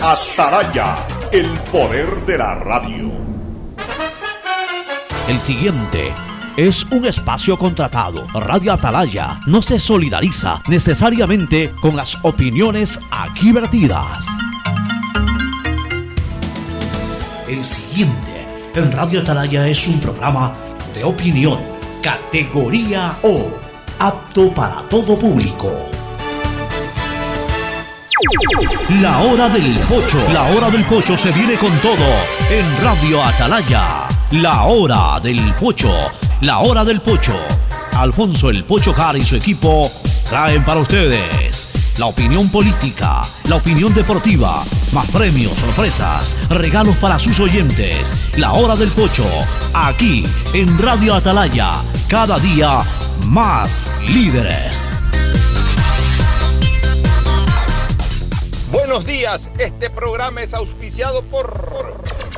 Atalaya, el poder de la radio. El siguiente es un espacio contratado. Radio Atalaya no se solidariza necesariamente con las opiniones aquí vertidas. El siguiente en Radio Atalaya es un programa de opinión, categoría O, apto para todo público. La hora del pocho. La hora del pocho se viene con todo en Radio Atalaya. La hora del pocho. La hora del pocho. Alfonso el Pocho Jara y su equipo traen para ustedes la opinión política, la opinión deportiva, más premios, sorpresas, regalos para sus oyentes. La hora del pocho, aquí en Radio Atalaya, cada día más líderes. Buenos días, este programa es auspiciado por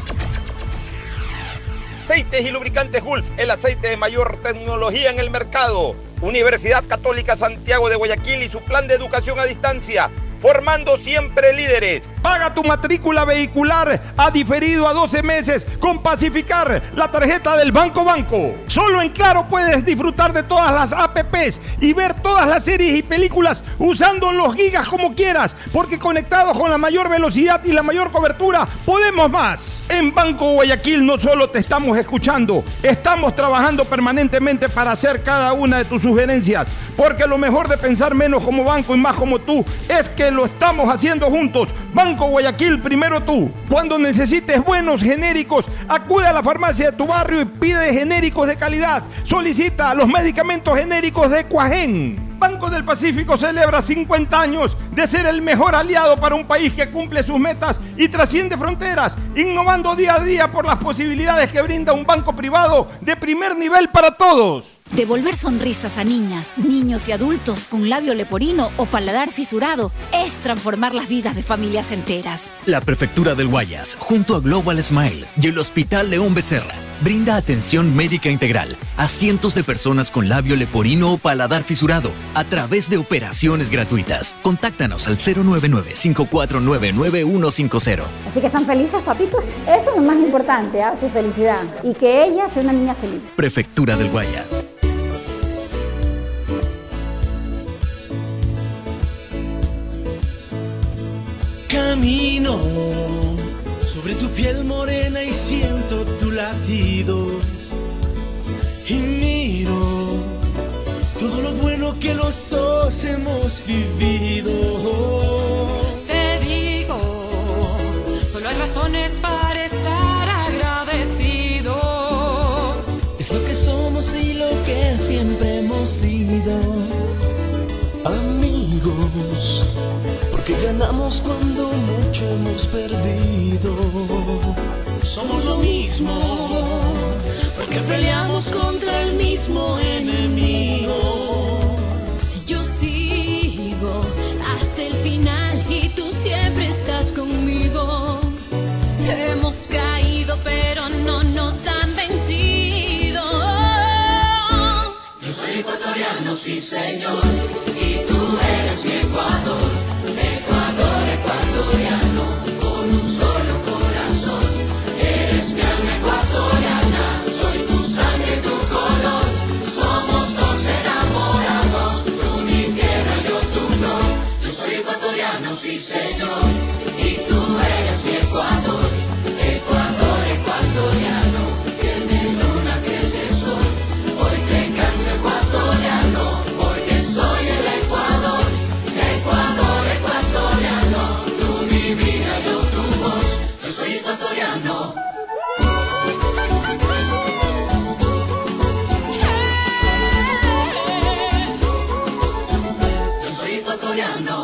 Aceites y Lubricantes Gulf, el aceite de mayor tecnología en el mercado. Universidad Católica Santiago de Guayaquil y su plan de educación a distancia, formando siempre líderes. Paga tu matrícula vehicular a diferido a 12 meses con Pacificar, la tarjeta del Banco. Solo en Claro puedes disfrutar de todas las apps y ver todas las series y películas usando los gigas como quieras, porque conectados con la mayor velocidad y la mayor cobertura, podemos más. En Banco Guayaquil no solo te estamos escuchando, estamos trabajando permanentemente para hacer cada una de tus sugerencias, porque lo mejor de pensar menos como banco y más como tú es que lo estamos haciendo juntos. Banco Guayaquil, primero tú. Cuando necesites buenos genéricos, acude a la farmacia de tu barrio y pide genéricos de calidad. Solicita los medicamentos genéricos de Cuajén. Banco del Pacífico celebra 50 años de ser el mejor aliado para un país que cumple sus metas y trasciende fronteras, innovando día a día por las posibilidades que brinda un banco privado de primer nivel para todos. Devolver sonrisas a niñas, niños y adultos con labio leporino o paladar fisurado es transformar las vidas de familias enteras. La Prefectura del Guayas, junto a Global Smile y el Hospital León Becerra, brinda atención médica integral a cientos de personas con labio leporino o paladar fisurado a través de operaciones gratuitas. Contáctanos al 099-549-9150. Así que están felices, papitos. Eso es lo más importante, su felicidad. Y que ella sea una niña feliz. Prefectura del Guayas. Camino sobre tu piel morena y siento tu latido. Y miro todo lo bueno que los dos hemos vivido. Te digo, solo hay razones para estar agradecido. Es lo que somos y lo que siempre hemos sido. Amigos, porque ganamos cuando mucho hemos perdido. Somos lo mismo, porque peleamos contra el mismo enemigo. Yo sigo hasta el final y tú siempre estás conmigo. Hemos caído pero no nos han vencido. Yo soy ecuatoriano, sí señor, y tú eres mi Ecuador. Ecuador, ecuatoriano, con un solo corazón. Eres mi alma ecuatoriana, soy tu sangre, tu color. Somos dos enamorados, tú mi tierra, yo tu flor. Yo soy ecuatoriano, sí señor, y tú eres mi Ecuador. Ecuador, ecuatoriano, que de luna, que de sol. Hoy te canto ecuatoriano, porque soy el Ecuador. Ecuador, ecuatoriano, tú mi vida, yo tu voz. Yo soy ecuatoriano. Yo soy ecuatoriano.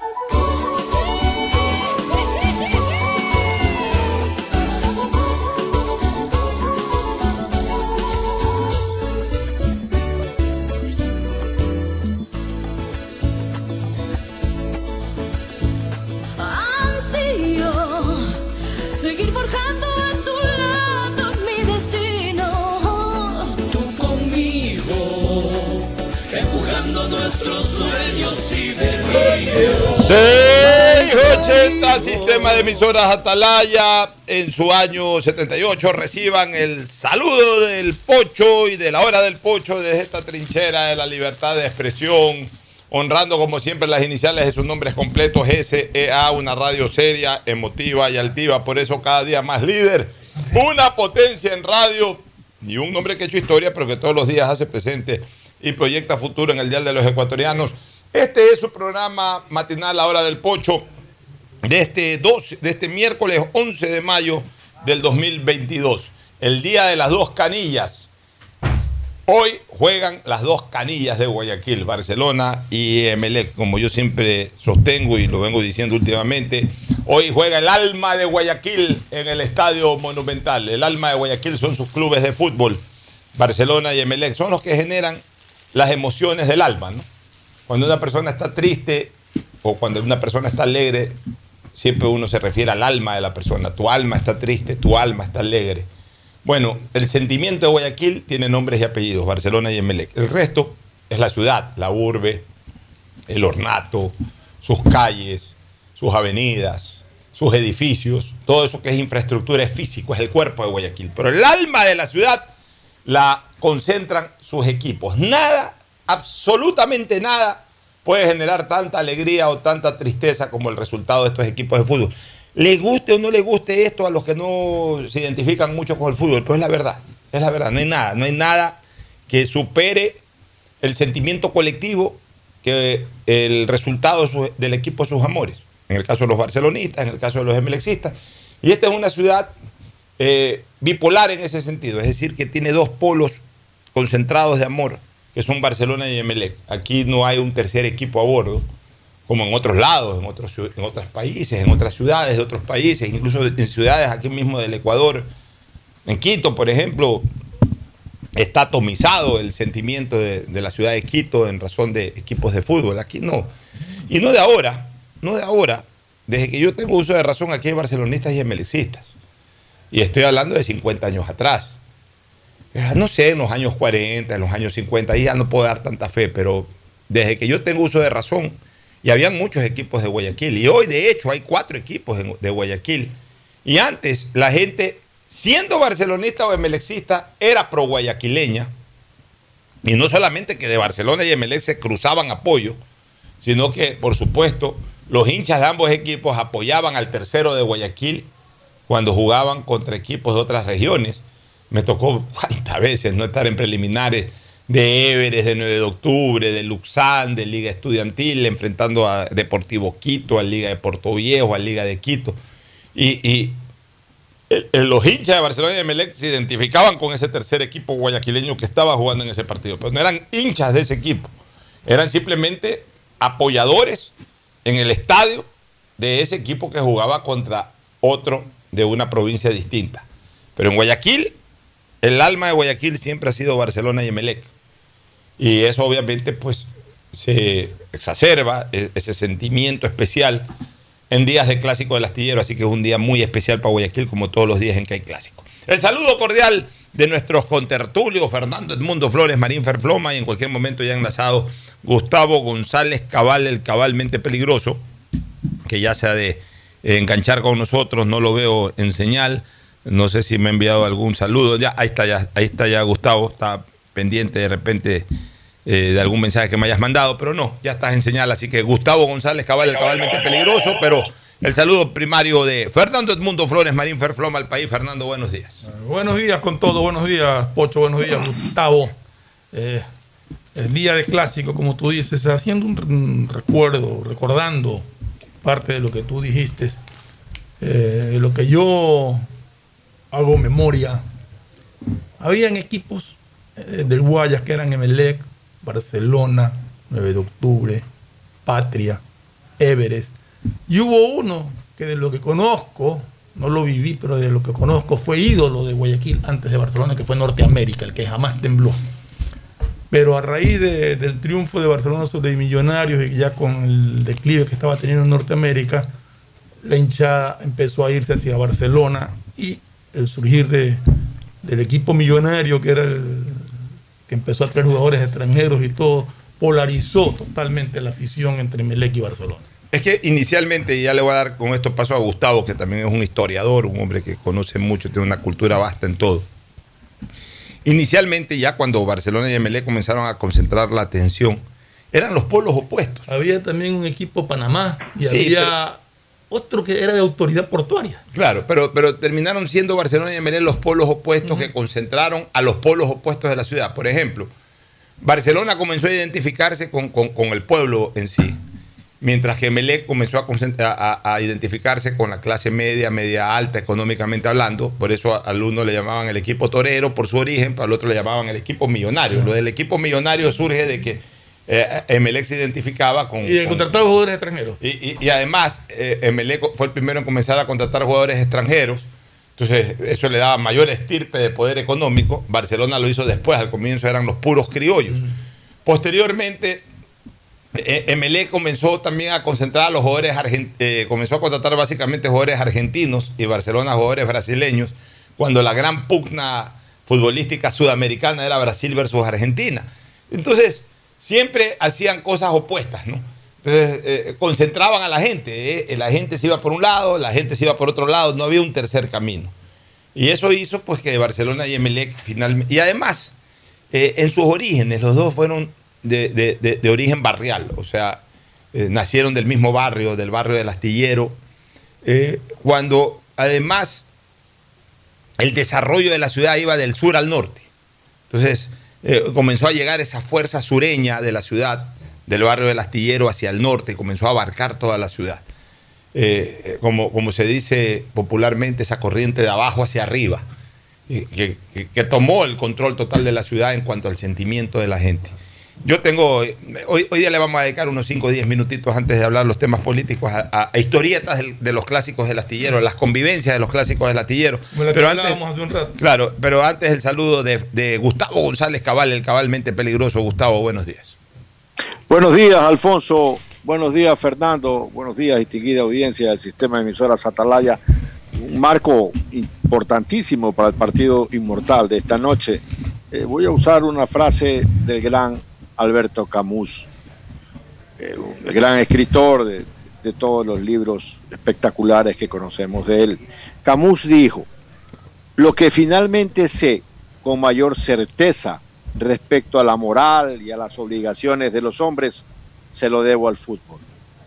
Ansío seguir forjando a tu lado mi destino. Tú conmigo, empujando nuestros sueños y delirios. 6, 80, sistema de emisoras Atalaya, en su año 78, reciban el saludo del Pocho y de la hora del Pocho desde esta trinchera de la libertad de expresión, honrando como siempre las iniciales de sus nombres completos, SEA, una radio seria, emotiva y altiva, por eso cada día más líder, una potencia en radio, y un hombre que ha hecho historia, pero que todos los días hace presente y proyecta futuro en el Dial de los Ecuatorianos. Este es su programa matinal, La Hora del Pocho, de este miércoles 11 de mayo del 2022, el día de las dos canillas. Hoy juegan las dos canillas de Guayaquil, Barcelona y Emelec, como yo siempre sostengo y lo vengo diciendo últimamente. Hoy juega el alma de Guayaquil en el Estadio Monumental. El alma de Guayaquil son sus clubes de fútbol, Barcelona y Emelec, son los que generan las emociones del alma, ¿no? Cuando una persona está triste o cuando una persona está alegre, siempre uno se refiere al alma de la persona. Tu alma está triste, tu alma está alegre. Bueno, el sentimiento de Guayaquil tiene nombres y apellidos, Barcelona y Emelec. El resto es la ciudad, la urbe, el ornato, sus calles, sus avenidas, sus edificios, todo eso que es infraestructura es físico, es el cuerpo de Guayaquil. Pero el alma de la ciudad la concentran sus equipos. Nada, absolutamente nada, puede generar tanta alegría o tanta tristeza como el resultado de estos equipos de fútbol. Les guste o no les guste esto a los que no se identifican mucho con el fútbol, pero es la verdad, no hay nada que supere el sentimiento colectivo que el resultado del equipo de sus amores, en el caso de los barcelonistas, en el caso de los emelecistas, y esta es una ciudad bipolar en ese sentido, es decir, que tiene dos polos concentrados de amor, que son Barcelona y Emelec. Aquí no hay un tercer equipo a bordo, como en otros lados, en otros países, en otras ciudades de otros países, incluso en ciudades aquí mismo del Ecuador. En Quito, por ejemplo, está atomizado el sentimiento de la ciudad de Quito en razón de equipos de fútbol. Aquí no. Y no de ahora. Desde que yo tengo uso de razón, aquí hay barcelonistas y emelecistas. Y estoy hablando de 50 años atrás. No sé, en los años 40, en los años 50, ahí ya no puedo dar tanta fe, pero desde que yo tengo uso de razón, y habían muchos equipos de Guayaquil, y hoy de hecho hay 4 equipos de Guayaquil, y antes la gente, siendo barcelonista o emelecista, era pro guayaquileña, y no solamente que de Barcelona y Emelec se cruzaban apoyo, sino que, por supuesto, los hinchas de ambos equipos apoyaban al tercero de Guayaquil cuando jugaban contra equipos de otras regiones. Me tocó cuántas veces no estar en preliminares de Everest, de 9 de octubre, de Luxán, de Liga Estudiantil, enfrentando a Deportivo Quito, a Liga de Puerto Viejo, a Liga de Quito. Y los hinchas de Barcelona y Emelec se identificaban con ese tercer equipo guayaquileño que estaba jugando en ese partido. Pero no eran hinchas de ese equipo, eran simplemente apoyadores en el estadio de ese equipo que jugaba contra otro de una provincia distinta. Pero en Guayaquil, el alma de Guayaquil siempre ha sido Barcelona y Emelec. Y eso obviamente pues se exacerba ese sentimiento especial en días de clásico del astillero, así que es un día muy especial para Guayaquil, como todos los días en que hay clásico. El saludo cordial de nuestros contertulios, Fernando Edmundo Flores, Marín Ferfloma, y en cualquier momento ya enlazado Gustavo González Cabal, el cabalmente peligroso, que ya se ha de enganchar con nosotros, no lo veo en señal. No sé si me ha enviado algún saludo. Ahí está ya Gustavo, está pendiente de repente de algún mensaje que me hayas mandado, pero no, ya estás en señal, así que Gustavo González Cabal, el cabalmente peligroso, pero el saludo primario de Fernando Edmundo Flores, Marín Ferfloma al país. Fernando, buenos días. Buenos días con todo, buenos días Pocho, buenos días Gustavo. El día de clásico, como tú dices, haciendo un recuerdo, recordando parte de lo que tú dijiste, lo que yo hago memoria. Habían equipos del Guayas que eran Emelec, Barcelona, 9 de octubre, Patria, Everest. Y hubo uno que de lo que conozco, no lo viví, pero de lo que conozco fue ídolo de Guayaquil antes de Barcelona, que fue Norteamérica, el que jamás tembló. Pero a raíz del triunfo de Barcelona sobre Millonarios y ya con el declive que estaba teniendo en Norteamérica, la hinchada empezó a irse hacia Barcelona y el surgir del equipo millonario, que era el que empezó a traer jugadores extranjeros y todo, polarizó totalmente la afición entre Emelec y Barcelona. Es que inicialmente, y ya le voy a dar con esto paso a Gustavo, que también es un historiador, un hombre que conoce mucho, tiene una cultura vasta en todo. Inicialmente, ya cuando Barcelona y Emelec comenzaron a concentrar la atención, eran los polos opuestos. Había también un equipo Panamá y Sí, había otro que era de autoridad portuaria. Claro, pero terminaron siendo Barcelona y Emelec los polos opuestos que concentraron a los polos opuestos de la ciudad. Por ejemplo, Barcelona comenzó a identificarse con el pueblo en sí, mientras que Emelec comenzó a identificarse con la clase media, media alta, económicamente hablando. Por eso al uno le llamaban el equipo torero por su origen, pero al otro le llamaban el equipo millonario. Lo del equipo millonario surge de que Emelec se identificaba con... Y de contratar jugadores extranjeros. Y además, Emelec fue el primero en comenzar a contratar jugadores extranjeros. Entonces, eso le daba mayor estirpe de poder económico. Barcelona lo hizo después, al comienzo eran los puros criollos. Posteriormente, Emelec comenzó también a concentrar a los jugadores comenzó a contratar básicamente jugadores argentinos y Barcelona jugadores brasileños, cuando la gran pugna futbolística sudamericana era Brasil versus Argentina. Entonces, siempre hacían cosas opuestas, ¿no? Entonces, concentraban a la gente. La gente se iba por un lado, la gente se iba por otro lado, no había un tercer camino. Y eso hizo pues que Barcelona y Emelec finalmente... Y además, en sus orígenes, los dos fueron de origen barrial, o sea, nacieron del mismo barrio, del barrio del Astillero, cuando además el desarrollo de la ciudad iba del sur al norte. Entonces comenzó a llegar esa fuerza sureña de la ciudad, del barrio del Astillero hacia el norte, comenzó a abarcar toda la ciudad. Como se dice popularmente, esa corriente de abajo hacia arriba, que tomó el control total de la ciudad en cuanto al sentimiento de la gente. Yo tengo, hoy día le vamos a dedicar unos 5 o 10 minutitos antes de hablar los temas políticos a historietas de los clásicos del Astillero, las convivencias de los clásicos del Astillero. Pero antes, hace un rato. Claro, pero antes el saludo de Gustavo González Cabal, el cabalmente peligroso. Gustavo, buenos días. Buenos días, Alfonso. Buenos días, Fernando. Buenos días, distinguida audiencia del sistema de emisoras Atalaya. Un marco importantísimo para el partido inmortal de esta noche. Voy a usar una frase del gran Alberto Camus, el gran escritor de todos los libros espectaculares que conocemos de él. Camus dijo: lo que finalmente sé con mayor certeza respecto a la moral y a las obligaciones de los hombres, se lo debo al fútbol.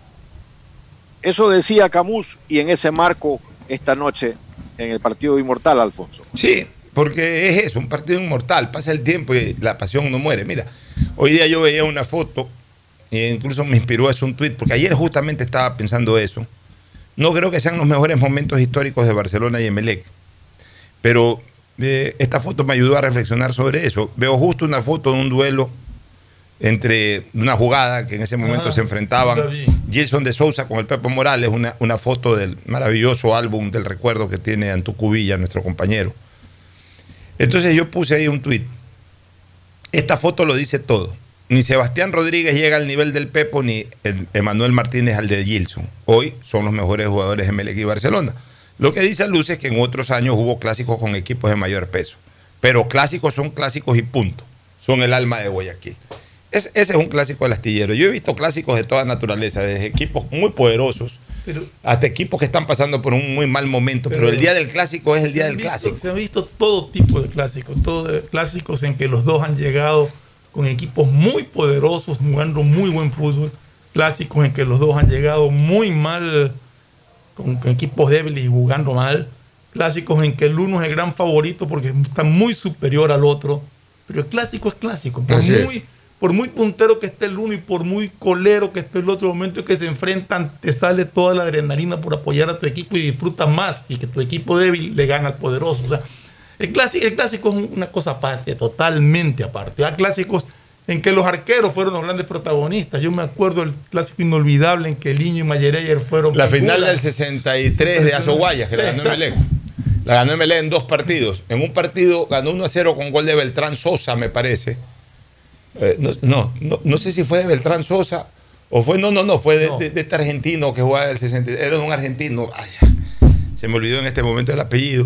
Eso decía Camus, y en ese marco esta noche en el partido inmortal, Alfonso. Sí, porque es eso, un partido inmortal. Pasa el tiempo y la pasión no muere. Mira, hoy día yo veía una foto e incluso me inspiró eso un tuit, porque ayer justamente estaba pensando eso. No creo que sean los mejores momentos históricos de Barcelona y Emelec, pero esta foto me ayudó a reflexionar sobre eso. Veo justo una foto de un duelo entre una jugada que en ese momento se enfrentaban Gilson de Sousa con el Pepe Morales, una foto del maravilloso álbum del recuerdo que tiene Antucu Villa, nuestro compañero. Entonces yo puse ahí un tuit. Esta foto lo dice todo. Ni Sebastián Rodríguez llega al nivel del Pepo, ni Emanuel Martínez al de Gilson. Hoy son los mejores jugadores de Emelec y Barcelona. Lo que dice a luces es que en otros años hubo clásicos con equipos de mayor peso. Pero clásicos son clásicos y punto. Son el alma de Guayaquil. Ese es un clásico del Astillero. Yo he visto clásicos de toda naturaleza, desde equipos muy poderosos hasta equipos que están pasando por un muy mal momento, pero el día del clásico es el día del clásico. Se han visto todo tipo de clásicos, clásicos en que los dos han llegado con equipos muy poderosos, jugando muy buen fútbol, clásicos en que los dos han llegado muy mal, con equipos débiles y jugando mal, clásicos en que el uno es el gran favorito porque está muy superior al otro, pero el clásico es clásico, por muy puntero que esté el uno y por muy colero que esté el otro, momento que se enfrentan, te sale toda la adrenalina por apoyar a tu equipo y disfrutas más, y que tu equipo débil le gana al poderoso. O sea, el clásico es una cosa aparte, totalmente aparte. Hay clásicos en que los arqueros fueron los grandes protagonistas. Yo me acuerdo del clásico inolvidable en que Liño y Mayereyer fueron... La final del 63 de Azoguayas, que la ganó Emelec. La ganó Emelec en 2 partidos. En un partido ganó 1-0 con gol de Beltrán Sosa, me parece. No sé si fue de Beltrán Sosa o fue, fue de este argentino que jugaba del 63, era un argentino, se me olvidó en este momento el apellido,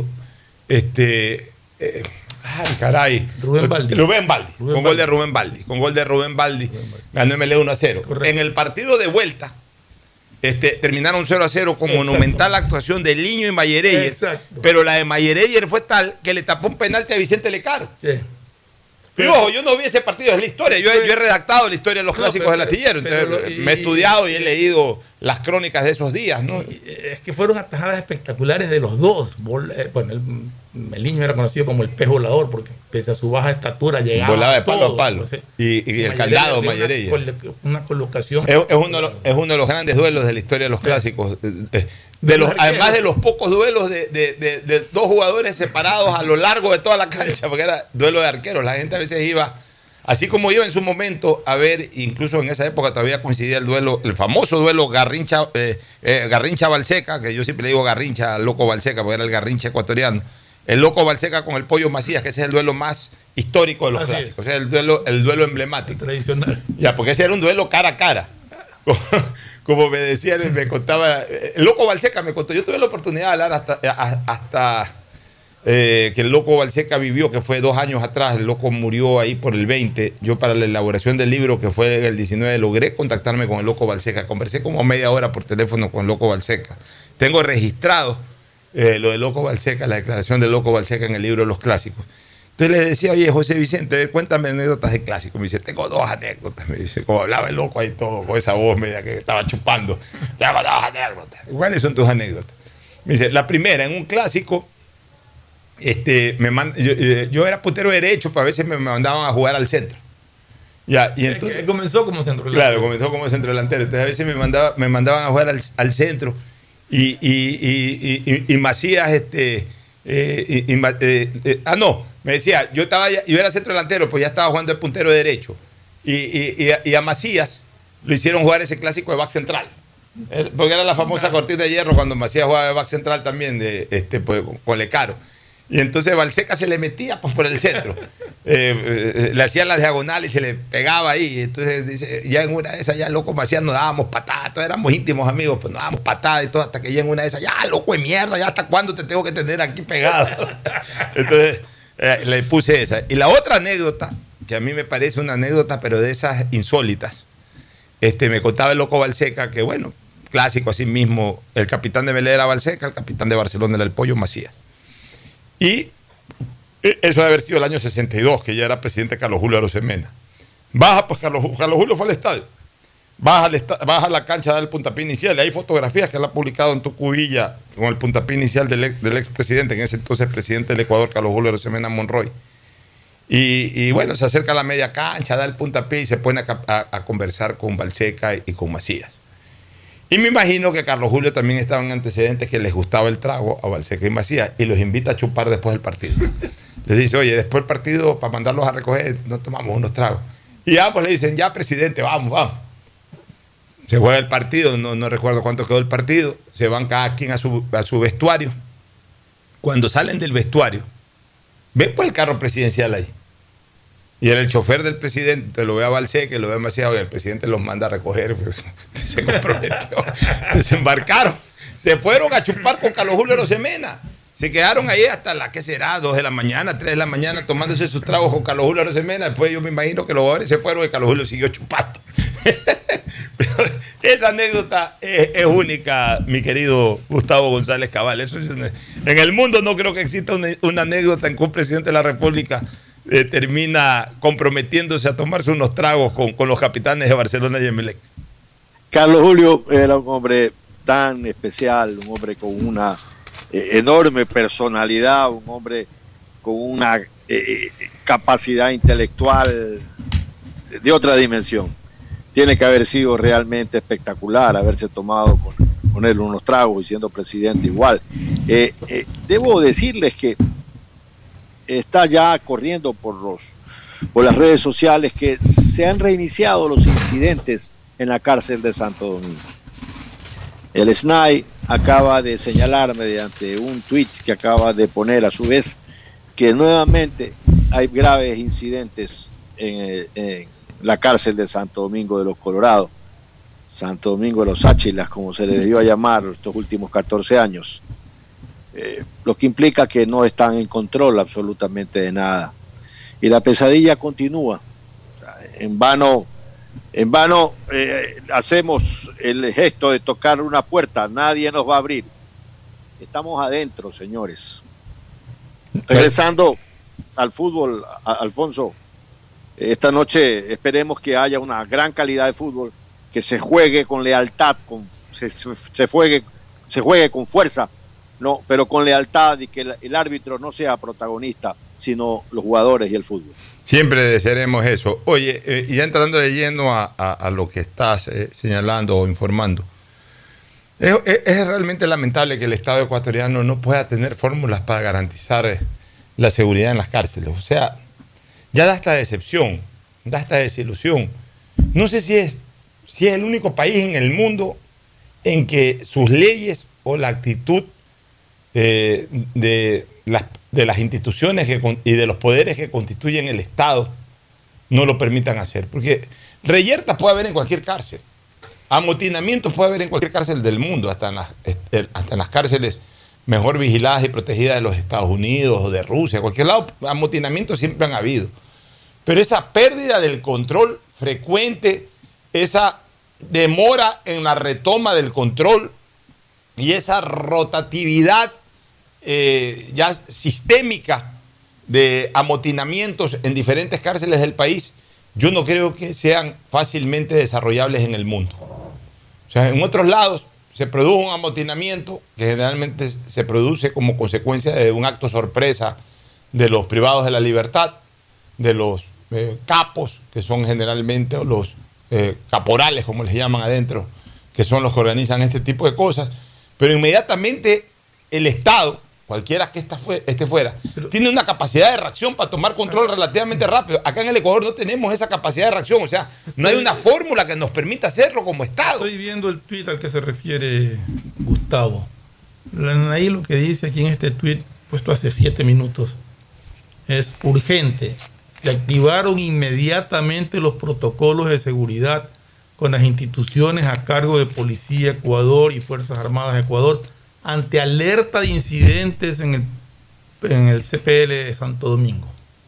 Rubén Baldi, con gol de Rubén Baldi, ganó Emelec 1-0. En el partido de vuelta, terminaron 0-0 con monumental actuación de Liño y Mayereyer. Pero la de Mayereyer fue tal que le tapó un penalti a Vicente Lecaro. Sí. Pero ojo, yo no vi ese partido, es la historia. Yo he redactado la historia de los clásicos del Astillero. Entonces, me he estudiado y he leído las crónicas de esos días, ¿no? Es que fueron atajadas espectaculares de los dos. Bueno, el niño era conocido como el pez volador porque pese a su baja estatura llegaba volaba de palo a palo. Y el candado Mayereyer. Una colocación. Es uno de los grandes duelos de la historia de los clásicos. Además de los pocos duelos de dos jugadores separados a lo largo de toda la cancha, porque era duelo de arqueros. La gente a veces iba, así como iba en su momento a ver, incluso en esa época todavía coincidía el famoso duelo Garrincha-Balseca, que yo siempre le digo Garrincha al Loco Balseca, porque era el Garrincha ecuatoriano. El Loco Balseca con el Pollo Macías, que ese es el duelo más histórico de los clásicos, o sea, el duelo emblemático. Tradicional. Ya, porque ese era un duelo cara a cara. Como me decían, me contaba, el Loco Balseca me contó, yo tuve la oportunidad de hablar hasta que el Loco Balseca vivió, que fue 2 años atrás, el Loco murió ahí por el 20, yo para la elaboración del libro, que fue el 19, logré contactarme con el Loco Balseca, conversé como media hora por teléfono con el Loco Balseca, tengo registrado lo del Loco Balseca, la declaración del Loco Balseca en el libro de los clásicos. Entonces le decía, oye, José Vicente, cuéntame anécdotas de clásicos. Me dice, tengo 2 anécdotas. Me dice, como hablaba el Loco ahí todo, con esa voz media que estaba chupando. Tengo 2 anécdotas. ¿Cuáles son tus anécdotas? Me dice, la primera, en un clásico, yo era puntero derecho, pero a veces me mandaban a jugar al centro. Ya, y entonces, comenzó como centro delantero. Claro, comenzó como centro delantero. Entonces a veces me mandaban a jugar al centro. Y Macías, me decía, yo era centro delantero, pues ya estaba jugando el puntero derecho. Y a Macías lo hicieron jugar ese clásico de back central. Porque era la famosa cortina de hierro cuando Macías jugaba de back central también, pues, con Lecaro. Y entonces Balseca se le metía pues, por el centro. Le hacían las diagonales y se le pegaba ahí. Entonces dice, ya en una de esas, ya Loco Macías nos dábamos patadas. Todos éramos íntimos amigos, pues nos dábamos patadas y todo, hasta que ya en una de esas, ya loco de mierda, ya hasta cuándo te tengo que tener aquí pegado. Entonces le puse esa. Y la otra anécdota, que a mí me parece una anécdota, pero de esas insólitas, me contaba el Loco Balseca, que bueno, clásico así mismo, el capitán de Vélez era Balseca, el capitán de Barcelona era el Pollo Macías. Y eso debe haber sido el año 62, que ya era presidente Carlos Julio Arosemena. Baja, pues Carlos Julio fue al estadio. Baja a la cancha del puntapié inicial. Y hay fotografías que él ha publicado en Tucubilla con el puntapié inicial del expresidente, en ese entonces presidente del Ecuador, Carlos Julio Arosemena Monroy. Y bueno, se acerca a la media cancha, da el puntapié y se pone a conversar con Balseca y con Macías. Y me imagino que Carlos Julio también estaba en antecedentes que les gustaba el trago a Balseca y Macías y los invita a chupar después del partido. Les dice, oye, después del partido, para mandarlos a recoger, nos tomamos unos tragos. Y ambos le dicen, ya presidente, vamos. Se juega el partido, no recuerdo cuánto quedó el partido, se van cada quien a su vestuario. Cuando salen del vestuario, ven pues el carro presidencial ahí. Y era el chofer del presidente, lo ve a Balseca, lo ve a Macías, y el presidente los manda a recoger, pues, se comprometió, desembarcaron, se fueron a chupar con Carlos Julio Arosemena, se quedaron ahí hasta ¿qué será? 2 de la mañana, 3 de la mañana, tomándose sus tragos con Carlos Julio Arosemena. Después yo me imagino que los jugadores se fueron y Carlos Julio siguió chupando. Pero esa anécdota es única, mi querido Gustavo González Cabal. Eso en el mundo no creo que exista una anécdota en que un presidente de la República termina comprometiéndose a tomarse unos tragos con los capitanes de Barcelona y Emelec. Carlos Julio era un hombre tan especial, un hombre con una enorme personalidad, un hombre con una capacidad intelectual de otra dimensión. Tiene que haber sido realmente espectacular haberse tomado con él unos tragos y siendo presidente igual. Debo decirles que está ya corriendo por las redes sociales que se han reiniciado los incidentes en la cárcel de Santo Domingo. El SNAI acaba de señalar mediante un tuit que acaba de poner a su vez que nuevamente hay graves incidentes en la cárcel de Santo Domingo de los Colorados, Santo Domingo de los Áchilas, como se le debió llamar estos últimos 14 años. Lo que implica que no están en control absolutamente de nada. Y la pesadilla continúa. En vano En vano hacemos el gesto de tocar una puerta, nadie nos va a abrir. Estamos adentro, señores. Regresando al fútbol, Alfonso, esta noche esperemos que haya una gran calidad de fútbol, que se juegue con lealtad, se juegue con fuerza, no, pero con lealtad, y que el árbitro no sea protagonista, sino los jugadores y el fútbol. Siempre desearemos eso. Oye, y ya entrando de lleno a lo que estás señalando o informando, es realmente lamentable que el Estado ecuatoriano no pueda tener fórmulas para garantizar la seguridad en las cárceles. O sea, ya da esta decepción, da esta desilusión. No sé si es el único país en el mundo en que sus leyes o la actitud de las instituciones y de los poderes que constituyen el Estado no lo permitan hacer. Porque reyertas puede haber en cualquier cárcel, amotinamientos puede haber en cualquier cárcel del mundo, hasta en las cárceles mejor vigiladas y protegidas de los Estados Unidos o de Rusia, cualquier lado, amotinamientos siempre han habido. Pero esa pérdida del control frecuente, esa demora en la retoma del control y esa rotatividad ya sistémica de amotinamientos en diferentes cárceles del país, yo no creo que sean fácilmente desarrollables en el mundo. O sea, en otros lados se produjo un amotinamiento que generalmente se produce como consecuencia de un acto sorpresa de los privados de la libertad, de los capos, que son generalmente los caporales, como les llaman adentro, que son los que organizan este tipo de cosas, pero inmediatamente el Estado, cualquiera que esté fuera, tiene una capacidad de reacción para tomar control relativamente rápido. Acá en el Ecuador no tenemos esa capacidad de reacción, o sea, no hay una fórmula que nos permita hacerlo como Estado. Estoy viendo el tuit al que se refiere Gustavo. Ahí lo que dice aquí en este tuit, puesto hace 7 minutos, es urgente. Se activaron inmediatamente los protocolos de seguridad con las instituciones a cargo de Policía Ecuador y Fuerzas Armadas de Ecuador ante alerta de incidentes en el CPL de Santo Domingo.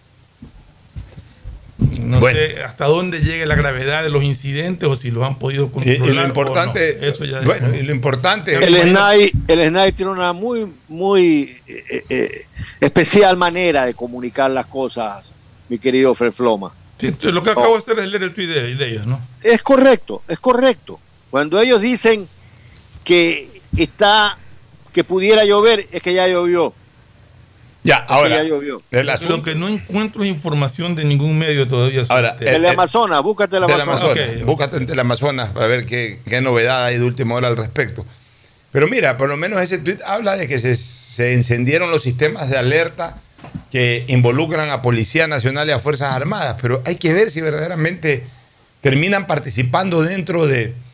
No sé hasta dónde llegue la gravedad de los incidentes o si los han podido controlar. Y lo importante, no. Eso ya y lo importante el SNAI tiene una muy especial manera de comunicar las cosas, mi querido Ferfloma. Sí, lo que acabo de hacer es leer el tuit de ellos, ¿no? Es correcto. Cuando ellos dicen que pudiera llover, es que ya llovió. Ya, ahora, lo que no encuentro es información de ningún medio todavía. Ahora, el Amazonas, búscate el Amazonas. Okay. Búscate el Amazonas para ver qué novedad hay de última hora al respecto. Pero mira, por lo menos ese tweet habla de que se encendieron los sistemas de alerta que involucran a Policía Nacional y a Fuerzas Armadas, pero hay que ver si verdaderamente terminan participando dentro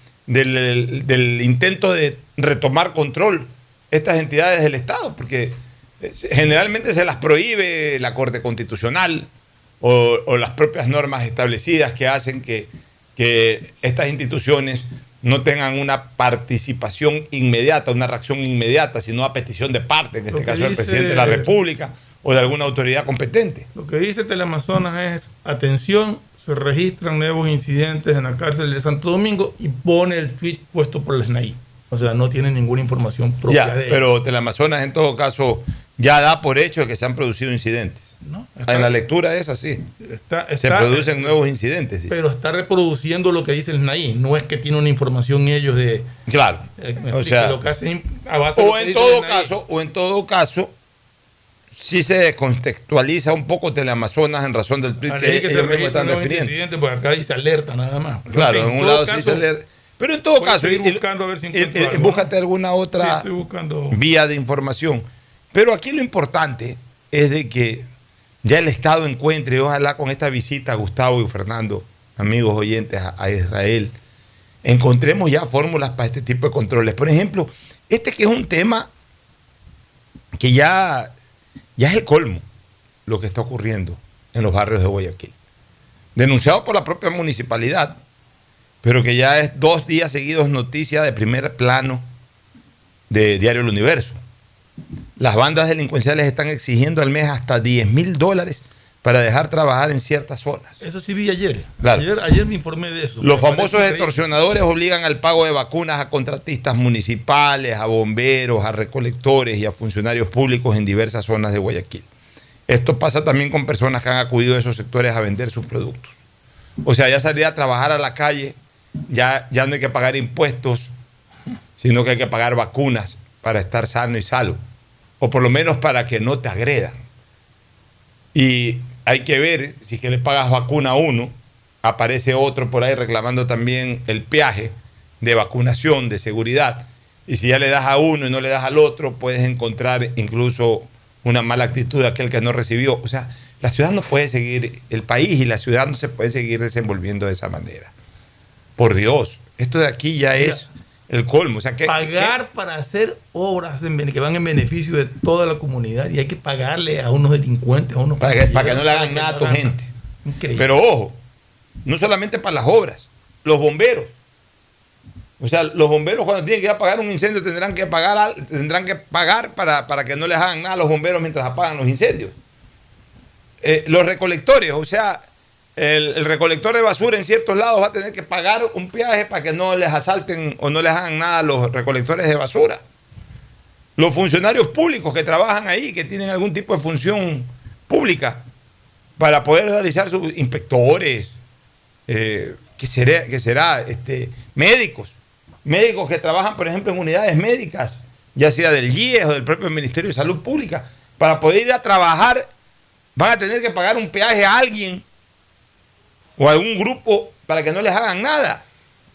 del intento de retomar control estas entidades del Estado, porque generalmente se las prohíbe la Corte Constitucional o las propias normas establecidas que hacen que estas instituciones no tengan una participación inmediata, una reacción inmediata, sino a petición de parte, en este caso del presidente de la República o de alguna autoridad competente. Lo que dice Teleamazonas es: atención, se registran nuevos incidentes en la cárcel de Santo Domingo, y pone el tuit puesto por el SNAI. O sea, no tiene ninguna información propia de él. Pero Teleamazonas en todo caso ya da por hecho que se han producido incidentes. ¿No? En la lectura es así. Se producen nuevos incidentes. Pero está reproduciendo lo que dice el SNAI. No es que tiene una información ellos de... Claro. O sea, lo que hacen a base o en todo caso, sí se descontextualiza un poco Teleamazonas en razón del tweet que ellos mismos están refiriendo. Incidente, porque acá dice alerta nada más. Claro, en un lado sí dice alerta. Pero en todo caso, buscando a ver si búscate alguna otra vía de información. Pero aquí lo importante es de que ya el Estado encuentre, ojalá con esta visita, Gustavo y Fernando, amigos oyentes, a Israel, encontremos ya fórmulas para este tipo de controles. Por ejemplo, que es un tema que ya es el colmo, lo que está ocurriendo en los barrios de Guayaquil. Denunciado por la propia municipalidad, pero que ya es 2 días seguidos noticia de primer plano de Diario El Universo. Las bandas delincuenciales están exigiendo al mes hasta $10,000 para dejar trabajar en ciertas zonas. Eso sí vi ayer. Claro. Ayer me informé de eso. Los famosos extorsionadores obligan al pago de vacunas a contratistas municipales, a bomberos, a recolectores y a funcionarios públicos en diversas zonas de Guayaquil. Esto pasa también con personas que han acudido a esos sectores a vender sus productos. O sea, ya salir a trabajar a la calle, ya no hay que pagar impuestos, sino que hay que pagar vacunas para estar sano y salvo. O por lo menos para que no te agredan. Y hay que ver si que le pagas vacuna a uno, aparece otro por ahí reclamando también el peaje de vacunación, de seguridad. Y si ya le das a uno y no le das al otro, puedes encontrar incluso una mala actitud de aquel que no recibió. O sea, la ciudad no puede seguir, el país y la ciudad no se puede seguir desenvolviendo de esa manera. Por Dios, esto de aquí ya es el colmo. O sea, pagar para hacer obras que van en beneficio de toda la comunidad, y hay que pagarle a unos delincuentes, a unos para que no le hagan nada a tu gente. Increíble. Pero ojo, no solamente para las obras, los bomberos. O sea, los bomberos cuando tienen que ir a apagar un incendio tendrán que pagar para que no les hagan nada a los bomberos mientras apagan los incendios. Los recolectores, o sea, el recolector de basura en ciertos lados va a tener que pagar un peaje para que no les asalten o no les hagan nada a los recolectores de basura. Los funcionarios públicos que trabajan ahí, que tienen algún tipo de función pública para poder realizar sus inspectores, médicos que trabajan, por ejemplo, en unidades médicas, ya sea del IES o del propio Ministerio de Salud Pública, para poder ir a trabajar, van a tener que pagar un peaje a alguien o a algún grupo para que no les hagan nada.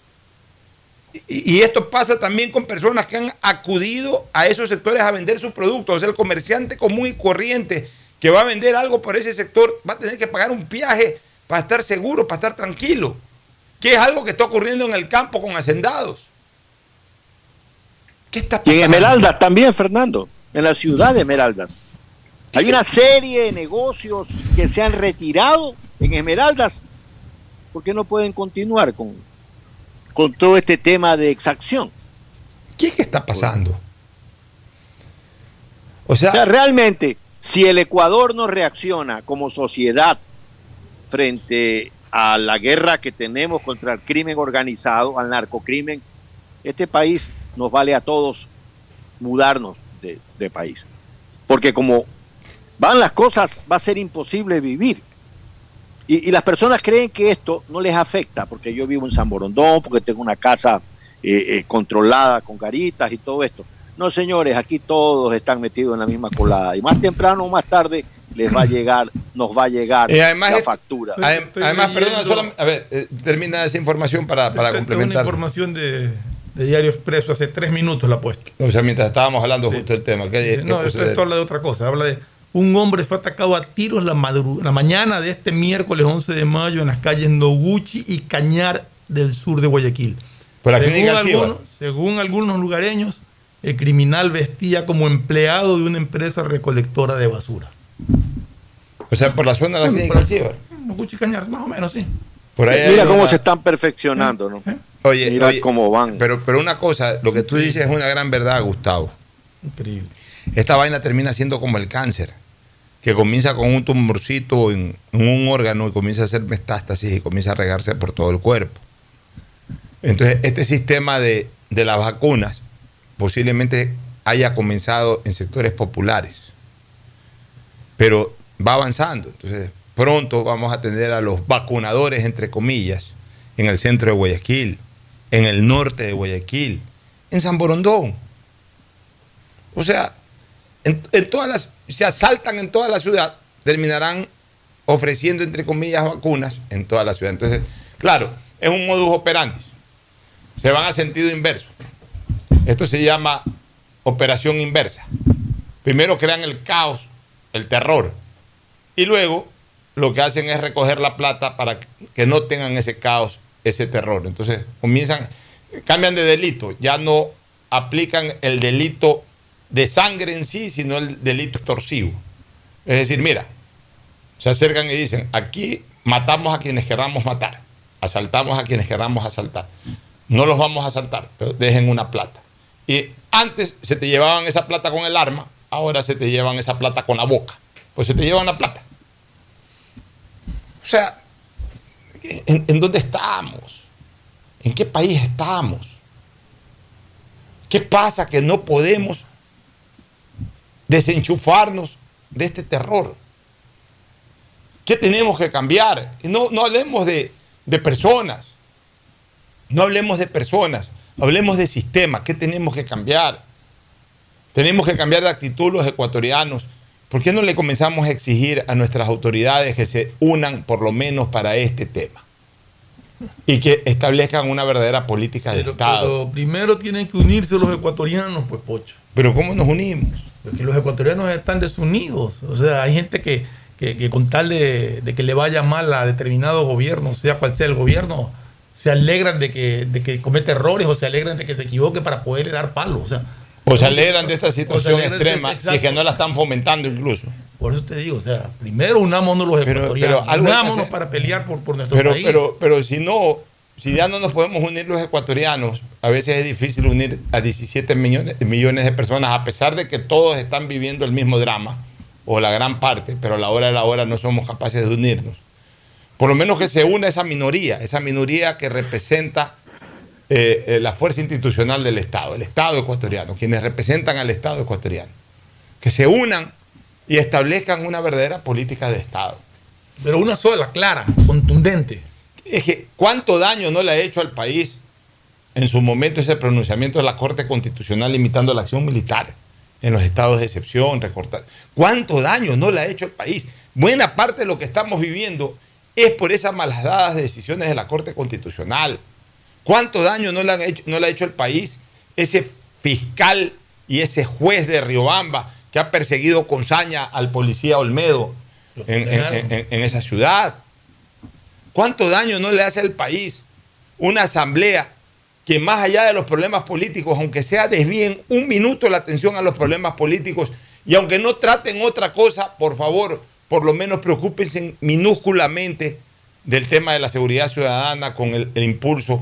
Y esto pasa también con personas que han acudido a esos sectores a vender sus productos. O sea, el comerciante común y corriente que va a vender algo por ese sector va a tener que pagar un peaje para estar seguro, para estar tranquilo, que es algo que está ocurriendo en el campo con hacendados. ¿Qué está pasando? Y en Esmeraldas también, Fernando, en la ciudad de Esmeraldas. Hay una serie de negocios que se han retirado en Esmeraldas porque no pueden continuar con todo este tema de exacción. ¿Qué es que está pasando? O sea, realmente, si el Ecuador no reacciona como sociedad frente a la guerra que tenemos contra el crimen organizado, al narcocrimen, este país nos vale a todos mudarnos de país. Porque como van las cosas, va a ser imposible vivir. Y las personas creen que esto no les afecta, porque yo vivo en San Borondón, porque tengo una casa controlada con garitas y todo esto. No, señores, aquí todos están metidos en la misma colada. Y más temprano o más tarde nos va a llegar además, la factura. Además, perdona, a ver, termina esa información para complementar. Una información de Diario Expreso, hace 3 minutos la he puesto. O sea, mientras estábamos hablando justo del tema. Esto habla de otra cosa. Habla de un hombre fue atacado a tiros la mañana de este miércoles 11 de mayo en las calles Noguchi y Cañar del sur de Guayaquil. Según algunos lugareños, el criminal vestía como empleado de una empresa recolectora de basura. O sea, por la zona de la clínica Alcíbar. Noguchi y Cañar, más o menos, sí. Por ahí mira cómo se están perfeccionando, ¿no? Oye, cómo van. Pero una cosa, lo que tú dices es una gran verdad, Gustavo. Increíble. Esta vaina termina siendo como el cáncer, que comienza con un tumorcito en un órgano y comienza a hacer metástasis y comienza a regarse por todo el cuerpo. Entonces, este sistema de las vacunas posiblemente haya comenzado en sectores populares, pero va avanzando. Entonces, pronto vamos a tener a los vacunadores, entre comillas, en el centro de Guayaquil, en el norte de Guayaquil, en San Borondón. O sea, se asaltan en toda la ciudad, terminarán ofreciendo, entre comillas, vacunas en toda la ciudad. Entonces, claro, es un modus operandi. Se van a sentido inverso. Esto se llama operación inversa. Primero crean el caos, el terror, y luego lo que hacen es recoger la plata para que no tengan ese caos, ese terror. Entonces cambian de delito, ya no aplican el delito de sangre en sí, sino el delito extorsivo. Es decir, mira, se acercan y dicen, aquí matamos a quienes queramos matar, asaltamos a quienes queramos asaltar. No los vamos a asaltar, pero dejen una plata. Y antes se te llevaban esa plata con el arma, ahora se te llevan esa plata con la boca. Pues se te llevan la plata. sea, ¿en dónde estamos? ¿En qué país estamos? ¿Qué pasa que no podemos desenchufarnos de este terror? ¿Qué tenemos que cambiar? No hablemos de personas, no hablemos de personas, hablemos de sistema. ¿Qué tenemos que cambiar? Tenemos que cambiar de actitud los ecuatorianos. ¿Por qué no le comenzamos a exigir a nuestras autoridades que se unan por lo menos para este tema? Y que establezcan una verdadera política de Estado. Pero primero tienen que unirse los ecuatorianos, pues, Pocho. ¿Pero cómo nos unimos? Porque los ecuatorianos están desunidos. O sea, hay gente que con tal de que le vaya mal a determinado gobierno, sea cual sea el gobierno, se alegran de que comete errores o se alegran de que se equivoque para poderle dar palo. O se alegran de esta situación extrema, si es que no la están fomentando incluso. Por eso te digo, o sea, primero unámonos los ecuatorianos, unámonos para pelear por nuestro país. Pero si ya no nos podemos unir los ecuatorianos, a veces es difícil unir a 17 millones de personas, a pesar de que todos están viviendo el mismo drama, o la gran parte, pero a la hora de la hora no somos capaces de unirnos. Por lo menos que se una esa minoría que representa la fuerza institucional del Estado, el Estado ecuatoriano, quienes representan al Estado ecuatoriano, que se unan y establezcan una verdadera política de Estado. Pero una sola, clara, contundente. Es que ¿cuánto daño no le ha hecho al país en su momento ese pronunciamiento de la Corte Constitucional limitando la acción militar en los estados de excepción, recortar? ¿Cuánto daño no le ha hecho al país? Buena parte de lo que estamos viviendo es por esas malhadadas decisiones de la Corte Constitucional. ¿Cuánto daño no le ha hecho al país ese fiscal y ese juez de Riobamba que ha perseguido con saña al policía Olmedo en esa ciudad? ¿Cuánto daño no le hace al país una asamblea que, más allá de los problemas políticos, aunque sea desvíen un minuto la atención a los problemas políticos y aunque no traten otra cosa, por favor, por lo menos preocúpense minúsculamente del tema de la seguridad ciudadana con el impulso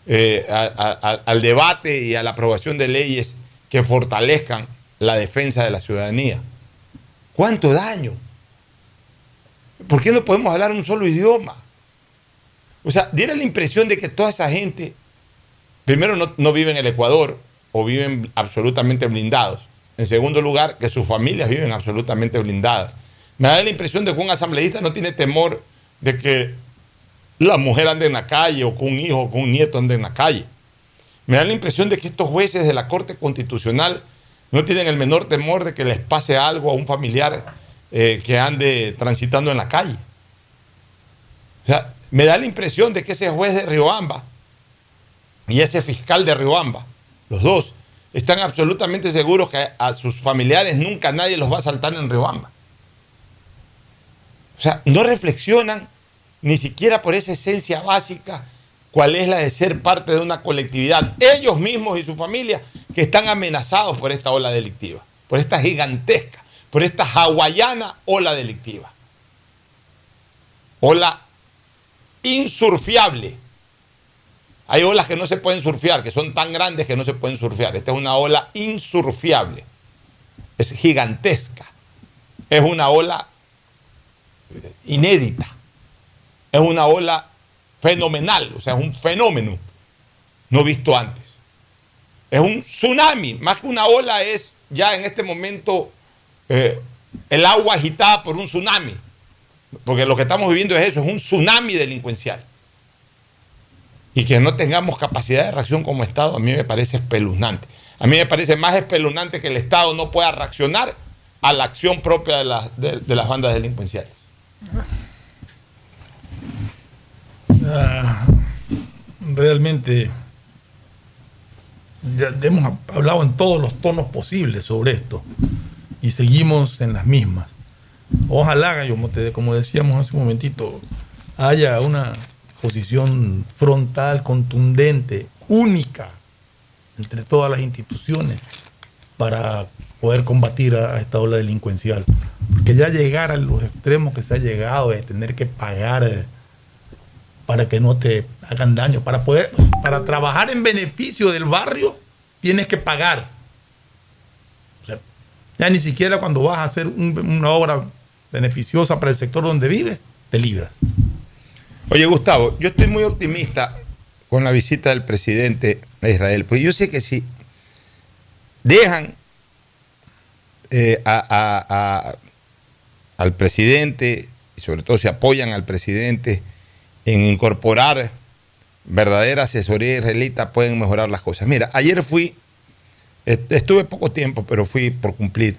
al debate y a la aprobación de leyes que fortalezcan la defensa de la ciudadanía? ¿Cuánto daño? ¿Por qué no podemos hablar un solo idioma? O sea, diera la impresión de que toda esa gente, primero, no vive en el Ecuador o viven absolutamente blindados. En segundo lugar, que sus familias viven absolutamente blindadas. Me da la impresión de que un asambleísta no tiene temor de que la mujer ande en la calle o que un hijo o que un nieto ande en la calle. Me da la impresión de que estos jueces de la Corte Constitucional no tienen el menor temor de que les pase algo a un familiar que ande transitando en la calle. O sea, me da la impresión de que ese juez de Riobamba y ese fiscal de Riobamba, los dos, están absolutamente seguros que a sus familiares nunca nadie los va a asaltar en Riobamba. O sea, no reflexionan ni siquiera por esa esencia básica, cuál es la de ser parte de una colectividad, ellos mismos y su familia, que están amenazados por esta ola delictiva, por esta gigantesca, por esta hawaiana ola delictiva. Ola insurfiable. Hay olas que no se pueden surfear, que son tan grandes que no se pueden surfear. Esta es una ola insurfiable. Es gigantesca. Es una ola inédita. Es una ola fenomenal, o sea, es un fenómeno no visto antes. Es un tsunami, más que una ola es ya en este momento el agua agitada por un tsunami, porque lo que estamos viviendo es eso, es un tsunami delincuencial. Y que no tengamos capacidad de reacción como Estado, a mí me parece espeluznante. A mí me parece más espeluznante que el Estado no pueda reaccionar a la acción propia de las bandas delincuenciales. Realmente ya hemos hablado en todos los tonos posibles sobre esto y seguimos en las mismas. Ojalá, como decíamos hace un momentito, haya una posición frontal, contundente, única entre todas las instituciones para poder combatir a esta ola delincuencial, porque ya llegar a los extremos que se ha llegado de tener que pagar para que no te hagan daño, para trabajar en beneficio del barrio tienes que pagar. O sea, ya ni siquiera cuando vas a hacer una obra beneficiosa para el sector donde vives te libras. Oye, Gustavo, yo estoy muy optimista con la visita del presidente a Israel, porque yo sé que si dejan al presidente, y sobre todo si apoyan al presidente en incorporar verdadera asesoría israelita, pueden mejorar las cosas. Mira, ayer estuve poco tiempo, pero fui por cumplir.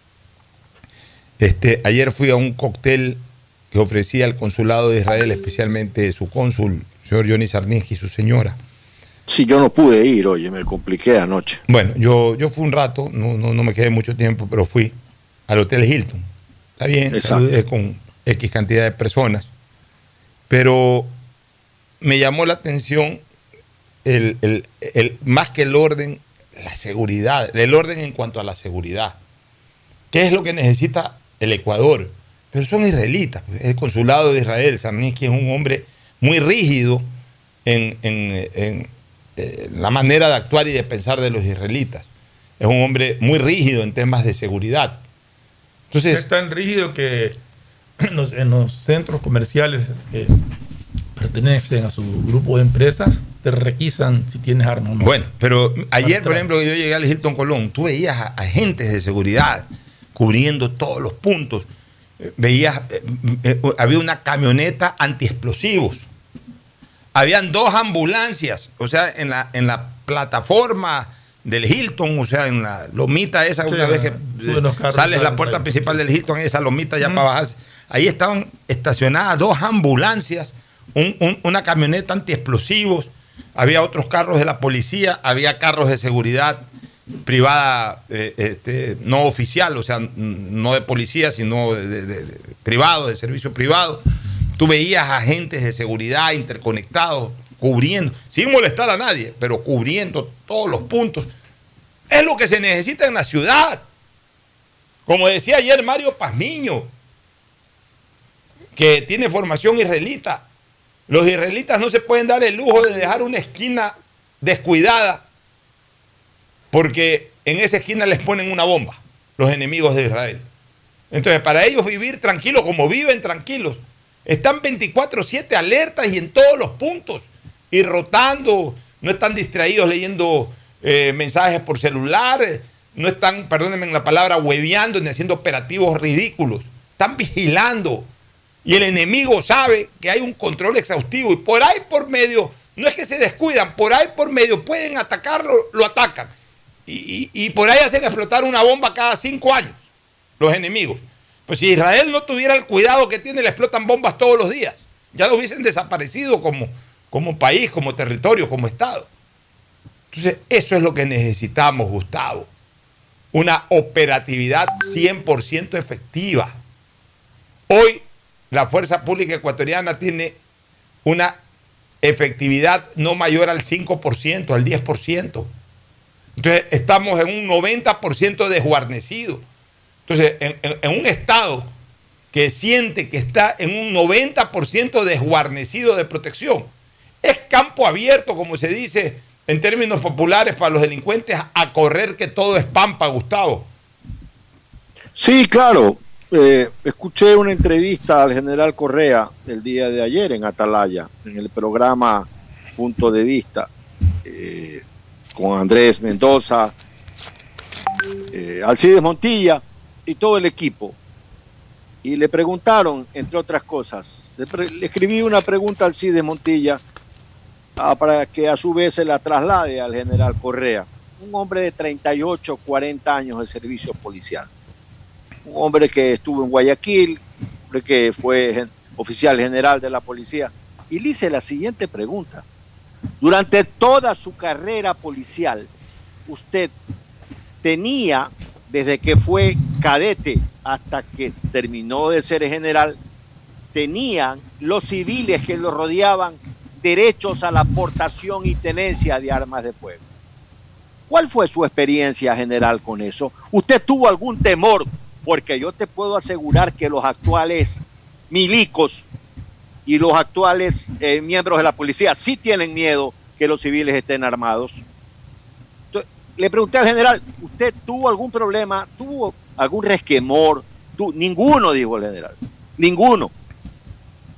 Ayer fui a un cóctel que ofrecía el consulado de Israel, especialmente su cónsul, señor Johnny Sarnitsky, y su señora. Sí, yo no pude ir, oye, me compliqué anoche. Bueno, yo fui un rato, no me quedé mucho tiempo, pero fui al Hotel Hilton. Está bien, saludé con X cantidad de personas, pero me llamó la atención más que el orden, la seguridad, el orden en cuanto a la seguridad. ¿Qué es lo que necesita el Ecuador? Pero son israelitas. El consulado de Israel, Sarnitsky es un hombre muy rígido en la manera de actuar y de pensar de los israelitas. Es un hombre muy rígido en temas de seguridad. Entonces, es tan rígido que en los centros comerciales que pertenecen a su grupo de empresas te requisan si tienes armas o no. Bueno, pero ayer, por ejemplo, yo llegué al Hilton Colón, tú veías a agentes de seguridad cubriendo todos los puntos. Veías, había una camioneta antiexplosivos. Habían 2 ambulancias, o sea, en la plataforma del Hilton, o sea, en la lomita esa, sí, una vez que sales la puerta principal del Hilton, esa lomita ya para bajarse. Ahí estaban estacionadas 2 ambulancias, una camioneta antiexplosivos, había otros carros de la policía, había carros de seguridad privada, no oficial, o sea, no de policía, sino de privado, de servicio privado. Tú veías agentes de seguridad interconectados, cubriendo, sin molestar a nadie, pero cubriendo todos los puntos. Es lo que se necesita en la ciudad. Como decía ayer Mario Pazmiño, que tiene formación israelita, los israelitas no se pueden dar el lujo de dejar una esquina descuidada, porque en esa esquina les ponen una bomba los enemigos de Israel. Entonces, para ellos vivir tranquilos, como viven tranquilos, están 24/7 alertas y en todos los puntos, y rotando, no están distraídos leyendo mensajes por celular, no están, perdónenme la palabra, hueveando ni haciendo operativos ridículos, están vigilando, y el enemigo sabe que hay un control exhaustivo, y por ahí por medio, no es que se descuidan, por ahí por medio pueden atacarlo, lo atacan, y por ahí hacen explotar una bomba cada 5 años, los enemigos. Pues si Israel no tuviera el cuidado que tiene, le explotan bombas todos los días. Ya lo hubiesen desaparecido como país, como territorio, como Estado. Entonces, eso es lo que necesitamos, Gustavo. Una operatividad 100% efectiva. Hoy, la Fuerza Pública Ecuatoriana tiene una efectividad no mayor al 5%, al 10%. Entonces, estamos en un 90% desguarnecido. Entonces, en un Estado que siente que está en un 90% desguarnecido de protección, es campo abierto, como se dice en términos populares, para los delincuentes a correr, que todo es pampa, Gustavo. Sí, claro. Escuché una entrevista al general Correa el día de ayer en Atalaya, en el programa Punto de Vista, con Andrés Mendoza, Alcides Montilla y todo el equipo. Y le preguntaron, entre otras cosas, le escribí una pregunta a Alcides Montilla para que a su vez se la traslade al general Correa, un hombre de 38, 40 años de servicio policial, un hombre que estuvo en Guayaquil, un hombre que fue oficial general de la policía, y le hice la siguiente pregunta: durante toda su carrera policial, usted tenía, desde que fue cadete hasta que terminó de ser general, tenían los civiles que lo rodeaban derechos a la portación y tenencia de armas de fuego. ¿Cuál fue su experiencia, general, con eso? ¿Usted tuvo algún temor? Porque yo te puedo asegurar que los actuales milicos y los actuales miembros de la policía sí tienen miedo que los civiles estén armados. Entonces, le pregunté al general, ¿usted tuvo algún problema? ¿Tuvo algún resquemor? Ninguno, dijo el general. Ninguno.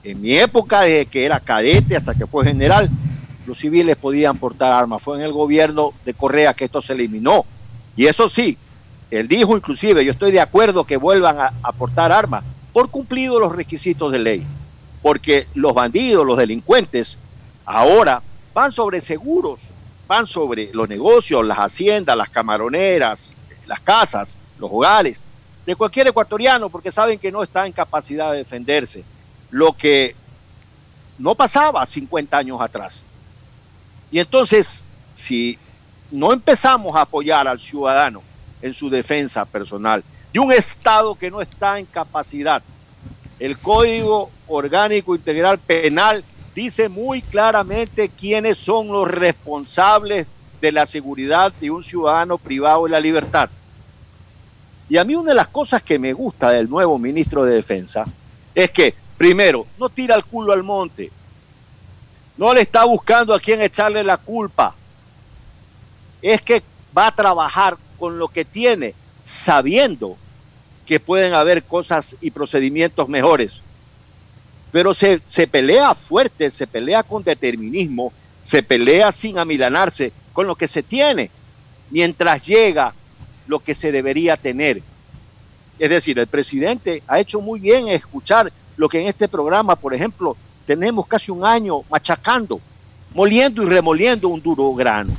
En mi época, desde que era cadete hasta que fue general, los civiles podían portar armas. Fue en el gobierno de Correa que esto se eliminó. Y eso sí, él dijo inclusive, yo estoy de acuerdo que vuelvan a portar armas por cumplido los requisitos de ley. Porque los bandidos, los delincuentes, ahora van sobre seguros, van sobre los negocios, las haciendas, las camaroneras, las casas, los hogares de cualquier ecuatoriano, porque saben que no está en capacidad de defenderse. Lo que no pasaba 50 años atrás. Y entonces, si no empezamos a apoyar al ciudadano en su defensa personal de un Estado que no está en capacidad, el Código Orgánico Integral Penal dice muy claramente quiénes son los responsables de la seguridad de un ciudadano privado de la libertad. Y a mí una de las cosas que me gusta del nuevo ministro de Defensa es que, primero, no tira el culo al monte, no le está buscando a quién echarle la culpa, es que va a trabajar con lo que tiene, sabiendo que pueden haber cosas y procedimientos mejores, pero se pelea fuerte, se pelea con determinismo, se pelea sin amilanarse con lo que se tiene, mientras llega lo que se debería tener. Es decir, el presidente ha hecho muy bien en escuchar lo que en este programa, por ejemplo, tenemos casi un año machacando, moliendo y remoliendo un duro grano.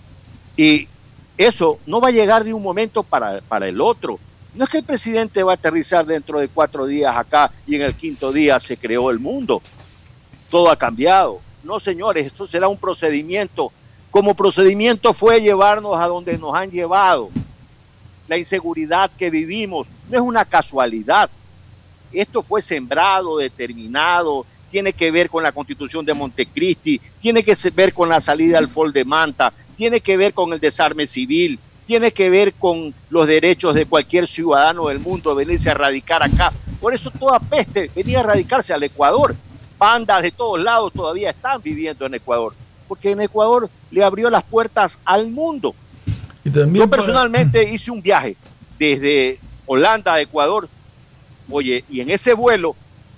Y eso no va a llegar de un momento para el otro. No es que el presidente va a aterrizar dentro de 4 días acá y en el 5.º día se creó el mundo. Todo ha cambiado. No, señores, esto será un procedimiento. Como procedimiento fue llevarnos a donde nos han llevado. La inseguridad que vivimos no es una casualidad. Esto fue sembrado, determinado, tiene que ver con la Constitución de Montecristi, tiene que ver con la salida al Fol de Manta, tiene que ver con el desarme civil, tiene que ver con los derechos de cualquier ciudadano del mundo de venirse a radicar acá. Por eso toda peste venía a radicarse al Ecuador. Bandas de todos lados todavía están viviendo en Ecuador, porque en Ecuador le abrió las puertas al mundo. Y también yo personalmente hice un viaje desde Holanda a Ecuador. Oye, y en ese vuelo,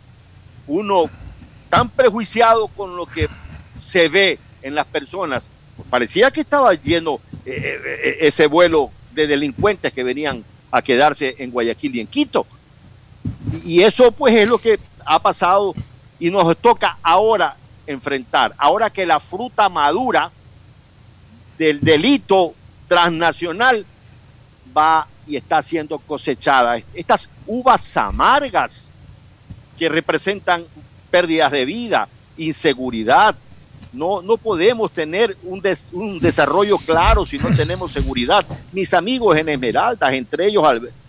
uno tan prejuiciado con lo que se ve en las personas, parecía que estaba lleno ese vuelo de delincuentes que venían a quedarse en Guayaquil y en Quito. Y eso pues es lo que ha pasado y nos toca ahora enfrentar. Ahora que la fruta madura del delito transnacional va y está siendo cosechada. Estas uvas amargas que representan pérdidas de vida, inseguridad. No podemos tener un desarrollo claro si no tenemos seguridad. Mis amigos en Esmeraldas, entre ellos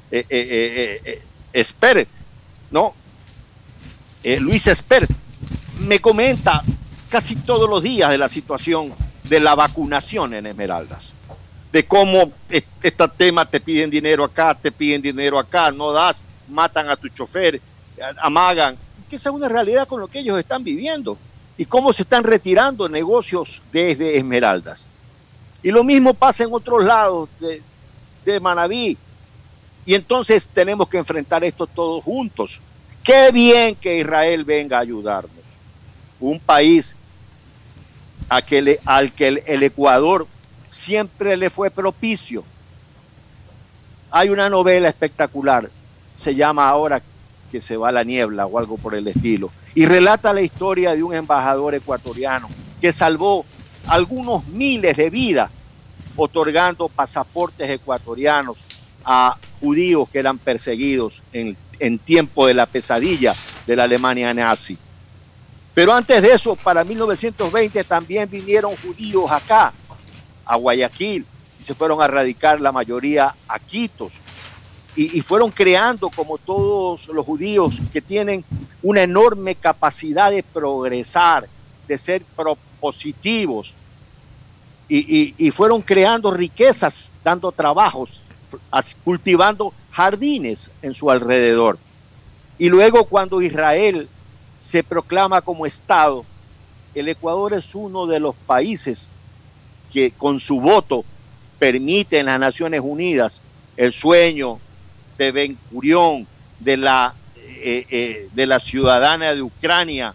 Esper, ¿no? Luis Esper, me comenta casi todos los días de la situación de la vacunación en Esmeraldas. De cómo este tema te piden dinero acá, no das, matan a tu chofer, amagan. Que esa es una realidad con lo que ellos están viviendo. Y cómo se están retirando negocios desde Esmeraldas. Y lo mismo pasa en otros lados de Manabí. Y entonces tenemos que enfrentar esto todos juntos. Qué bien que Israel venga a ayudarnos. Un país al que el Ecuador siempre le fue propicio. Hay una novela espectacular, se llama Ahora que se va la niebla o algo por el estilo, y relata la historia de un embajador ecuatoriano que salvó algunos miles de vidas otorgando pasaportes ecuatorianos a judíos que eran perseguidos en tiempo de la pesadilla de la Alemania nazi. Pero antes de eso, para 1920 también vinieron judíos acá, a Guayaquil, y se fueron a radicar la mayoría a Quitos, y fueron creando, como todos los judíos, que tienen una enorme capacidad de progresar, de ser propositivos, y fueron creando riquezas, dando trabajos, cultivando jardines en su alrededor. Y luego, cuando Israel se proclama como Estado, el Ecuador es uno de los países que con su voto permite en las Naciones Unidas el sueño de Ben Gurión, de la de la ciudadana de Ucrania,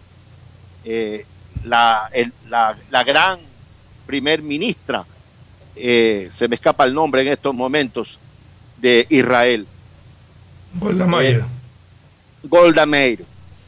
la gran primer ministra, se me escapa el nombre en estos momentos, de Israel. Golda Meir.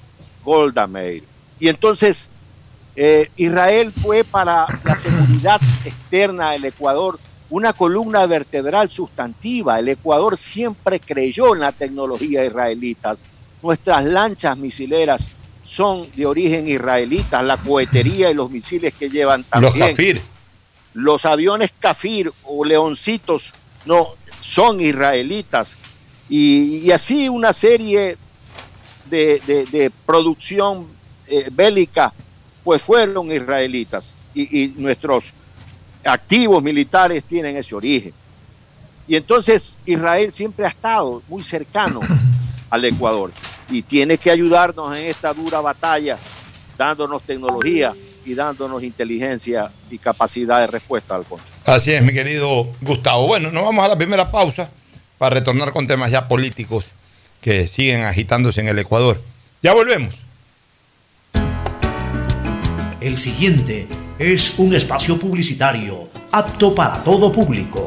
Y entonces Israel fue para la seguridad externa del Ecuador una columna vertebral sustantiva. El Ecuador siempre creyó en la tecnología israelita. Nuestras lanchas misileras son de origen israelita, la cohetería y los misiles que llevan también. Los Kafir. Los aviones Kafir o Leoncitos no son israelitas. Y así una serie de producción bélica pues fueron israelitas y nuestros activos militares tienen ese origen. Y entonces Israel siempre ha estado muy cercano al Ecuador y tiene que ayudarnos en esta dura batalla, dándonos tecnología y dándonos inteligencia y capacidad de respuesta, Alfonso. Así es, mi querido Gustavo. Bueno, nos vamos a la primera pausa para retornar con temas ya políticos que siguen agitándose en el Ecuador. Ya volvemos. El siguiente es un espacio publicitario apto para todo público.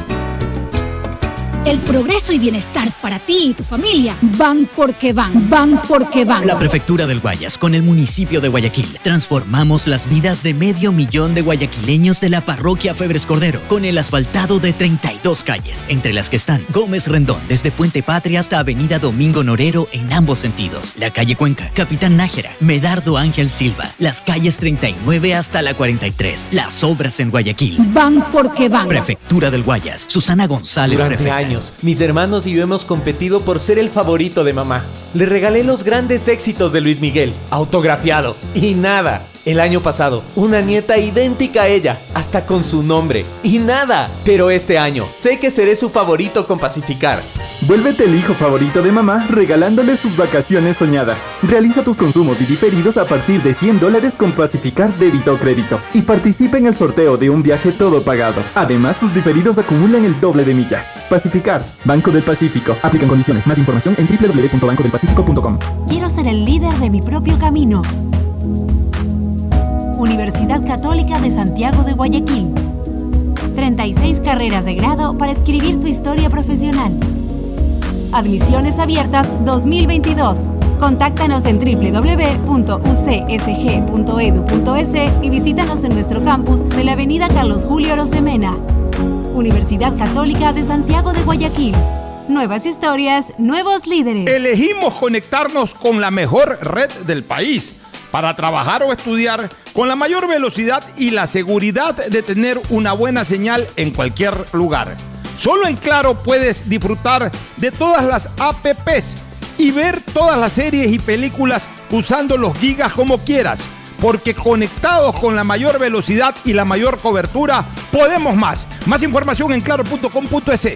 El progreso y bienestar para ti y tu familia van porque van, van porque van. La Prefectura del Guayas, con el municipio de Guayaquil, transformamos las vidas de 500,000 de guayaquileños de la parroquia Febres Cordero, con el asfaltado de 32 calles, entre las que están Gómez Rendón, desde Puente Patria hasta Avenida Domingo Norero en ambos sentidos, la calle Cuenca, Capitán Nájera, Medardo Ángel Silva, las calles 39 hasta la 43. Las obras en Guayaquil van porque van. Prefectura del Guayas, Susana González, Durante prefecta. años, mis hermanos y yo hemos competido por ser el favorito de mamá. Le regalé los grandes éxitos de Luis Miguel, autografiado, y nada. El año pasado, una nieta idéntica a ella, hasta con su nombre, y nada. Pero este año, sé que seré su favorito con Pacificar. Vuélvete el hijo favorito de mamá regalándole sus vacaciones soñadas. Realiza tus consumos y diferidos a partir de $100 con Pacificar débito o crédito y participa en el sorteo de un viaje todo pagado. Además, tus diferidos acumulan el doble de millas. Pacificar, Banco del Pacífico. Aplican condiciones. Más información en www.bancodelpacifico.com. Quiero ser el líder de mi propio camino. Universidad Católica de Santiago de Guayaquil. 36 carreras de grado para escribir tu historia profesional. Admisiones abiertas 2022. Contáctanos en www.ucsg.edu.es y visítanos en nuestro campus de la avenida Carlos Julio Arosemena. Universidad Católica de Santiago de Guayaquil. Nuevas historias, nuevos líderes. Elegimos conectarnos con la mejor red del país para trabajar o estudiar con la mayor velocidad y la seguridad de tener una buena señal en cualquier lugar. Solo en Claro puedes disfrutar de todas las apps y ver todas las series y películas usando los gigas como quieras, porque conectados con la mayor velocidad y la mayor cobertura, podemos más. Más información en claro.com.es.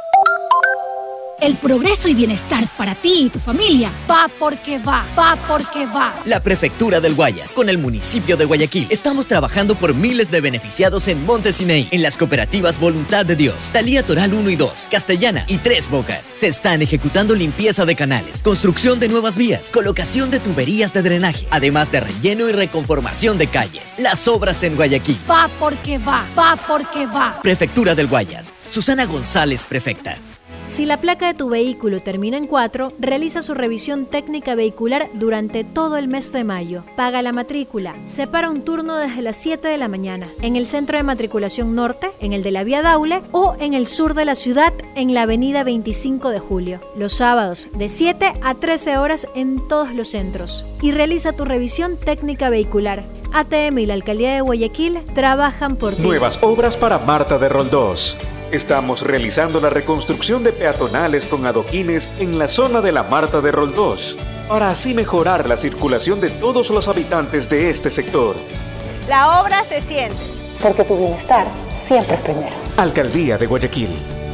El progreso y bienestar para ti y tu familia va porque va, va porque va. La Prefectura del Guayas, con el municipio de Guayaquil, estamos trabajando por miles de beneficiados en Montesineí, en las cooperativas Voluntad de Dios, Talía Toral 1 y 2, Castellana y Tres Bocas. Se están ejecutando limpieza de canales, construcción de nuevas vías, colocación de tuberías de drenaje, además de relleno y reconformación de calles. Las obras en Guayaquil. Va porque va, va porque va. Prefectura del Guayas. Susana González, prefecta. Si la placa de tu vehículo termina en 4, realiza su revisión técnica vehicular durante todo el mes de mayo. Paga la matrícula. Separa un turno desde las 7 de la mañana en el Centro de Matriculación Norte, en el de la Vía Daule o en el sur de la ciudad, en la Avenida 25 de Julio. Los sábados, de 7 a 13 horas en todos los centros. Y realiza tu revisión técnica vehicular. ATM y la Alcaldía de Guayaquil trabajan por ti. Nuevas obras para Marta de Roldós. Estamos realizando la reconstrucción de peatonales con adoquines en la zona de la Marta de Roldós, para así mejorar la circulación de todos los habitantes de este sector. La obra se siente. Porque tu bienestar siempre es primero. Alcaldía de Guayaquil.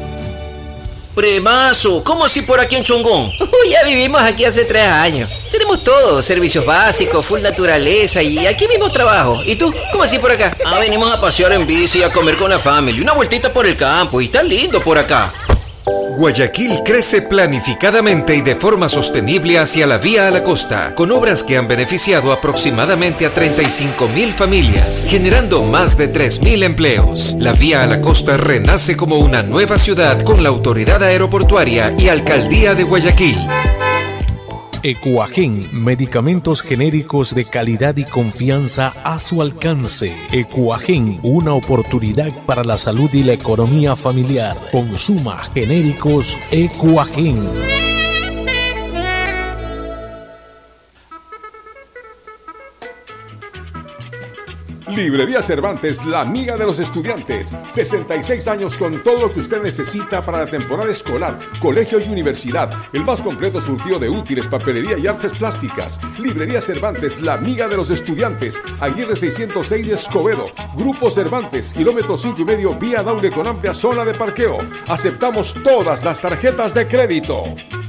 Premazo, ¿cómo así por aquí en Chongón? Ya vivimos aquí hace 3 años. Tenemos todo, servicios básicos, full naturaleza y aquí mismo trabajo. ¿Y tú? ¿Cómo así por acá? Venimos a pasear en bici y a comer con la familia. Una vueltita por el campo y está lindo por acá. Guayaquil crece planificadamente y de forma sostenible hacia la vía a la costa, con obras que han beneficiado aproximadamente a 35.000 familias, generando más de 3.000 empleos. La vía a la costa renace como una nueva ciudad con la autoridad aeroportuaria y alcaldía de Guayaquil. Ecuagen, medicamentos genéricos de calidad y confianza a su alcance. Ecuagen, una oportunidad para la salud y la economía familiar. Consuma genéricos Ecuagen. Librería Cervantes, la amiga de los estudiantes. 66 años con todo lo que usted necesita para la temporada escolar, colegio y universidad. El más completo surtido de útiles, papelería y artes plásticas. Librería Cervantes, la amiga de los estudiantes. Aguirre 606 de Escobedo. Grupo Cervantes, kilómetro 5,5, vía Daule con amplia zona de parqueo. Aceptamos todas las tarjetas de crédito.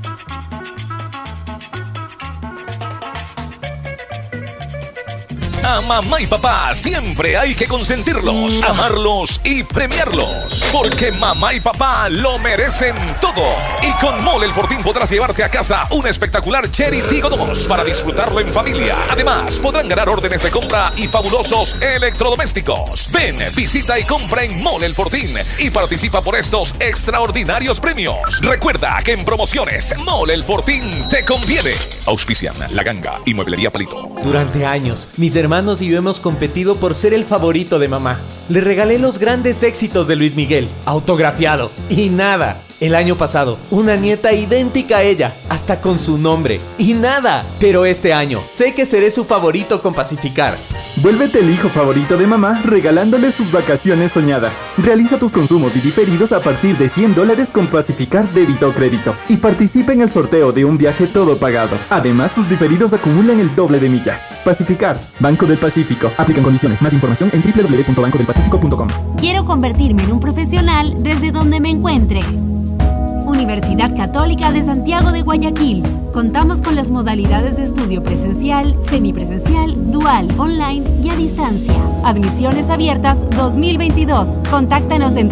A mamá y papá siempre hay que consentirlos, amarlos y premiarlos, porque mamá y papá lo merecen todo. Y con Mole El Fortín podrás llevarte a casa un espectacular Cherry Tiggo 2 para disfrutarlo en familia. Además, podrán ganar órdenes de compra y fabulosos electrodomésticos. Ven, visita y compra en Mole El Fortín y participa por estos extraordinarios premios. Recuerda que en promociones Mole El Fortín te conviene. Auspician La Ganga y Mueblería Palito. Durante años, mis hermanos y yo hemos competido por ser el favorito de mamá. Le regalé los grandes éxitos de Luis Miguel, autografiado, y nada. El año pasado, una nieta idéntica a ella, hasta con su nombre, y nada. Pero este año, sé que seré su favorito con Pacificar. Vuélvete el hijo favorito de mamá regalándole sus vacaciones soñadas. Realiza tus consumos y diferidos a partir de $100 con Pacificar débito o crédito y participa en el sorteo de un viaje todo pagado. Además, tus diferidos acumulan el doble de millas. Pacificar, Banco del Pacífico. Aplican condiciones. Más información en www.bancodelpacifico.com. Quiero convertirme en un profesional desde donde me encuentre. Universidad Católica de Santiago de Guayaquil. Contamos con las modalidades de estudio presencial, semipresencial, dual, online y a distancia. Admisiones abiertas 2022. Contáctanos en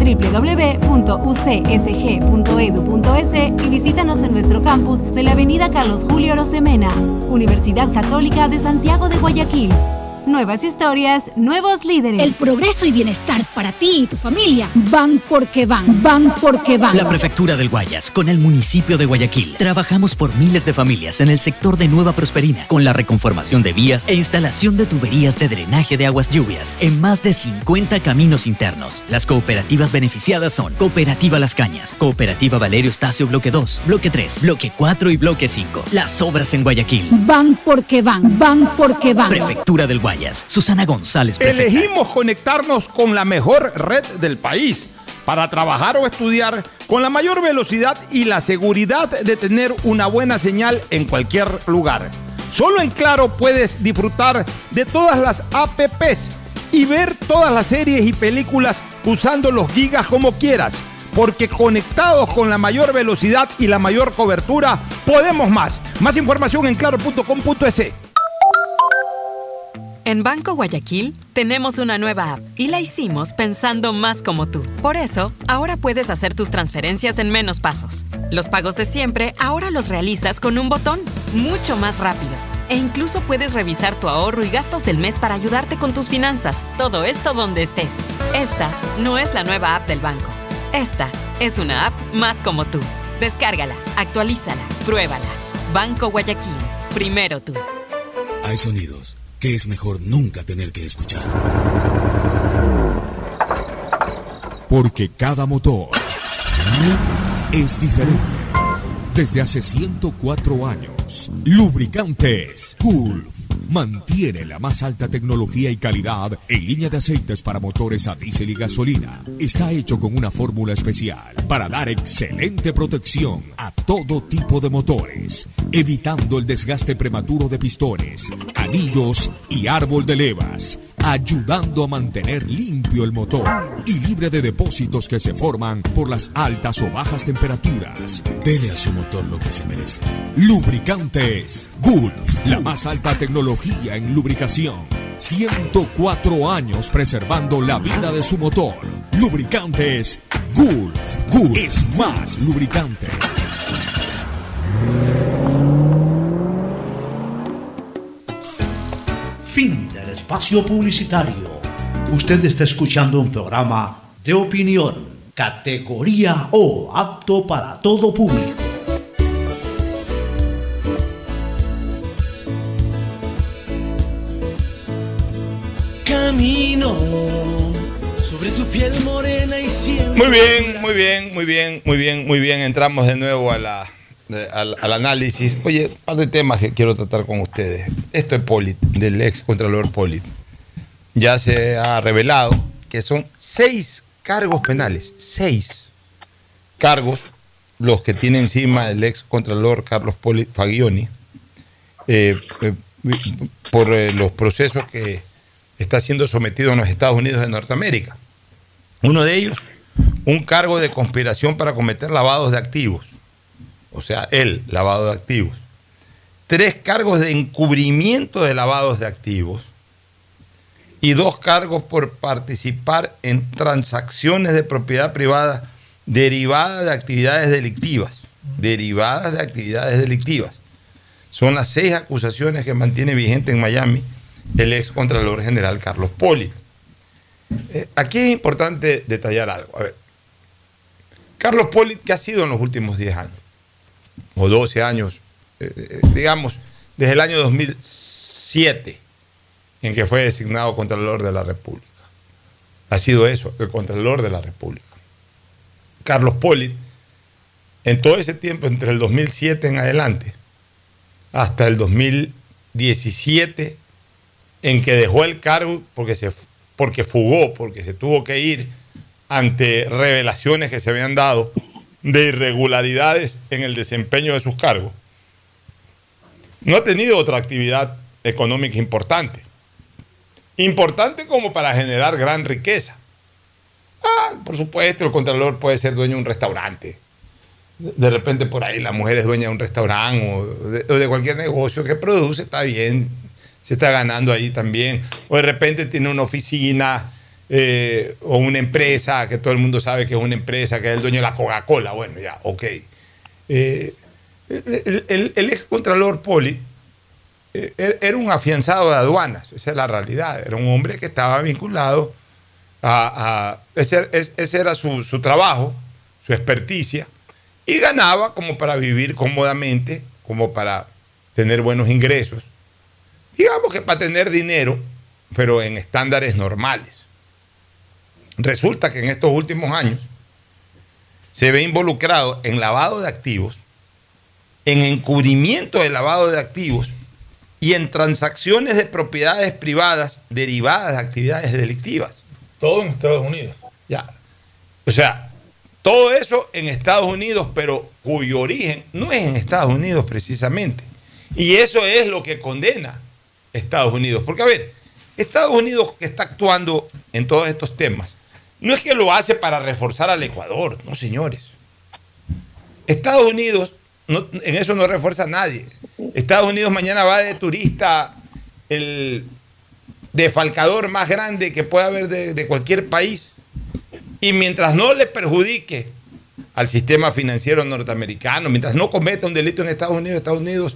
www.ucsg.edu.es y visítanos en nuestro campus de la avenida Carlos Julio Arosemena. Universidad Católica de Santiago de Guayaquil. Nuevas historias, nuevos líderes. El progreso y bienestar para ti y tu familia van porque van, van porque van. La Prefectura del Guayas, con el municipio de Guayaquil, trabajamos por miles de familias en el sector de Nueva Prosperina, con la reconformación de vías e instalación de tuberías de drenaje de aguas lluvias en más de 50 caminos internos. Las cooperativas beneficiadas son Cooperativa Las Cañas, Cooperativa Valerio Estacio Bloque 2, Bloque 3, Bloque 4 y Bloque 5. Las obras en Guayaquil. Van porque van, van porque van. Prefectura del Guayas. Susana González, prefecta. Elegimos conectarnos con la mejor red del país para trabajar o estudiar con la mayor velocidad y la seguridad de tener una buena señal en cualquier lugar. Solo en Claro puedes disfrutar de todas las apps y ver todas las series y películas usando los gigas como quieras, porque conectados con la mayor velocidad y la mayor cobertura, podemos más. Más información en claro.com.es. En Banco Guayaquil tenemos una nueva app y la hicimos pensando más como tú. Por eso, ahora puedes hacer tus transferencias en menos pasos. Los pagos de siempre ahora los realizas con un botón, mucho más rápido. E incluso puedes revisar tu ahorro y gastos del mes para ayudarte con tus finanzas. Todo esto donde estés. Esta no es la nueva app del banco. Esta es una app más como tú. Descárgala, actualízala, pruébala. Banco Guayaquil. Primero tú. Hay sonidos que es mejor nunca tener que escuchar. Porque cada motor es diferente. Desde hace 104 años, Lubricantes Gulf mantiene la más alta tecnología y calidad en línea de aceites para motores a diésel y gasolina. Está hecho con una fórmula especial para dar excelente protección a todo tipo de motores, evitando el desgaste prematuro de pistones, anillos y árbol de levas, ayudando a mantener limpio el motor y libre de depósitos que se forman por las altas o bajas temperaturas. Dele a su motor lo que se merece. Lubricantes Gulf, la más alta tecnología en lubricación. 104 años preservando la vida de su motor. Lubricantes Gulf. Gulf es más lubricante. Fin del espacio publicitario. Usted está escuchando un programa de opinión, categoría O, apto para todo público. Camino sobre tu piel morena y siempre. Muy bien. Entramos de nuevo al análisis. Oye, un par de temas que quiero tratar con ustedes. Esto es Pollitt, del ex contralor Pollitt. Ya se ha revelado que son 6 cargos penales. 6 cargos los que tiene encima el ex contralor Carlos Pollitt Fagioni por los procesos que está siendo sometido en los Estados Unidos de Norteamérica. Uno de ellos, un cargo de conspiración para cometer lavados de activos. O sea, el lavado de activos. 3 cargos de encubrimiento de lavados de activos. Y 2 cargos por participar en transacciones de propiedad privada derivadas de actividades delictivas. Derivadas de actividades delictivas. Son las 6 acusaciones que mantiene vigente en Miami el ex contralor general Carlos Pollitt. Aquí es importante detallar algo. A ver, Carlos Pollitt, ¿qué ha sido en los últimos 10 años? O 12 años, digamos, desde el año 2007, en que fue designado Contralor de la República. Ha sido eso, el Contralor de la República. Carlos Pollitt, en todo ese tiempo, entre el 2007 en adelante, hasta el 2017, en que dejó el cargo porque fugó, porque se tuvo que ir ante revelaciones que se habían dado de irregularidades en el desempeño de sus cargos, no ha tenido otra actividad económica importante. Importante como para generar gran riqueza. Por supuesto, el contralor puede ser dueño de un restaurante. De repente por ahí la mujer es dueña de un restaurante o de cualquier negocio que produce, está bien, se está ganando ahí también. O de repente tiene una oficina o una empresa que todo el mundo sabe que es una empresa, que es el dueño de la Coca-Cola. Bueno, ya, ok. El ex contralor Pollitt era un afianzado de aduanas, esa es la realidad. Era un hombre que estaba vinculado ese era su trabajo, su experticia, y ganaba como para vivir cómodamente, como para tener buenos ingresos. Digamos que para tener dinero, pero en estándares normales. Resulta que en estos últimos años se ve involucrado en lavado de activos, en encubrimiento de lavado de activos y en transacciones de propiedades privadas derivadas de actividades delictivas. Todo en Estados Unidos. Ya. O sea, todo eso en Estados Unidos, pero cuyo origen no es en Estados Unidos precisamente. Y eso es lo que condena Estados Unidos. Porque, a ver, Estados Unidos que está actuando en todos estos temas, no es que lo hace para reforzar al Ecuador, no, señores. Estados Unidos, en eso no refuerza a nadie. Estados Unidos mañana va de turista el defalcador más grande que pueda haber de cualquier país. Y mientras no le perjudique al sistema financiero norteamericano, mientras no cometa un delito en Estados Unidos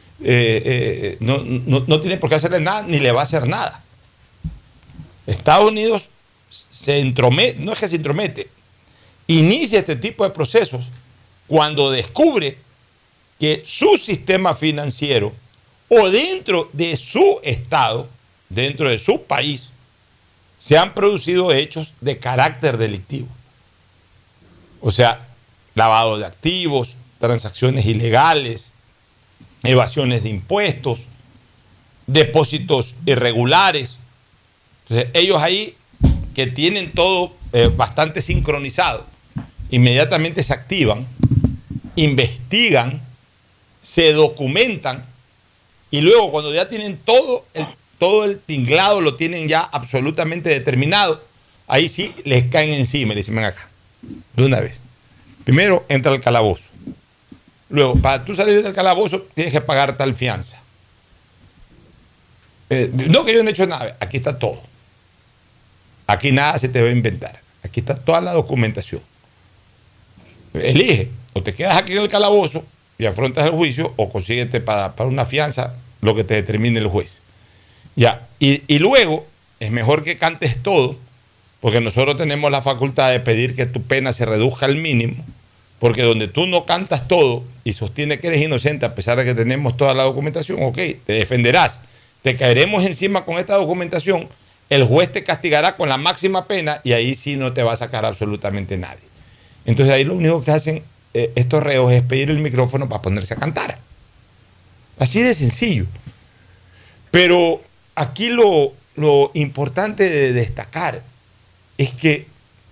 no tiene por qué hacerle nada, ni le va a hacer nada. Estados Unidos se entromete, no es que se entromete, inicia este tipo de procesos cuando descubre que su sistema financiero o dentro de su estado, dentro de su país, se han producido hechos de carácter delictivo. O sea, lavado de activos, transacciones ilegales, evasiones de impuestos, depósitos irregulares. Entonces, ellos ahí que tienen todo bastante sincronizado, inmediatamente se activan, investigan, se documentan y luego cuando ya tienen todo el tinglado, lo tienen ya absolutamente determinado, ahí sí les caen encima y les dicen, ven acá, de una vez. Primero entra al calabozo. Luego, para tú salir del calabozo, tienes que pagar tal fianza. No que yo no he hecho nada, aquí está todo. Aquí nada se te va a inventar. Aquí está toda la documentación. Elige, o te quedas aquí en el calabozo y afrontas el juicio, o consíguete para una fianza lo que te determine el juez. Ya, y luego es mejor que cantes todo, porque nosotros tenemos la facultad de pedir que tu pena se reduzca al mínimo, porque donde tú no cantas todo y sostienes que eres inocente a pesar de que tenemos toda la documentación, ok, te defenderás, te caeremos encima con esta documentación, el juez te castigará con la máxima pena y ahí sí no te va a sacar absolutamente nadie. Entonces ahí lo único que hacen estos reos es pedir el micrófono para ponerse a cantar. Así de sencillo. Pero aquí lo importante de destacar es que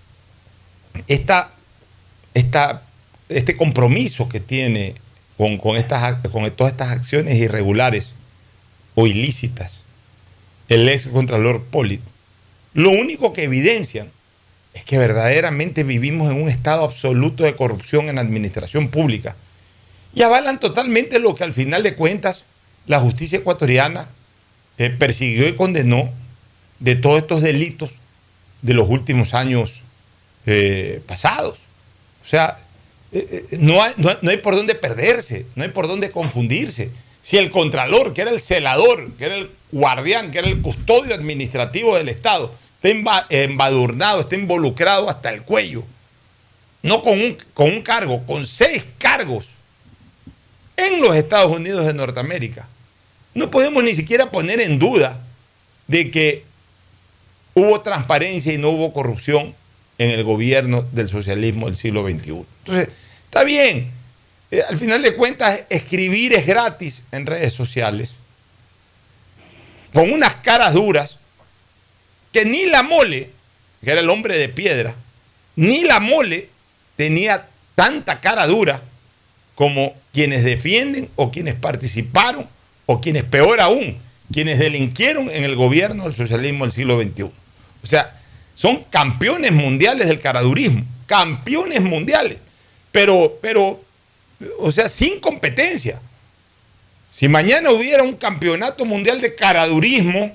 este compromiso que tiene con todas estas acciones irregulares o ilícitas el ex contralor Pollitt, lo único que evidencian es que verdaderamente vivimos en un estado absoluto de corrupción en la administración pública y avalan totalmente lo que al final de cuentas la justicia ecuatoriana persiguió y condenó de todos estos delitos de los últimos años pasados. O sea, no hay por dónde perderse, no hay por dónde confundirse. Si el contralor, que era el celador, que era el guardián, que era el custodio administrativo del Estado, está embadurnado, está involucrado hasta el cuello, no con un cargo, con 6 cargos en los Estados Unidos de Norteamérica, no podemos ni siquiera poner en duda de que hubo transparencia y no hubo corrupción en el gobierno del socialismo del siglo XXI. Entonces, está bien, al final de cuentas, escribir es gratis en redes sociales, con unas caras duras, que ni la Mole, que era el hombre de piedra, ni la Mole tenía tanta cara dura como quienes defienden o quienes participaron o quienes, peor aún, quienes delinquieron en el gobierno del socialismo del siglo XXI. O sea, son campeones mundiales del caradurismo, campeones mundiales, pero, o sea, sin competencia. Si mañana hubiera un campeonato mundial de caradurismo,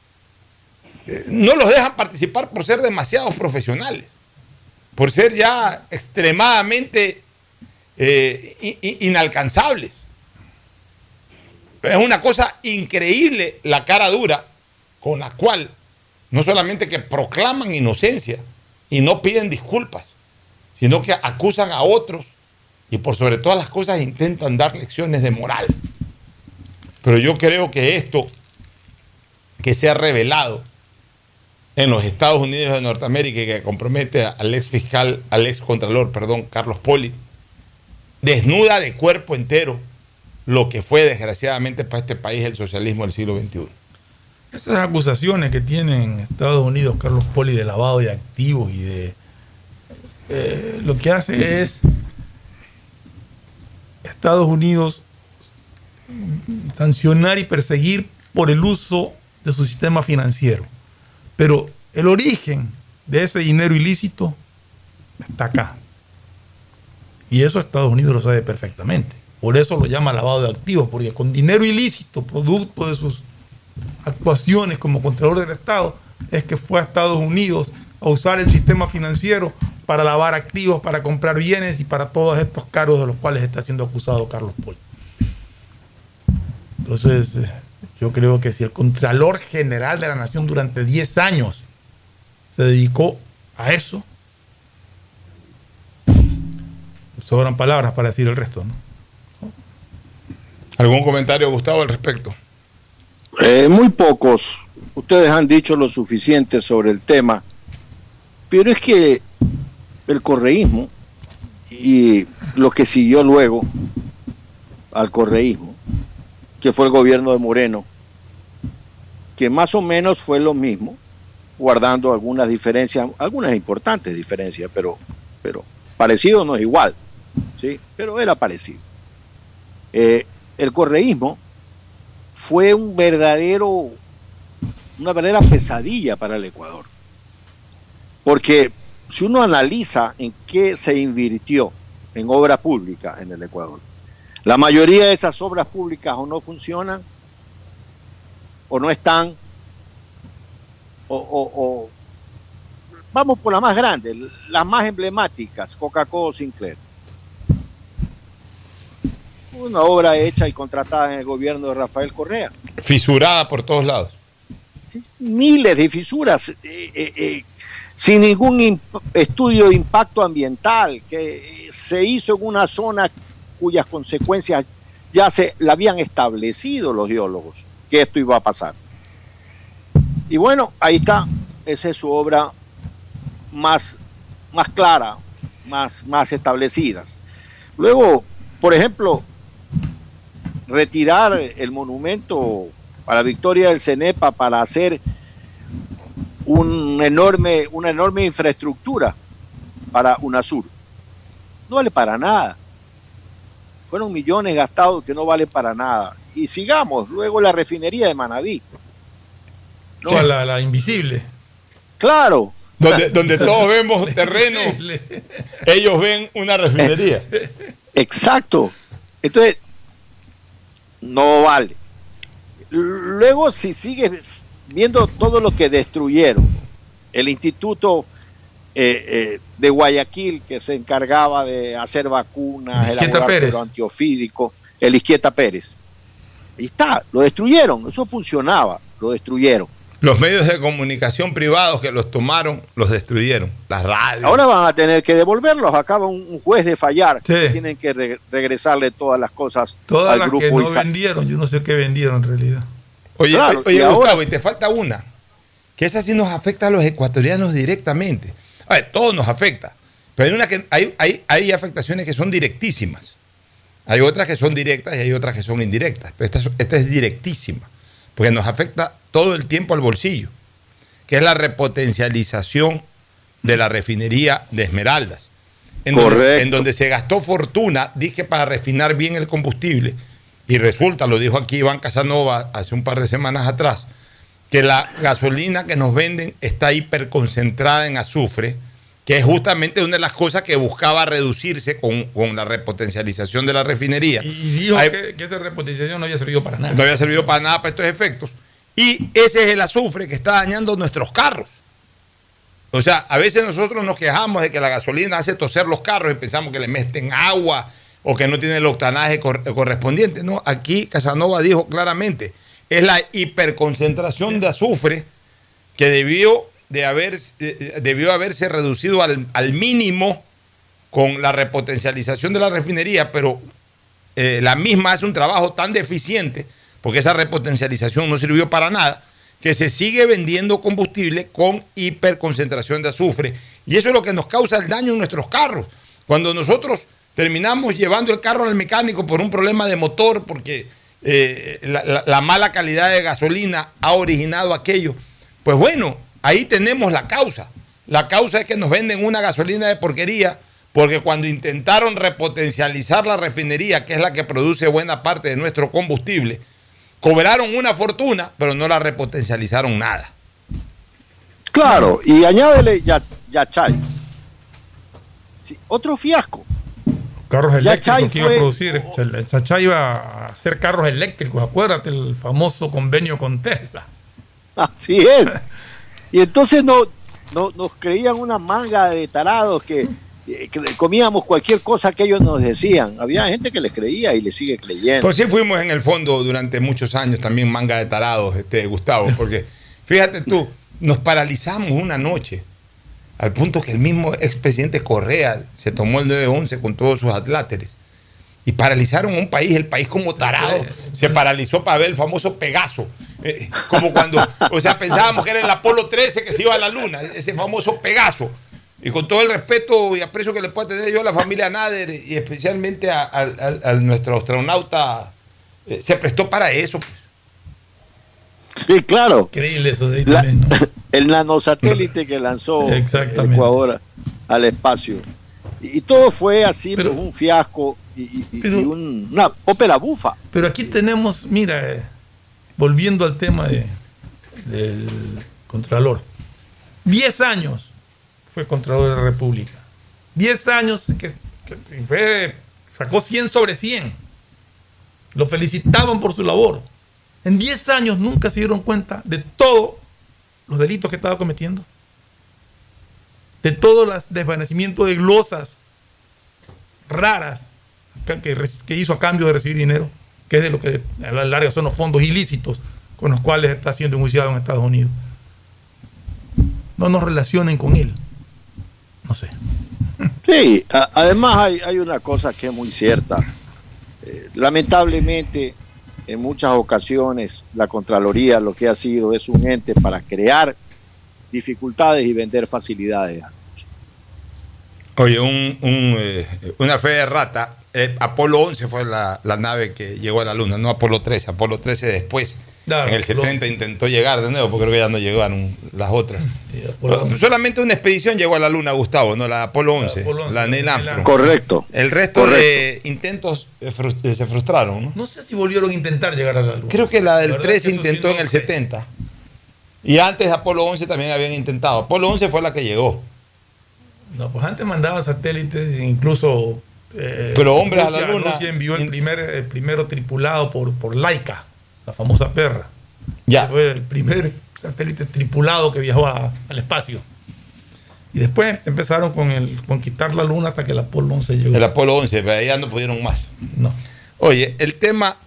no los dejan participar por ser demasiados profesionales, por ser ya extremadamente inalcanzables. Es una cosa increíble la cara dura con la cual no solamente que proclaman inocencia y no piden disculpas, sino que acusan a otros y por sobre todas las cosas intentan dar lecciones de moral. Pero yo creo que esto que se ha revelado en los Estados Unidos de Norteamérica y que compromete al ex fiscal, al ex contralor, Carlos Pollitt, desnuda de cuerpo entero lo que fue desgraciadamente para este país el socialismo del siglo XXI. Esas acusaciones que tienen Estados Unidos, Carlos Pollitt, de lavado de activos y de lo que hace es Estados Unidos sancionar y perseguir por el uso de su sistema financiero. Pero el origen de ese dinero ilícito está acá. Y eso Estados Unidos lo sabe perfectamente. Por eso lo llama lavado de activos, porque con dinero ilícito, producto de sus actuaciones como Contralor del Estado, es que fue a Estados Unidos a usar el sistema financiero para lavar activos, para comprar bienes y para todos estos cargos de los cuales está siendo acusado Carlos Pollitt. Entonces, yo creo que si el Contralor General de la Nación durante 10 años se dedicó a eso, sobran palabras para decir el resto, ¿no? ¿Algún comentario, Gustavo, al respecto? Muy pocos. Ustedes han dicho lo suficiente sobre el tema, pero es que el correísmo y lo que siguió luego al correísmo, que fue el gobierno de Moreno, que más o menos fue lo mismo, guardando algunas diferencias, algunas importantes diferencias, pero parecido no es igual, ¿sí? Pero era parecido. El correísmo fue una verdadera pesadilla para el Ecuador, porque si uno analiza en qué se invirtió en obra pública en el Ecuador, la mayoría de esas obras públicas o no funcionan o no están, o vamos por las más grandes, las más emblemáticas, Coca-Cola, Sinclair. Una obra hecha y contratada en el gobierno de Rafael Correa. Fisurada por todos lados. Sí, miles de fisuras, sin ningún estudio de impacto ambiental, que se hizo en una zona cuyas consecuencias ya se la habían establecido los geólogos, que esto iba a pasar. Y bueno, ahí está, esa es su obra más clara, más establecidas. Luego, por ejemplo, retirar el monumento a la victoria del CENEPA para hacer una enorme infraestructura para UNASUR. No vale para nada. Fueron millones gastados que no vale para nada. Y sigamos, luego la refinería de Manabí. ¿No? La invisible. Claro. Donde todos vemos terreno, ellos ven una refinería. Exacto. Entonces, no vale. Luego, si sigues viendo todo lo que destruyeron, el instituto de Guayaquil, que se encargaba de hacer vacunas, elaborar antiofídicos, el Izquieta Pérez. Ahí está, lo destruyeron, eso funcionaba, lo destruyeron. Los medios de comunicación privados que los tomaron, los destruyeron. Las radios. Ahora van a tener que devolverlos. Acaba un juez de fallar. Sí. Tienen que regresarle todas las cosas todas al las grupo que no vendieron. Yo no sé qué vendieron en realidad. Oye, claro, oye Gustavo, ahora... y te falta una. Que esa sí nos afecta a los ecuatorianos directamente. A ver, todo nos afecta. Pero hay una que hay afectaciones que son directísimas. Hay otras que son directas y hay otras que son indirectas. Pero esta es directísima. Porque nos afecta todo el tiempo al bolsillo, que es la repotencialización de la refinería de Esmeraldas, en donde se gastó fortuna, dije, para refinar bien el combustible, y resulta, lo dijo aquí Iván Casanova hace un par de semanas atrás, que la gasolina que nos venden está hiperconcentrada en azufre, que es justamente una de las cosas que buscaba reducirse con la repotencialización de la refinería. Y dijo que esa repotencialización no había servido para nada. No había servido para nada para estos efectos. Y ese es el azufre que está dañando nuestros carros. O sea, a veces nosotros nos quejamos de que la gasolina hace toser los carros y pensamos que le meten agua o que no tiene el octanaje correspondiente. No, aquí Casanova dijo claramente, es la hiperconcentración de azufre que debió haberse reducido al mínimo con la repotencialización de la refinería, pero la misma hace un trabajo tan deficiente, porque esa repotencialización no sirvió para nada, que se sigue vendiendo combustible con hiperconcentración de azufre. Y eso es lo que nos causa el daño en nuestros carros. Cuando nosotros terminamos llevando el carro al mecánico por un problema de motor, porque la mala calidad de gasolina ha originado aquello, pues bueno, ahí tenemos la causa. La causa es que nos venden una gasolina de porquería, porque cuando intentaron repotencializar la refinería, que es la que produce buena parte de nuestro combustible, cobraron una fortuna, pero no la repotencializaron nada. Claro, y añádele Yachay. Sí, otro fiasco. Carros eléctricos que iba a producir. Yachay iba a hacer carros eléctricos, acuérdate, el famoso convenio con Tesla. Así es. Y entonces nos creían una manga de tarados que comíamos cualquier cosa que ellos nos decían. Había gente que les creía y les sigue creyendo. Pues sí fuimos en el fondo durante muchos años también manga de tarados, Gustavo, porque fíjate tú, nos paralizamos una noche, al punto que el mismo expresidente Correa se tomó el 9/11 con todos sus atláteres y paralizaron un país, el país como tarado se paralizó para ver el famoso Pegaso, como cuando, o sea, pensábamos que era el Apolo 13 que se iba a la luna, ese famoso Pegaso. Y con todo el respeto y aprecio que le pueda tener yo a la familia Nader y especialmente a nuestro astronauta, se prestó para eso. Pues. Sí, claro. Increíble eso, sí, también, ¿no? El nanosatélite que lanzó Ecuador al espacio. Y todo fue así, pero, pues, un fiasco y una ópera bufa. Pero aquí tenemos, mira, volviendo al tema del Contralor, 10 años fue Contralor de la República. 10 años que sacó 100 sobre 100. Lo felicitaban por su labor. En 10 años nunca se dieron cuenta de todos los delitos que estaba cometiendo, de todos los desvanecimientos de glosas raras que hizo a cambio de recibir dinero, que es de lo que a la larga son los fondos ilícitos con los cuales está siendo enjuiciado en Estados Unidos. No nos relacionen con él. No sé. Sí, además hay una cosa que es muy cierta. Lamentablemente, en muchas ocasiones, la Contraloría lo que ha sido es un ente para crear dificultades y vender facilidades. Oye, una fe de rata. Apolo 11 fue la nave que llegó a la Luna, no Apolo 13. Apolo 13 después, claro, en el 70 intentó llegar de nuevo, porque creo que ya no llegaron las otras. Sí, solamente una expedición llegó a la Luna, Gustavo, no la Apolo 11, la Neil Armstrong. Correcto. El resto de intentos se frustraron, ¿no? No sé si volvieron a intentar llegar a la Luna. Creo que la del 13 intentó en el 70. Y antes de Apolo 11 también habían intentado. Apolo 11 fue la que llegó. No, pues antes mandaban satélites, incluso pero hombres Rusia, a la Luna. Rusia envió el primero tripulado por Laika, la famosa perra. Ya. Fue el primer satélite tripulado que viajó al espacio. Y después empezaron con el conquistar la Luna hasta que el Apolo 11 llegó. El Apolo 11, pero ya no pudieron más. No. Oye, el tema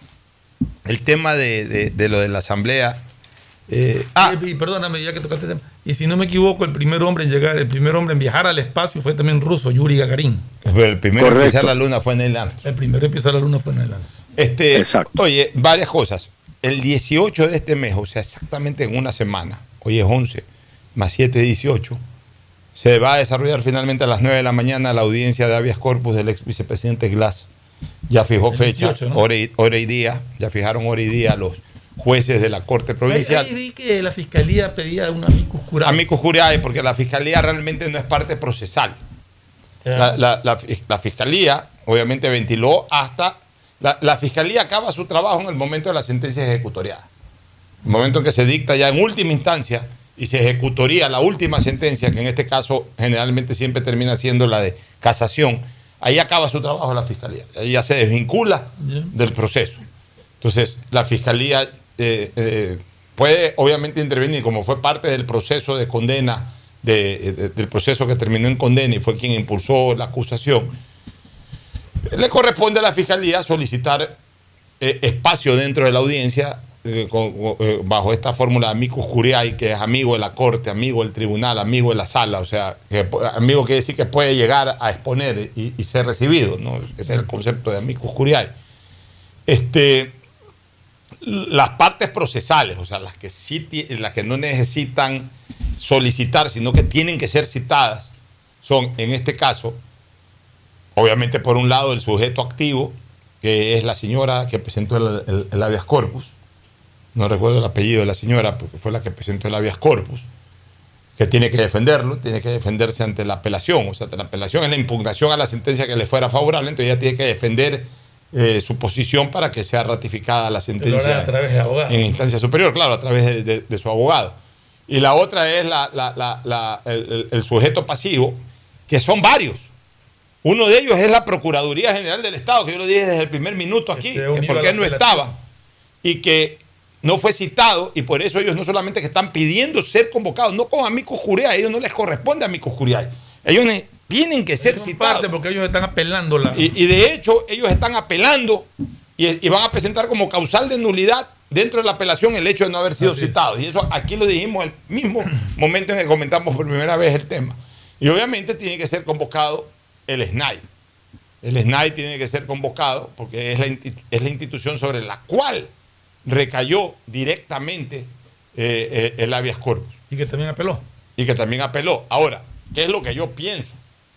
de lo de la asamblea. Y perdóname, ya que tocaste el tema. Y si no me equivoco, el primer hombre en viajar al espacio fue también ruso, Yuri Gagarin. Pero el primero en pisar la Luna fue Neil Armstrong. El primero en pisar la Luna fue Neil Armstrong. Exacto. Oye, varias cosas. El 18 de este mes, o sea, exactamente en una semana, hoy es 11, más 7, 18, se va a desarrollar finalmente a las 9 de la mañana la audiencia de habeas corpus del ex vicepresidente Glass. Ya fijó fecha, 18, ¿no? hora y día, ya fijaron hora y día los jueces de la Corte Provincial. Ahí vi que la Fiscalía pedía un amicus curiae. Amicus curiae, porque la Fiscalía realmente no es parte procesal. La Fiscalía obviamente ventiló hasta... La Fiscalía acaba su trabajo en el momento de la sentencia ejecutoriada. El momento en que se dicta ya en última instancia y se ejecutoría la última sentencia, que en este caso generalmente siempre termina siendo la de casación, ahí acaba su trabajo la Fiscalía. Ahí ya se desvincula del proceso. Entonces, la Fiscalía puede obviamente intervenir, como fue parte del proceso de condena, del proceso que terminó en condena y fue quien impulsó la acusación. Le corresponde a la Fiscalía solicitar espacio dentro de la audiencia bajo esta fórmula amicus curiae, que es amigo de la Corte, amigo del tribunal, amigo de la sala. O sea, amigo quiere decir que puede llegar a exponer y ser recibido, ¿no? Ese es el concepto de amicus curiae. Las partes procesales, o sea, las que no necesitan solicitar, sino que tienen que ser citadas, son, en este caso, obviamente, por un lado, el sujeto activo, que es la señora que presentó el habeas corpus. No recuerdo el apellido de la señora, porque fue la que presentó el habeas corpus, que tiene que defenderlo, tiene que defenderse ante la apelación. O sea, la apelación es la impugnación a la sentencia que le fuera favorable, entonces ella tiene que defender su posición para que sea ratificada la sentencia a través de abogado, en instancia superior, claro, a través de su abogado. Y la otra es el sujeto pasivo, que son varios. Uno de ellos es la Procuraduría General del Estado, que yo lo dije desde el primer minuto aquí, porque él no estaba y que no fue citado, y por eso ellos no solamente que están pidiendo ser convocados, no como amicus curiae, a ellos no les corresponde amicus curiae. Ellos tienen que ser citados. Porque ellos están apelando. Y de hecho, ellos están apelando y van a presentar como causal de nulidad dentro de la apelación el hecho de no haber sido citados. Y eso aquí lo dijimos el mismo momento en que comentamos por primera vez el tema. Y obviamente tiene que ser convocado el SNAI. El SNAI tiene que ser convocado porque es la institución sobre la cual recayó directamente el habeas corpus. Y que también apeló. Ahora, ¿qué es lo que yo pienso?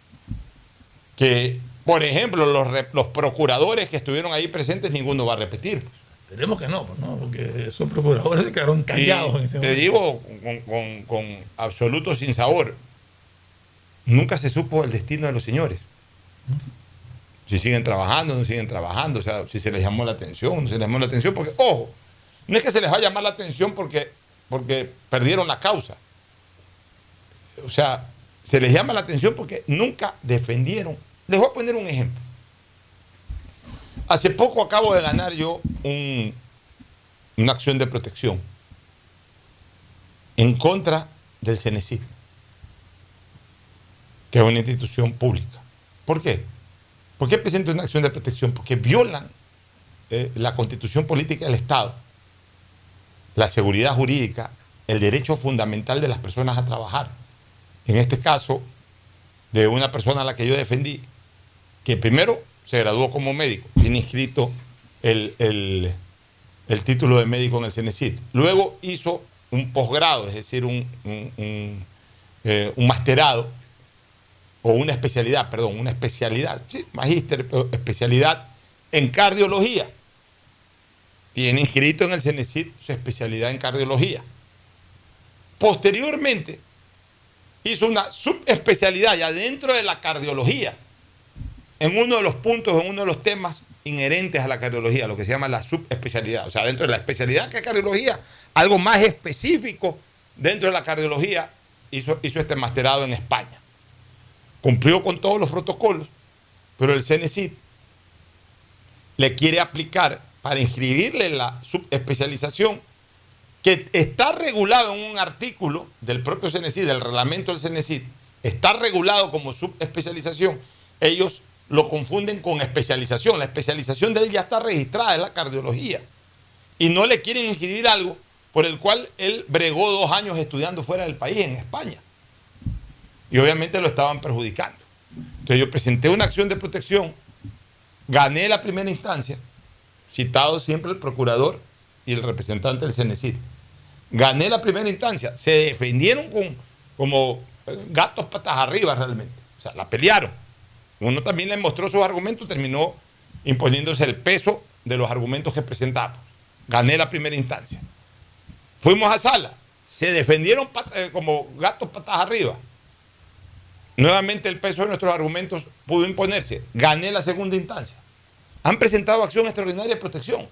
Que, por ejemplo, los procuradores que estuvieron ahí presentes, ninguno va a repetir. Esperemos que no, porque esos procuradores se quedaron callados. En ese te digo con absoluto sinsabor, nunca se supo el destino de los señores. Si siguen trabajando, no siguen trabajando, o sea, si se les llamó la atención, no se les llamó la atención, porque, ojo, no es que se les va a llamar la atención porque perdieron la causa. O sea, se les llama la atención porque nunca defendieron. Les voy a poner un ejemplo. Hace poco acabo de ganar yo una acción de protección en contra del CENESID, que es una institución pública. ¿Por qué? ¿Por qué presenta una acción de protección? Porque violan la Constitución Política del Estado, la seguridad jurídica, el derecho fundamental de las personas a trabajar. En este caso, de una persona a la que yo defendí, que primero se graduó como médico, tiene inscrito el título de médico en el CENESID. Luego hizo un posgrado, es decir, un masterado, o una especialidad, sí, magíster, especialidad en cardiología. Tiene inscrito en el CENESID su especialidad en cardiología. Posteriormente, hizo una subespecialidad ya dentro de la cardiología, en uno de los puntos, en uno de los temas inherentes a la cardiología, lo que se llama la subespecialidad. O sea, dentro de la especialidad que es cardiología, algo más específico dentro de la cardiología, hizo este masterado en España. Cumplió con todos los protocolos, pero el CENESID le quiere aplicar para inscribirle la subespecialización, que está regulado en un artículo del propio CENESID, del reglamento del CENESID, está regulado como subespecialización. Ellos lo confunden con especialización. La especialización de él ya está registrada en la cardiología y no le quieren inscribir algo por el cual él bregó 2 años estudiando fuera del país, en España. Y obviamente lo estaban perjudicando. Entonces yo presenté una acción de protección, gané la primera instancia, citado siempre el procurador y el representante del CENESID. Gané la primera instancia, se defendieron como gatos patas arriba realmente, o sea, la pelearon. Uno también le mostró sus argumentos, terminó imponiéndose el peso de los argumentos que presentamos. Gané la primera instancia. Fuimos a sala, se defendieron como gatos patas arriba. Nuevamente el peso de nuestros argumentos pudo imponerse. Gané la segunda instancia. Han presentado acción extraordinaria de protección.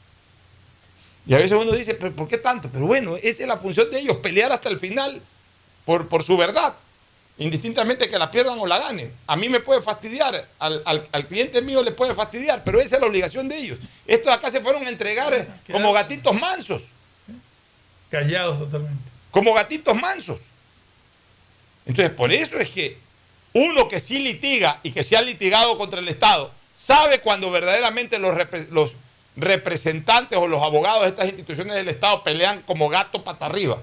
Y a veces uno dice, ¿pero por qué tanto? Pero bueno, esa es la función de ellos, pelear hasta el final por su verdad, indistintamente que la pierdan o la ganen. A mí me puede fastidiar, al cliente mío le puede fastidiar, pero esa es la obligación de ellos. Estos acá se fueron a entregar como gatitos mansos. Callados totalmente. Como gatitos mansos. Entonces, por eso es que uno que sí litiga y que se ha litigado contra el Estado, sabe cuando verdaderamente los representantes o los abogados de estas instituciones del Estado pelean como gato pata arriba.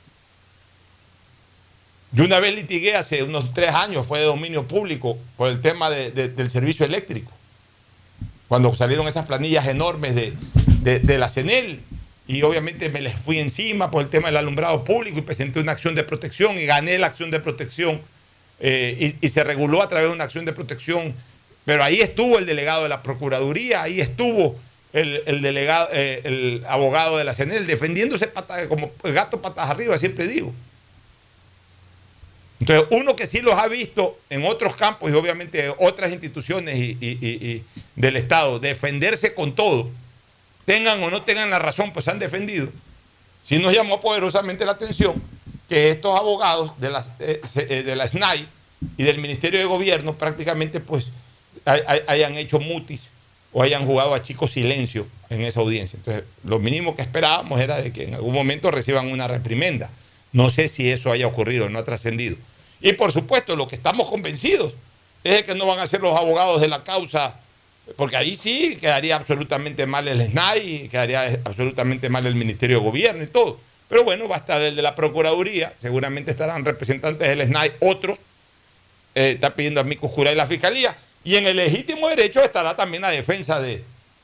Yo una vez litigué hace unos 3 años, fue de dominio público, por el tema del servicio eléctrico. Cuando salieron esas planillas enormes de la CENEL, y obviamente me les fui encima por el tema del alumbrado público y presenté una acción de protección y gané la acción de protección y se reguló a través de una acción de protección. Pero ahí estuvo el delegado de la Procuraduría, ahí estuvo el delegado, el abogado de la CENEL defendiéndose como gato patas arriba, siempre digo. Entonces, uno que sí los ha visto en otros campos y obviamente otras instituciones y del Estado defenderse con todo, tengan o no tengan la razón, pues se han defendido. Sí nos llamó poderosamente la atención que estos abogados de la SNAI y del Ministerio de Gobierno prácticamente pues hayan hecho mutis o hayan jugado a chico silencio en esa audiencia. Entonces, lo mínimo que esperábamos era de que en algún momento reciban una reprimenda. No sé si eso haya ocurrido, no ha trascendido. Y por supuesto, lo que estamos convencidos es de que no van a ser los abogados de la causa, porque ahí sí quedaría absolutamente mal el SNAI, quedaría absolutamente mal el Ministerio de Gobierno y todo. Pero bueno, va a estar el de la Procuraduría, seguramente estarán representantes del SNAI, otros, está pidiendo amicus curiae y la Fiscalía, y en el legítimo derecho estará también la defensa de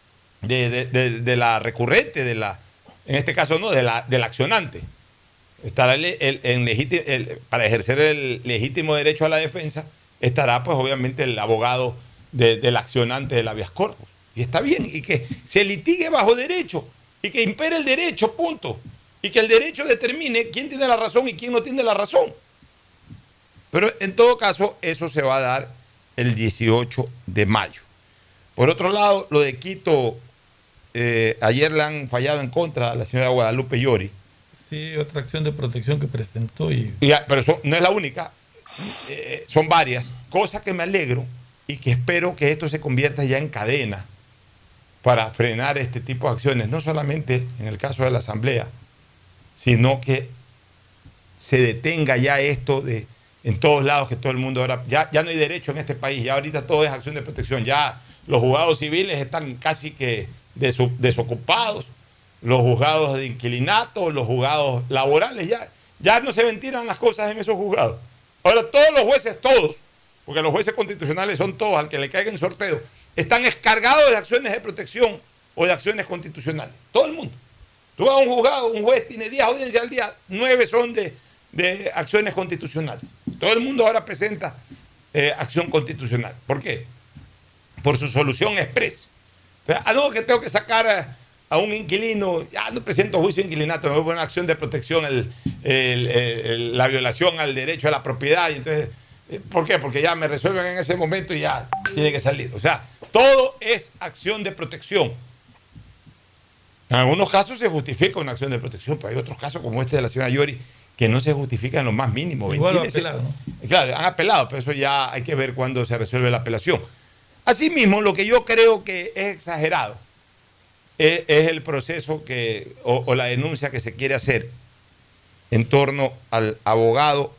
la recurrente, en este caso no, del accionante. Estará para ejercer el legítimo derecho a la defensa, estará pues obviamente el abogado del accionante del habeas corpus. Y está bien, y que se litigue bajo derecho, y que impere el derecho, punto. Y que el derecho determine quién tiene la razón y quién no tiene la razón. Pero en todo caso, eso se va a dar el 18 de mayo. Por otro lado, lo de Quito, ayer le han fallado en contra a la señora Guadalupe Llori. Sí, otra acción de protección que presentó. Pero eso no es la única, son varias, cosas que me alegro y que espero que esto se convierta ya en cadena para frenar este tipo de acciones, no solamente en el caso de la Asamblea, sino que se detenga ya esto de en todos lados, que todo el mundo ahora, ya no hay derecho en este país, ya ahorita todo es acción de protección, ya los juzgados civiles están casi que desocupados, los juzgados de inquilinato, los juzgados laborales, ya no se ventilan las cosas en esos juzgados. Ahora todos los jueces, todos, porque los jueces constitucionales son todos, al que le caiga en sorteo, están descargados de acciones de protección o de acciones constitucionales. Todo el mundo. Tú vas a un juzgado, un juez tiene 10 audiencias al día, 9 son de acciones constitucionales. Todo el mundo ahora presenta acción constitucional. ¿Por qué? Por su solución express. O sea, no, que tengo que sacar a un inquilino, ya no presento juicio de inquilinato, me voy a poner una acción de protección, la violación al derecho a la propiedad. Y entonces, ¿por qué? Porque ya me resuelven en ese momento y ya tiene que salir. O sea, todo es acción de protección. En algunos casos se justifica una acción de protección, pero hay otros casos como este de la señora Yori que no se justifica en lo más mínimo. Igual han apelado, ¿no? Claro, han apelado, pero eso ya hay que ver cuándo se resuelve la apelación. Asimismo, lo que yo creo que es exagerado es el proceso o la denuncia que se quiere hacer en torno al abogado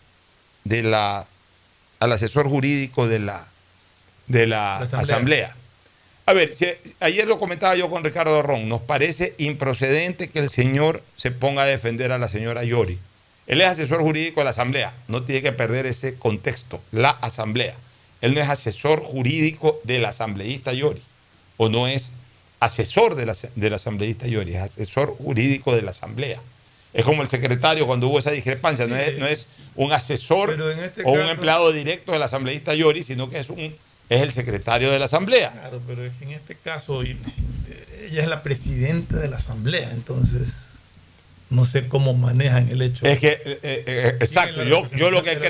al asesor jurídico de la Asamblea. A ver, ayer lo comentaba yo con Ricardo Ron, nos parece improcedente que el señor se ponga a defender a la señora Yori. Él es asesor jurídico de la Asamblea, no tiene que perder ese contexto, la Asamblea. Él no es asesor jurídico del asambleísta Yori, o no es asesor del asambleísta Yori, es asesor jurídico de la Asamblea. Es como el secretario cuando hubo esa discrepancia, no es un asesor o un empleado directo del asambleísta Yori, sino que es el secretario de la Asamblea. Claro, pero es que en este caso ella es la presidenta de la Asamblea, entonces no sé cómo manejan el hecho. Es que, exacto, yo lo que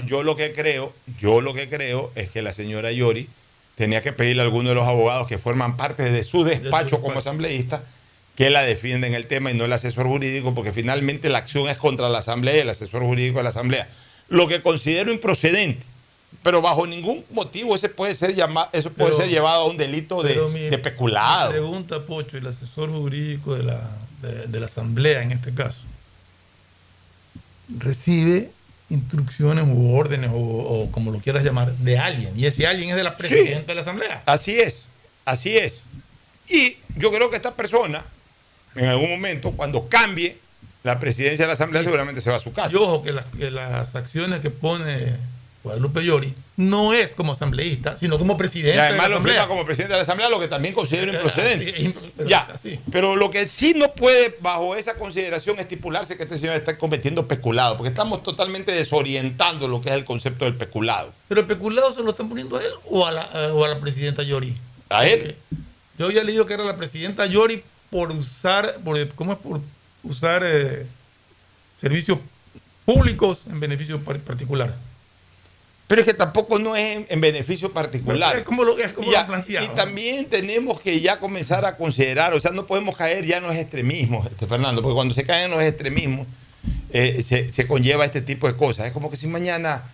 creo es que la señora Yori tenía que pedirle a alguno de los abogados que forman parte de su despacho como asambleísta que la defienden el tema y no el asesor jurídico, porque finalmente la acción es contra la Asamblea y el asesor jurídico de la Asamblea. Lo que considero improcedente, pero bajo ningún motivo eso puede ser llevado a un delito de peculado. Mi pregunta, Pocho, el asesor jurídico de la Asamblea en este caso recibe instrucciones u órdenes o como lo quieras llamar de alguien, y ese alguien es de la presidenta de la Asamblea. Así es. Y yo creo que esta persona en algún momento, cuando cambie la presidencia de la Asamblea, seguramente se va a su casa. Y ojo que las acciones que pone Guadalupe Yori no es como asambleísta, sino como presidente. Y además lo firma como presidente de la Asamblea, lo que también considero improcedente. Pero lo que sí no puede, bajo esa consideración, estipularse que este señor está cometiendo peculado, porque estamos totalmente desorientando lo que es el concepto del peculado. ¿Pero el peculado se lo están poniendo a él o a la presidenta Yori? A él. Yo había leído que era la presidenta Yori por usar servicios públicos en beneficio particular. Pero es que tampoco no es en beneficio particular. Es como lo planteado. Y también tenemos que ya comenzar a considerar, o sea, no podemos caer ya en los extremismos, Fernando, porque cuando se caen en los extremismos se conlleva este tipo de cosas. Es como que si mañana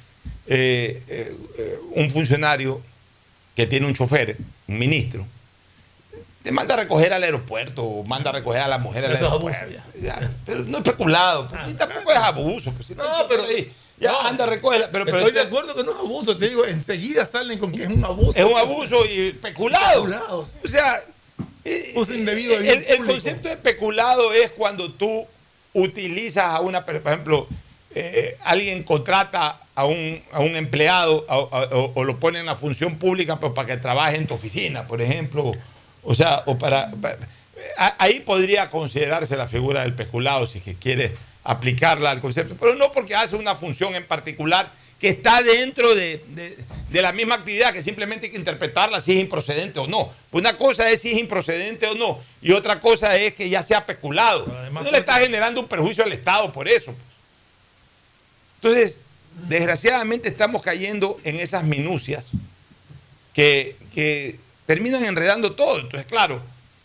un funcionario que tiene un chofer, un ministro, te manda a recoger al aeropuerto o manda a recoger a la mujer al aeropuerto. Es abuso, pero no es peculado, y tampoco es abuso. Pues, anda a recoger. Estoy de acuerdo que no es abuso, te digo, enseguida salen con que es un abuso. Es un abuso y peculado. O sea, uso indebido el concepto de peculado es cuando tú utilizas a una, por ejemplo, alguien contrata a un empleado o lo pone en la función pública para que trabaje en tu oficina, por ejemplo. O sea, ahí podría considerarse la figura del peculado si que quiere aplicarla al concepto, pero no porque hace una función en particular que está dentro de la misma actividad, que simplemente hay que interpretarla si es improcedente o no. Una cosa es si es improcedente o no, y otra cosa es que ya sea peculado. No le está generando un perjuicio al Estado por eso. Entonces, desgraciadamente estamos cayendo en esas minucias que terminan enredando todo. Entonces, claro,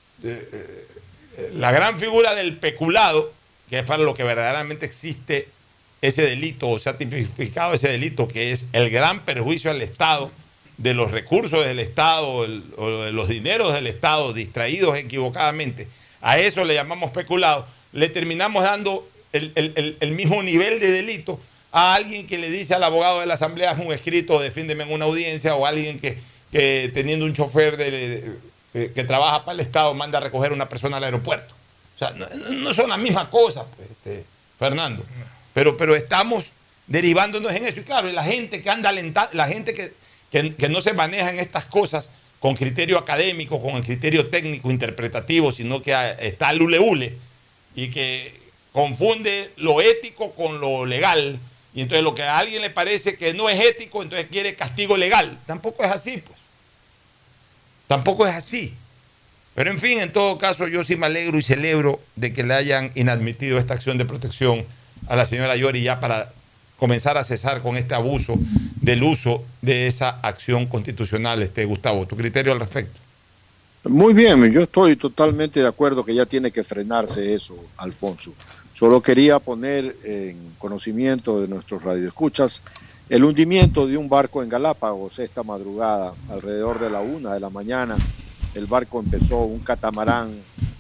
la gran figura del peculado, que es para lo que verdaderamente existe ese delito, o se ha tipificado ese delito, que es el gran perjuicio al Estado de los recursos del Estado o de los dineros del Estado distraídos equivocadamente, a eso le llamamos peculado, le terminamos dando el mismo nivel de delito a alguien que le dice al abogado de la Asamblea, haz un escrito, defiéndeme en una audiencia, o alguien que teniendo un chofer que trabaja para el Estado manda a recoger a una persona al aeropuerto. O sea, no son la misma cosa, pues, Fernando. Pero estamos derivándonos en eso. Y claro, la gente que anda alentando, la gente que no se maneja en estas cosas con criterio académico, con el criterio técnico, interpretativo, sino que está al hule y que confunde lo ético con lo legal. Y entonces lo que a alguien le parece que no es ético, entonces quiere castigo legal. Tampoco es así, pues. Tampoco es así. Pero en fin, en todo caso, yo sí me alegro y celebro de que le hayan inadmitido esta acción de protección a la señora Yori, ya para comenzar a cesar con este abuso del uso de esa acción constitucional. Gustavo, ¿tu criterio al respecto? Muy bien, yo estoy totalmente de acuerdo que ya tiene que frenarse eso, Alfonso. Solo quería poner en conocimiento de nuestros radioescuchas el hundimiento de un barco en Galápagos esta madrugada, alrededor de la 1 de la mañana. El barco empezó, un catamarán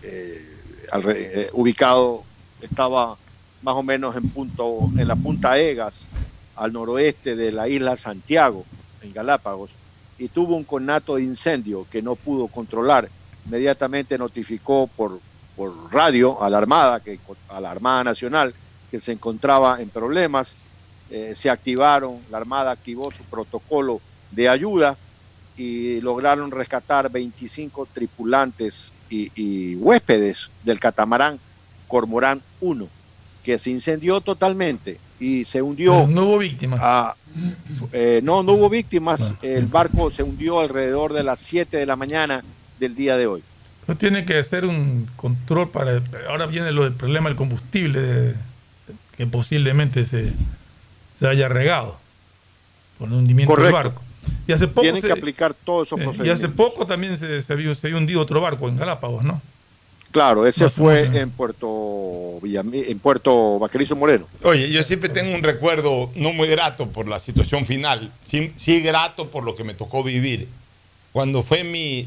ubicado, estaba más o menos en la punta Egas, al noroeste de la isla Santiago, en Galápagos, y tuvo un conato de incendio que no pudo controlar. Inmediatamente notificó por radio a la Armada Nacional, que se encontraba en problemas. Se activaron, la Armada activó su protocolo de ayuda y lograron rescatar 25 tripulantes y huéspedes del catamarán Cormorán 1, que se incendió totalmente y se hundió. Pero no hubo víctimas. No hubo víctimas. El barco se hundió alrededor de las 7 de la mañana del día de hoy. No tiene que hacer un control para... Ahora viene lo del problema del combustible, que posiblemente se haya regado por el hundimiento del barco. Y hace poco tienen que aplicar todos esos procedimientos. Y hace poco también se había hundido otro barco en Galápagos, ¿no? Claro, ese fue en Puerto Vaquerizo Moreno. Oye, yo siempre tengo un recuerdo no muy grato por la situación final, sí grato por lo que me tocó vivir. Cuando fue mi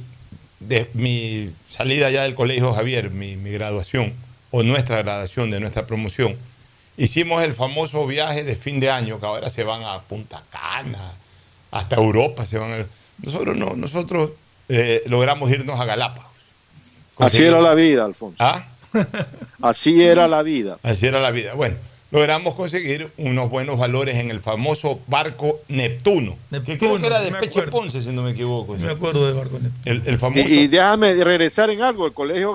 salida ya del Colegio Javier, mi graduación, o nuestra graduación de nuestra promoción, hicimos el famoso viaje de fin de año, que ahora se van a Punta Cana, hasta Europa se van. Nosotros logramos irnos a Galápagos. Así era la vida, Alfonso. ¿Ah? Así era la vida. Así era la vida. Bueno, logramos conseguir unos buenos valores en el famoso barco Neptuno. Que creo que era de Peche Ponce, si no me equivoco. Sí, me acuerdo del barco Neptuno. El famoso. Y déjame regresar en algo. El colegio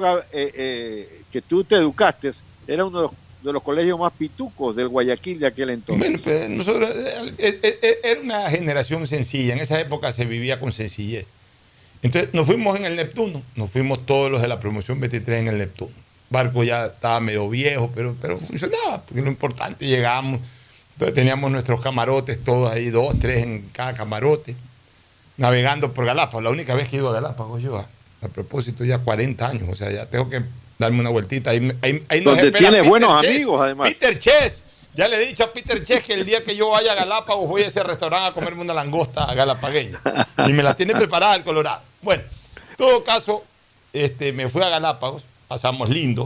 que tú te educaste era uno de los colegios más pitucos del Guayaquil de aquel entonces. Bueno, pues nosotros era una generación sencilla. En esa época se vivía con sencillez. Entonces nos fuimos en el Neptuno, nos fuimos todos los de la promoción 23 en el Neptuno. El barco ya estaba medio viejo, pero funcionaba, porque lo importante, llegamos, entonces teníamos nuestros camarotes, todos ahí, 2, 3 en cada camarote, navegando por Galápagos. La única vez que he ido a Galápagos yo, a propósito, ya 40 años, o sea, ya tengo que darme una vueltita. Ahí donde tienes buenos amigos, además. Peter Chess. Ya le he dicho a Peter Chess que el día que yo vaya a Galápagos voy a ese restaurante a comerme una langosta galapagueña. Y me la tiene preparada el Colorado. Bueno, en todo caso, me fui a Galápagos, pasamos lindo,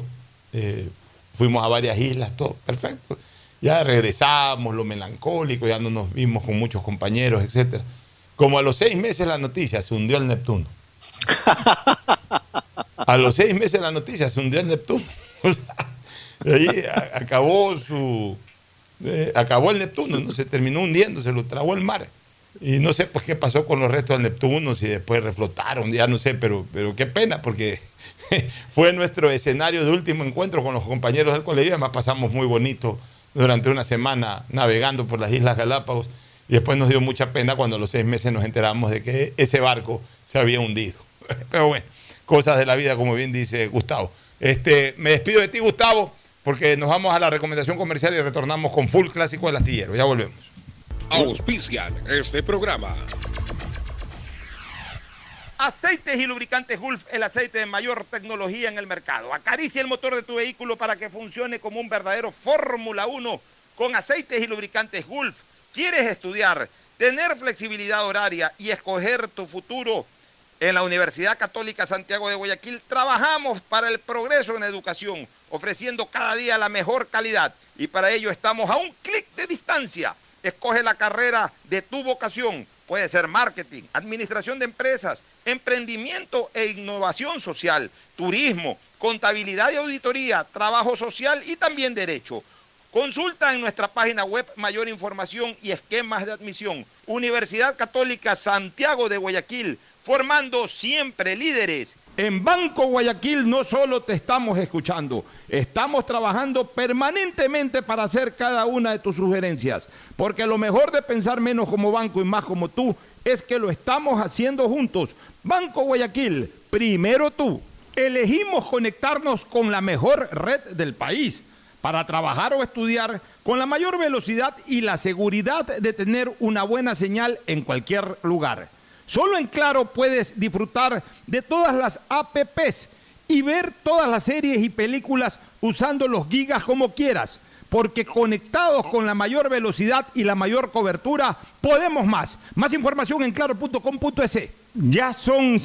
fuimos a varias islas, todo perfecto. Ya regresamos, lo melancólico, ya no nos vimos con muchos compañeros, etcétera. Como a los 6 meses la noticia, se hundió el Neptuno. A los 6 meses la noticia, se hundió el Neptuno. O sea, ahí acabó el Neptuno, ¿no? Se terminó hundiendo, se lo tragó el mar. Y no sé pues qué pasó con los restos del Neptuno, si después reflotaron, ya no sé, pero qué pena, porque fue nuestro escenario de último encuentro con los compañeros del colegio. Además pasamos muy bonito durante una semana navegando por las Islas Galápagos, y después nos dio mucha pena cuando a los 6 meses nos enteramos de que ese barco se había hundido. Pero bueno, cosas de la vida, como bien dice Gustavo. Me despido de ti, Gustavo, porque nos vamos a la recomendación comercial y retornamos con Full Clásico del Astillero. Ya volvemos. Auspician este programa. Aceites y lubricantes Gulf, el aceite de mayor tecnología en el mercado. Acaricia el motor de tu vehículo para que funcione como un verdadero Fórmula 1 con aceites y lubricantes Gulf. ¿Quieres estudiar? tener flexibilidad horaria y escoger tu futuro. En la Universidad Católica Santiago de Guayaquil trabajamos para el progreso en educación, ofreciendo cada día la mejor calidad, y para ello estamos a un clic de distancia. Escoge la carrera de tu vocación. Puede ser marketing, administración de empresas, emprendimiento e innovación social, turismo, contabilidad y auditoría, trabajo social y también derecho. Consulta en nuestra página web mayor información y esquemas de admisión. Universidad Católica Santiago de Guayaquil, formando siempre líderes. En Banco Guayaquil no solo te estamos escuchando, estamos trabajando permanentemente para hacer cada una de tus sugerencias, porque lo mejor de pensar menos como banco y más como tú es que lo estamos haciendo juntos. Banco Guayaquil, primero tú. Elegimos conectarnos con la mejor red del país para trabajar o estudiar con la mayor velocidad y la seguridad de tener una buena señal en cualquier lugar. Solo en Claro puedes disfrutar de todas las APPs y ver todas las series y películas usando los gigas como quieras, porque conectados con la mayor velocidad y la mayor cobertura, podemos más. Más información en claro.com.es. Ya son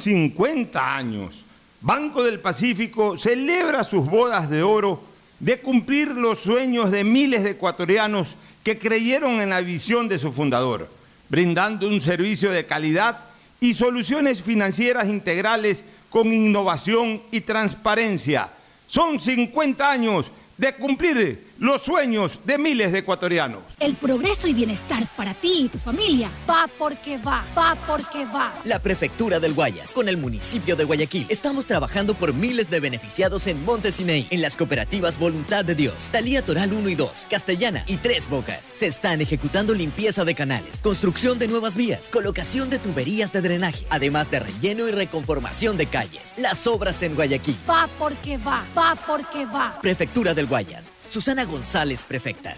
50 años. Banco del Pacífico celebra sus bodas de oro de cumplir los sueños de miles de ecuatorianos que creyeron en la visión de su fundador, brindando un servicio de calidad y soluciones financieras integrales con innovación y transparencia. Son 50 años de cumplir los sueños de miles de ecuatorianos. El progreso y bienestar para ti y tu familia va porque va, va porque va. La Prefectura del Guayas, con el municipio de Guayaquil, estamos trabajando por miles de beneficiados en Montesineí, en las cooperativas Voluntad de Dios, Talía Toral 1 y 2, Castellana y Tres Bocas. Se están ejecutando limpieza de canales, construcción de nuevas vías, colocación de tuberías de drenaje, además de relleno y reconformación de calles. Las obras en Guayaquil. Va porque va, va porque va. Prefectura del Guayas. Susana González, prefecta.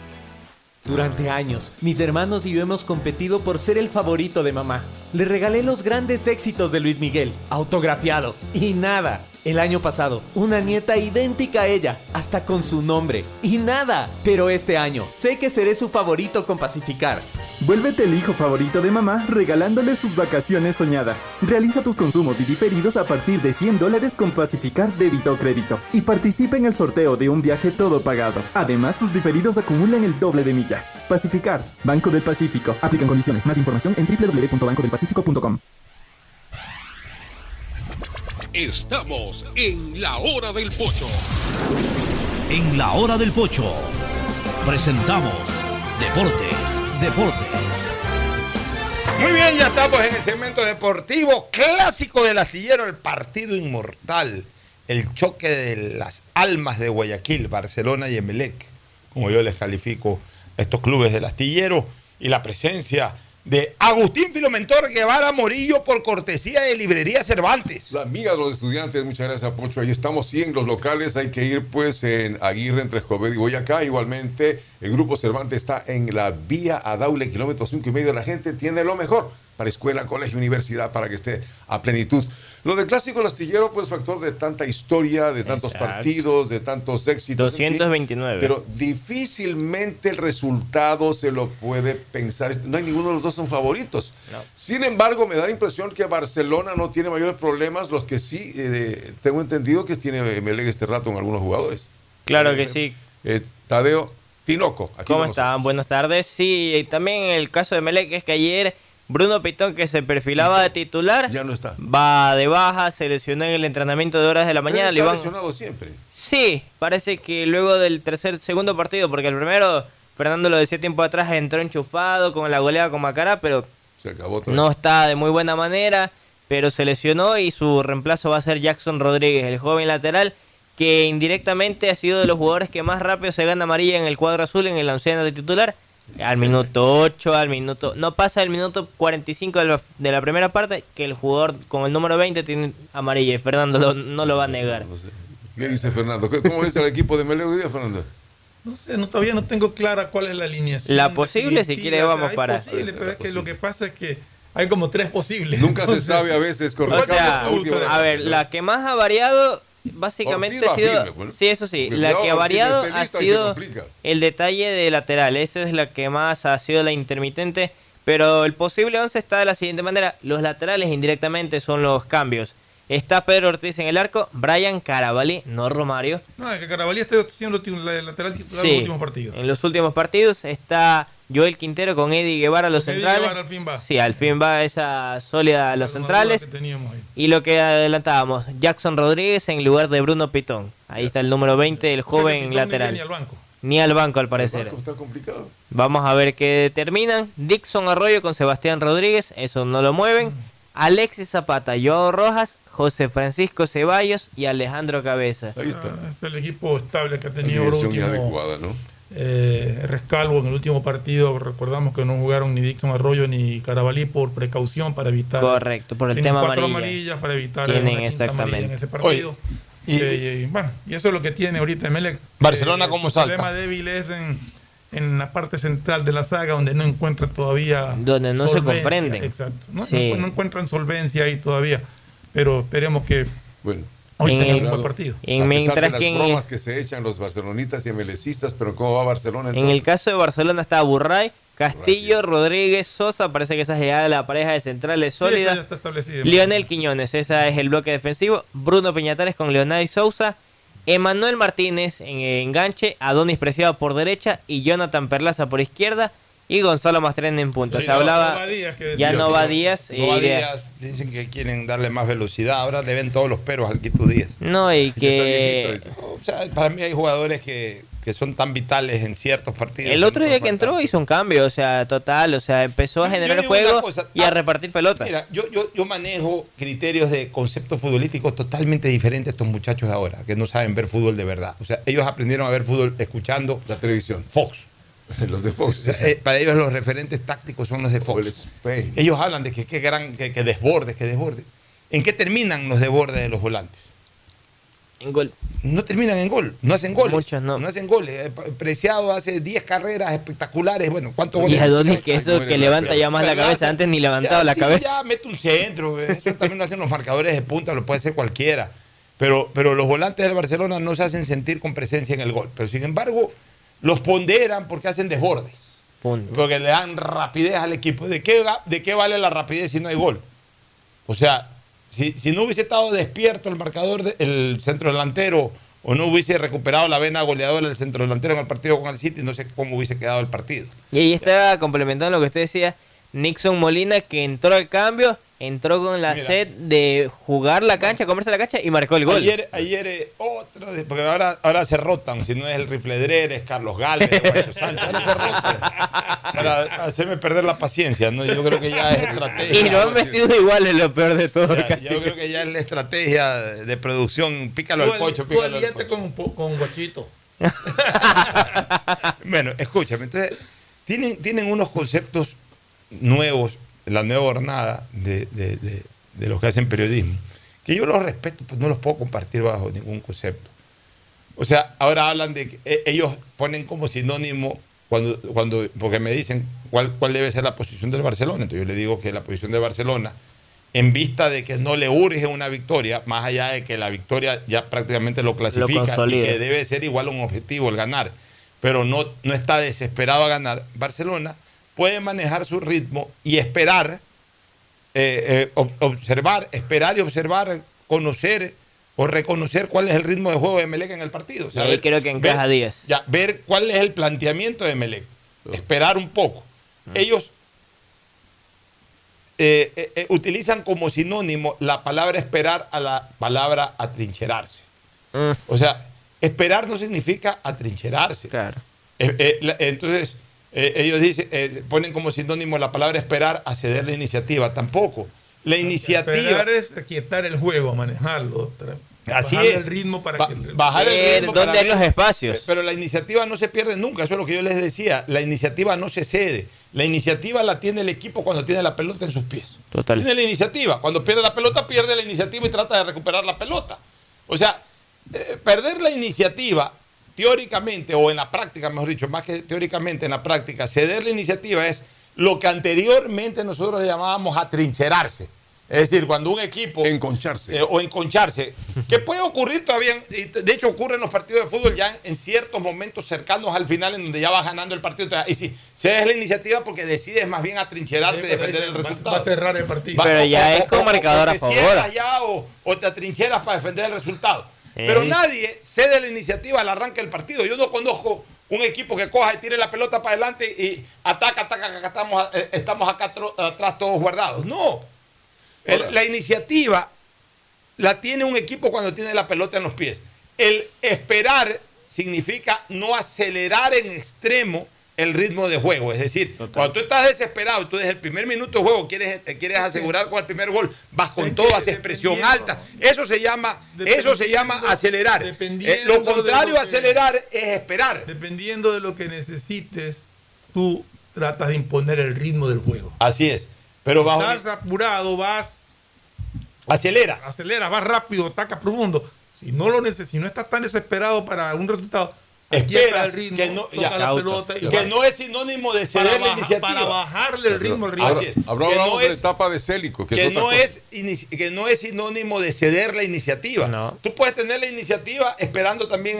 Durante años, mis hermanos y yo hemos competido por ser el favorito de mamá. Le regalé los grandes éxitos de Luis Miguel, autografiado, y nada. El año pasado, una nieta idéntica a ella, hasta con su nombre, y nada. Pero este año, sé que seré su favorito con Pacificar. Vuélvete el hijo favorito de mamá regalándole sus vacaciones soñadas. Realiza tus consumos y diferidos a partir de $100 con Pacificar débito o crédito y participa en el sorteo de un viaje todo pagado. Además, tus diferidos acumulan el doble de millas. Pacificar, Banco del Pacífico. Aplican condiciones. Más información en www.bancodelpacifico.com. Estamos en la Hora del Pocho. En la Hora del Pocho presentamos Deportes. Muy bien, ya estamos en el segmento deportivo clásico del astillero, el partido inmortal, el choque de las almas de Guayaquil, Barcelona y Emelec, como yo les califico a estos clubes del astillero, y la presencia de Agustín Filomentor Guevara Morillo por cortesía de Librería Cervantes. La amiga de los estudiantes, muchas gracias, Pocho. Ahí estamos, sí, en los locales. Hay que ir pues en Aguirre, entre Escobedo y Boyacá. Igualmente, el Grupo Cervantes está en la vía a Daule, kilómetro 5,5. La gente tiene lo mejor para escuela, colegio, universidad, para que esté a plenitud. Lo del clásico del astillero, pues factor de tanta historia, de tantos partidos, de tantos éxitos. 229. En fin, pero difícilmente el resultado se lo puede pensar. No hay ninguno de los dos son favoritos. No. Sin embargo, me da la impresión que Barcelona no tiene mayores problemas. Los que sí, tengo entendido que tiene Emelec este rato en algunos jugadores. Claro que sí. Tadeo Tinoco. ¿Cómo están? Buenas tardes. Sí, y también el caso de Emelec es que ayer Bruno Pitón, que se perfilaba de titular, ya no está. Va de baja, se lesionó en el entrenamiento de horas de la mañana. ¿Está lesionado siempre? Sí, parece que luego del segundo partido, porque el primero, Fernando lo decía tiempo atrás, entró enchufado con la goleada con Macará, pero se acabó no está de muy buena manera, pero se lesionó y su reemplazo va a ser Jackson Rodríguez, el joven lateral, que indirectamente ha sido de los jugadores que más rápido se gana amarilla en el cuadro azul, en el oncena de titular. Al minuto 8, no pasa el minuto 45 de la primera parte, que el jugador con el número 20 tiene amarilla, y Fernando no lo va a negar. No sé. ¿Qué dice Fernando? ¿Cómo es el equipo de Emelec hoy día, Fernando? No sé, todavía no tengo clara cuál es la alineación. La posible, si quiere, vamos para. Es posible, pero es que lo que pasa es que hay como 3 posibles. Nunca se sabe a veces con o sea, a ver, la que más ha variado básicamente ha sido, sí, eso sí, la que ha variado ha sido el detalle de lateral. Esa es la que más ha sido la intermitente, Pero el posible 11 está de la siguiente manera. Los laterales indirectamente son los cambios. Está Pedro Ortiz en el arco, Brian Carabalí, no Romario. No, es que Carabalí está siendo el lateral titular en los últimos partidos. En los últimos partidos está Joel Quintero con Eddie Guevara los centrales. Guevara al fin va. Sí, al fin va esa sólida a los centrales. Y lo que adelantábamos, Jackson Rodríguez en lugar de Bruno Pitón. Ahí está el número 20, el joven lateral. Ni al banco al parecer. Está complicado. Vamos a ver qué determinan. Dixon Arroyo con Sebastián Rodríguez, eso no lo mueven. Alexis Zapata, Joao Rojas, José Francisco Ceballos y Alejandro Cabeza. Ahí está. Es el equipo estable que ha tenido el último adecuada, ¿no? Rescalvo en el último partido. Recordamos que no jugaron ni Dixon Arroyo ni Carabalí por precaución para evitar. Correcto, por el tema amarilla. 4 amarillas para evitar tienen exactamente en ese partido. Y eso es lo que tiene ahorita Emelec. Barcelona como salta. El problema débil es en la parte central de la saga, donde no encuentran todavía donde no se comprenden. Exacto. No encuentran solvencia ahí todavía, pero esperemos que hoy tengamos un buen partido. Mientras que las bromas que se echan los barcelonistas y emelecistas, pero ¿cómo va Barcelona entonces? En el caso de Barcelona está Burray, Castillo, Rodríguez, Sosa, parece que esa es ya la pareja de centrales sólida. Ya está establecida. Lionel Quiñones, esa es el bloque defensivo. Bruno Peñatares con Leonardo Sousa. Emanuel Martínez en enganche, Adonis Preciado por derecha y Jonathan Perlaza por izquierda y Gonzalo Mastrena en punta. Se hablaba, ya no va Díaz. Dicen que quieren darle más velocidad, ahora le ven todos los peros al Quito Díaz. No, y que... O sea, para mí hay jugadores que son tan vitales en ciertos partidos. El otro día que entró hizo un cambio, o sea, total, o sea, empezó a generar el juego y a repartir pelotas. Mira, yo manejo criterios de conceptos futbolísticos totalmente diferentes a estos muchachos de ahora, que no saben ver fútbol de verdad. O sea, ellos aprendieron a ver fútbol escuchando la televisión. Fox. Los de Fox. O sea, para ellos los referentes tácticos son los de Fox. Ellos hablan de que desbordes, que desbordes. ¿En qué terminan los desbordes de los volantes? En gol. No terminan en gol, no hacen goles. Muchos no. No hacen goles. Preciado hace 10 carreras espectaculares. Bueno, ¿cuántos goles? Y Adonis, que eso que levanta ya más la cabeza. Antes ni levantaba la cabeza. Ya mete un centro. Eso también lo hacen los marcadores de punta, lo puede hacer cualquiera. Pero los volantes del Barcelona no se hacen sentir con presencia en el gol. Pero sin embargo, los ponderan porque hacen desbordes. Porque le dan rapidez al equipo. ¿De qué vale la rapidez si no hay gol? O sea, si no hubiese estado despierto el marcador, el centro delantero, o no hubiese recuperado la vena goleadora del centro delantero en el partido con el City, no sé cómo hubiese quedado el partido. Y ahí está complementando lo que usted decía, Nixon Molina, que entró al cambio, entró con la sed de jugar la cancha, comerse la cancha y marcó el gol. Ayer otro, porque ahora se rotan, si no es el Rifledrer, es Carlos Gálvez, Guacho Sánchez, ahora se rotan para hacerme perder la paciencia, ¿no? Yo creo que ya es estrategia. Y no han vestido igual, es lo peor de todo. Yo creo que ya es la estrategia de producción, pícalo al Pocho, pícalo al Pocho. Con Guachito. Bueno, escúchame, entonces tienen unos conceptos nuevos, la nueva jornada de los que hacen periodismo, que yo los respeto, pues no los puedo compartir bajo ningún concepto. O sea, ahora hablan de que ellos ponen como sinónimo porque me dicen cuál debe ser la posición del Barcelona. Entonces yo le digo que la posición de Barcelona, en vista de que no le urge una victoria, más allá de que la victoria ya prácticamente lo clasifica y que debe ser igual un objetivo el ganar, pero no está desesperado a ganar, Barcelona puede manejar su ritmo y esperar, esperar y observar, conocer o reconocer cuál es el ritmo de juego de Emelec en el partido. O sea, ahí creo que encaja Díaz. Ver cuál es el planteamiento de Emelec, esperar un poco. Ellos utilizan como sinónimo la palabra esperar a la palabra atrincherarse. O sea, esperar no significa atrincherarse. Claro. Entonces, ellos dicen, ponen como sinónimo la palabra esperar a ceder la iniciativa. Tampoco. La iniciativa. Esperar es aquietar el juego, manejarlo. Así bajar es. el ritmo para que bajar el ritmo. ¿Dónde hay los espacios? Pero la iniciativa no se pierde nunca. Eso es lo que yo les decía. La iniciativa no se cede. La iniciativa la tiene el equipo cuando tiene la pelota en sus pies. Total. Tiene la iniciativa. Cuando pierde la pelota, pierde la iniciativa y trata de recuperar la pelota. O sea, perder la iniciativa, teóricamente, o en la práctica, mejor dicho, más que teóricamente, en la práctica, ceder la iniciativa es lo que anteriormente nosotros le llamábamos atrincherarse. Es decir, cuando un equipo... Enconcharse. O enconcharse. Que puede ocurrir todavía, y de hecho ocurre en los partidos de fútbol ya en ciertos momentos cercanos al final en donde ya vas ganando el partido. Y si cedes la iniciativa porque decides más bien atrincherarte y defender el resultado. Va a cerrar el partido. Pero ya es con marcador a favor. O te atrincheras para defender el resultado. Pero nadie cede la iniciativa al arranque del partido. Yo no conozco un equipo que coja y tire la pelota para adelante y ataca, estamos acá atrás todos guardados. No. La iniciativa la tiene un equipo cuando tiene la pelota en los pies. El esperar significa no acelerar en extremo el ritmo de juego. Es decir, cuando tú estás desesperado, tú desde el primer minuto de juego quieres asegurar con el primer gol, vas con todo, haces presión alta. Eso se llama acelerar. Lo contrario a acelerar es esperar. Dependiendo de lo que necesites, tú tratas de imponer el ritmo del juego. Así es. Pero estás apurado, aceleras, vas rápido, atacas profundo. Si no estás tan desesperado para un resultado, esperas el ritmo, que no, la pelota que no es sinónimo de ceder la iniciativa. Para bajarle el ritmo al rival. Hablamos de la etapa de Célico. Que no es sinónimo de ceder la iniciativa. No. Tú puedes tener la iniciativa esperando también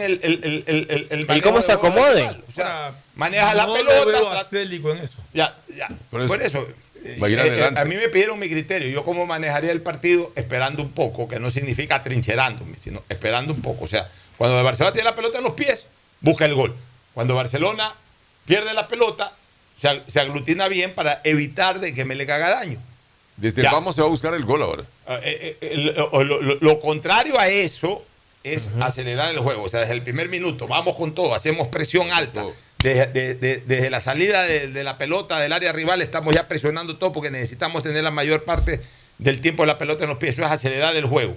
el cómo se acomode. O sea, manejas la pelota. Veo a Célico en eso. Por eso. A mí me pidieron mi criterio. Yo cómo manejaría el partido esperando un poco, que no significa trincherándome, sino esperando un poco. O sea, cuando el Barcelona tiene la pelota en los pies, busca el gol. Cuando Barcelona pierde la pelota, se aglutina bien para evitar de que me le haga daño. Desde el vamos se va a buscar el gol ahora. Lo contrario a eso es acelerar el juego. O sea, desde el primer minuto, vamos con todo, hacemos presión alta. Desde la salida de la pelota del área rival estamos ya presionando todo porque necesitamos tener la mayor parte del tiempo de la pelota en los pies. Eso es acelerar el juego.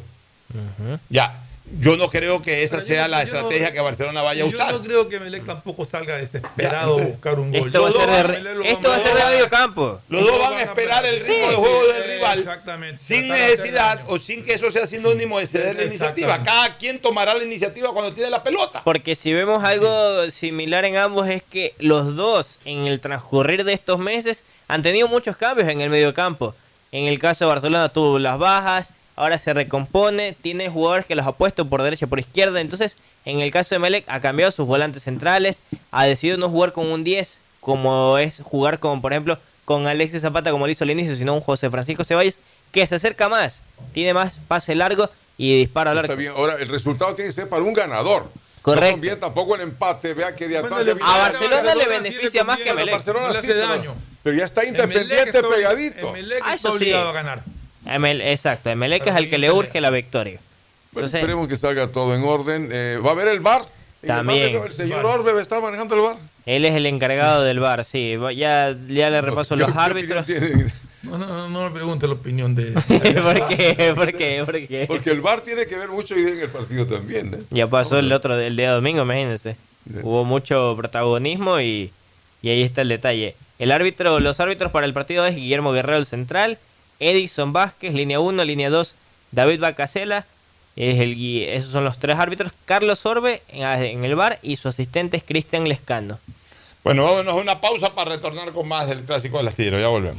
Yo no creo que esa sea la estrategia que Barcelona vaya a usar. Yo no creo que Melec tampoco salga desesperado a buscar un gol. Esto va a ser de medio campo. Los dos van a esperar el ritmo de juego del rival sin necesidad o sin que eso sea sinónimo de ceder la iniciativa. Cada quien tomará la iniciativa cuando tiene la pelota. Porque si vemos algo similar en ambos es que los dos en el transcurrir de estos meses han tenido muchos cambios en el medio campo. En el caso de Barcelona tuvo las bajas, ahora se recompone, tiene jugadores que los ha puesto por derecha, por izquierda. Entonces, en el caso de Melec, ha cambiado sus volantes centrales, ha decidido no jugar con un 10, como es jugar con, por ejemplo, con Alexis Zapata, como lo hizo al inicio, sino un José Francisco Ceballos, que se acerca más, tiene más pase largo y dispara largo. Está bien, ahora el resultado tiene que ser para un ganador. Correcto. No conviene tampoco el empate, vea que de atrás... A Barcelona le beneficia más que a Melec. Barcelona sí, pero ya está Independiente pegadito. Está obligado a ganar. Exacto, Emelec es el que le urge la victoria. Entonces, esperemos que salga todo en orden. ¿Va a haber el VAR? También. ¿El señor Orbe va a estar manejando el VAR? Él es el encargado del VAR, sí. Ya le repaso los árbitros. No me pregunte la opinión de... ¿Por qué? Porque el VAR tiene que ver mucho en el partido también. Ya pasó el día domingo, imagínense. Hubo mucho protagonismo y ahí está el detalle. Los árbitros para el partido es Guillermo Guerrero, el central, Edison Vázquez, línea 1, línea 2, David Bacasela, esos son los 3 árbitros, Carlos Orbe en el VAR y su asistente es Cristian Lescano. Bueno, vámonos a una pausa para retornar con más del Clásico del Astillero, ya volvemos.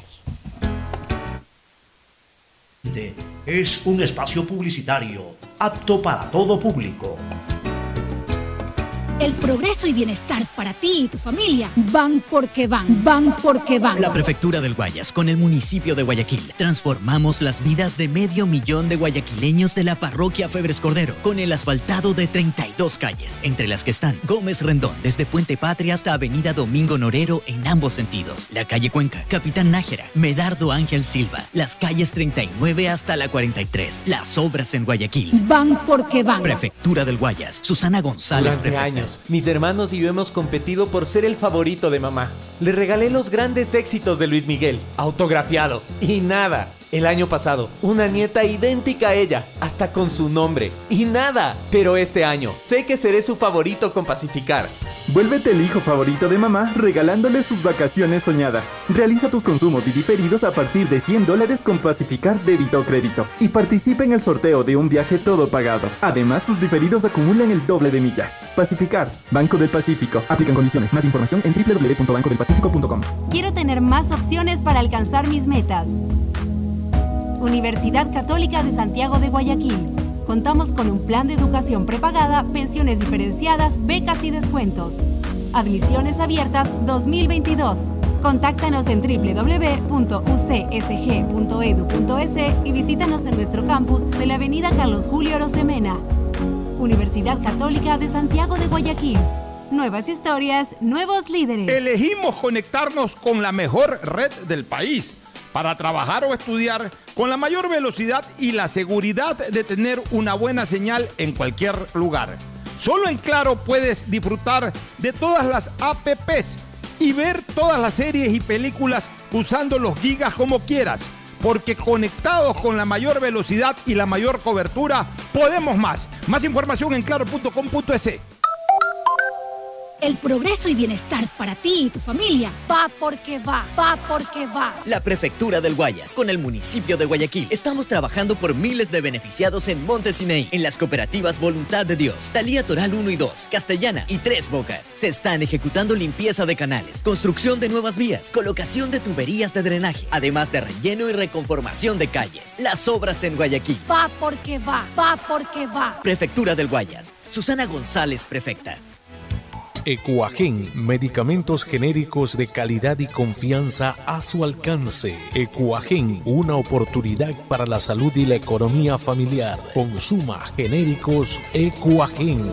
Es un espacio publicitario apto para todo público. El progreso y bienestar para ti y tu familia van porque van porque van. La Prefectura del Guayas con el municipio de Guayaquil transformamos las vidas de 500,000 de guayaquileños de la parroquia Febres Cordero con el asfaltado de 32 calles, entre las que están Gómez Rendón desde Puente Patria hasta Avenida Domingo Norero en ambos sentidos, la calle Cuenca, Capitán Nájera, Medardo Ángel Silva, las calles 39 hasta la 43, las obras en Guayaquil. Van porque van. Prefectura del Guayas, Susana González, prefecta. Años, mis hermanos y yo hemos competido por ser el favorito de mamá. Le regalé los grandes éxitos de Luis Miguel, autografiado, y nada. El año pasado, una nieta idéntica a ella, hasta con su nombre, y nada. Pero este año, sé que seré su favorito con Pacificar. Vuélvete el hijo favorito de mamá regalándole sus vacaciones soñadas. Realiza tus consumos y diferidos a partir de $100 con Pacificar débito o crédito. Y participa en el sorteo de un viaje todo pagado. Además, tus diferidos acumulan el doble de millas. Pacificar, Banco del Pacífico. Aplican condiciones. Más información en www.bancodelpacifico.com. Quiero tener más opciones para alcanzar mis metas. Universidad Católica de Santiago de Guayaquil. Contamos con un plan de educación prepagada, pensiones diferenciadas, becas y descuentos. Admisiones abiertas 2022. Contáctanos en www.ucsg.edu.es y visítanos en nuestro campus de la avenida Carlos Julio Arosemena. Universidad Católica de Santiago de Guayaquil. Nuevas historias, nuevos líderes. Elegimos conectarnos con la mejor red del país para trabajar o estudiar con la mayor velocidad y la seguridad de tener una buena señal en cualquier lugar. Solo en Claro puedes disfrutar de todas las APPs y ver todas las series y películas usando los gigas como quieras, porque conectados con la mayor velocidad y la mayor cobertura, podemos más. Más información en claro.com.es. El progreso y bienestar para ti y tu familia va porque va porque va. La Prefectura del Guayas, con el municipio de Guayaquil, estamos trabajando por miles de beneficiados en Montesineí, en las cooperativas Voluntad de Dios, Talía Toral 1 y 2, Castellana y Tres Bocas. Se están ejecutando limpieza de canales, construcción de nuevas vías, colocación de tuberías de drenaje, además de relleno y reconformación de calles. Las obras en Guayaquil. Va porque va porque va. Prefectura del Guayas. Susana González, prefecta. Ecuagen, medicamentos genéricos de calidad y confianza a su alcance. Ecuagen, una oportunidad para la salud y la economía familiar. Consuma genéricos Ecuagen.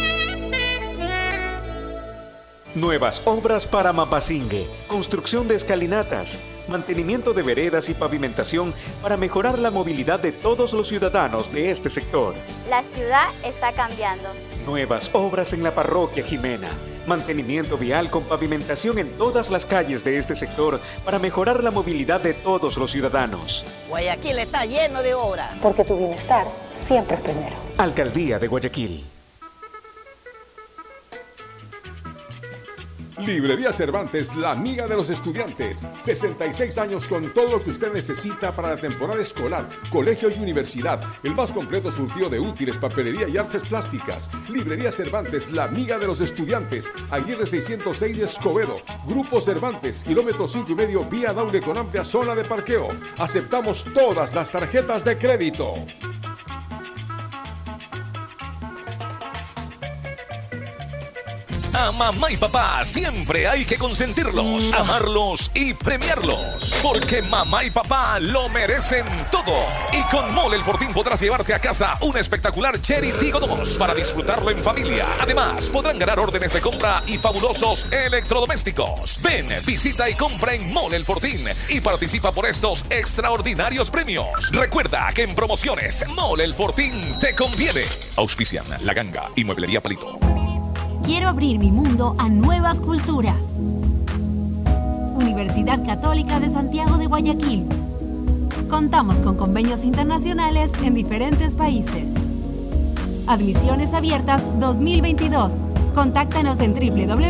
Nuevas obras para Mapasingue, construcción de escalinatas, mantenimiento de veredas y pavimentación para mejorar la movilidad de todos los ciudadanos de este sector. La ciudad está cambiando. Nuevas obras en la parroquia Jimena, mantenimiento vial con pavimentación en todas las calles de este sector para mejorar la movilidad de todos los ciudadanos. Guayaquil está lleno de obras. Porque tu bienestar siempre es primero. Alcaldía de Guayaquil. Librería Cervantes, la amiga de los estudiantes. 66 años con todo lo que usted necesita para la temporada escolar, colegio y universidad. El más completo surtido de útiles, papelería y artes plásticas. Librería Cervantes, la amiga de los estudiantes. Aguirre 606 de Escobedo. Grupo Cervantes, kilómetro 5,5, vía Daule con amplia zona de parqueo. Aceptamos todas las tarjetas de crédito. A mamá y papá siempre hay que consentirlos, amarlos y premiarlos. Porque mamá y papá lo merecen todo. Y con Mole el Fortín podrás llevarte a casa un espectacular Cherry Tiggo 2 para disfrutarlo en familia. Además, podrán ganar órdenes de compra y fabulosos electrodomésticos. Ven, visita y compra en Mole el Fortín y participa por estos extraordinarios premios. Recuerda que en promociones Mole el Fortín te conviene. Auspician La Ganga y Mueblería Palito. Quiero abrir mi mundo a nuevas culturas. Universidad Católica de Santiago de Guayaquil. Contamos con convenios internacionales en diferentes países. Admisiones abiertas 2022. Contáctanos en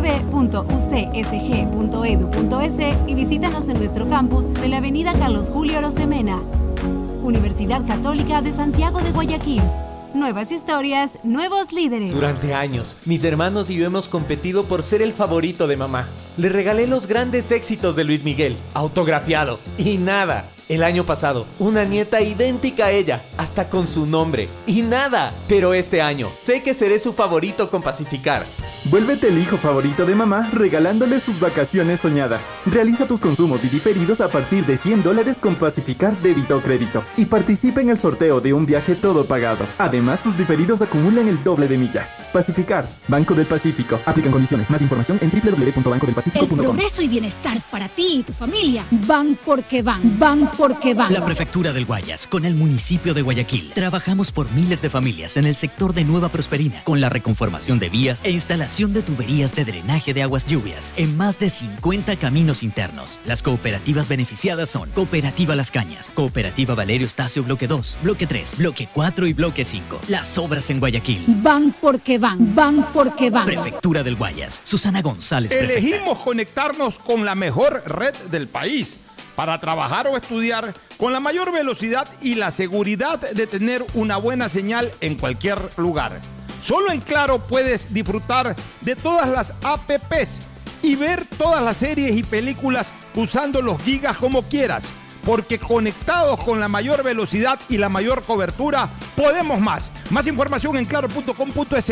www.ucsg.edu.es y visítanos en nuestro campus de la avenida Carlos Julio Arosemena. Universidad Católica de Santiago de Guayaquil. Nuevas historias, nuevos líderes. Durante años, mis hermanos y yo hemos competido por ser el favorito de mamá. Le regalé los grandes éxitos de Luis Miguel, autografiado, y nada. El año pasado, una nieta idéntica a ella, hasta con su nombre, y nada. Pero este año, sé que seré su favorito con Pacificar. Vuélvete el hijo favorito de mamá regalándole sus vacaciones soñadas. Realiza tus consumos y diferidos a partir de $100 con Pacificar débito o crédito y participa en el sorteo de un viaje todo pagado. Además, tus diferidos acumulan el doble de millas. Pacificar, Banco del Pacífico. Aplican condiciones. Más información en www.bancodelpacifico.com. El progreso y bienestar para ti y tu familia van porque van porque van. La Prefectura del Guayas, con el municipio de Guayaquil, trabajamos por miles de familias en el sector de Nueva Prosperina, con la reconformación de vías e instalación de tuberías de drenaje de aguas lluvias en más de 50 caminos internos. Las cooperativas beneficiadas son Cooperativa Las Cañas, Cooperativa Valerio Estacio Bloque 2, Bloque 3, Bloque 4 y Bloque 5. Las obras en Guayaquil. Van porque van porque van. Prefectura del Guayas, Susana González, prefecta. Elegimos conectarnos con la mejor red del país para trabajar o estudiar con la mayor velocidad y la seguridad de tener una buena señal en cualquier lugar. Solo en Claro puedes disfrutar de todas las APPs y ver todas las series y películas usando los gigas como quieras, porque conectados con la mayor velocidad y la mayor cobertura, podemos más. Más información en claro.com.es.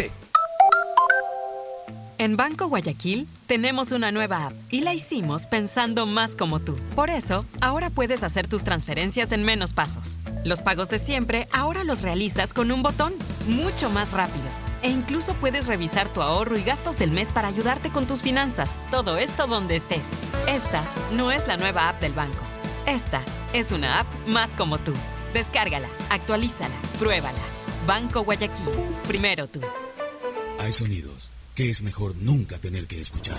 En Banco Guayaquil tenemos una nueva app y la hicimos pensando más como tú. Por eso, ahora puedes hacer tus transferencias en menos pasos. Los pagos de siempre ahora los realizas con un botón, mucho más rápido. E incluso puedes revisar tu ahorro y gastos del mes para ayudarte con tus finanzas. Todo esto donde estés. Esta no es la nueva app del banco. Esta es una app más como tú. Descárgala, actualízala, pruébala. Banco Guayaquil. Primero tú. Hay sonidos que es mejor nunca tener que escuchar.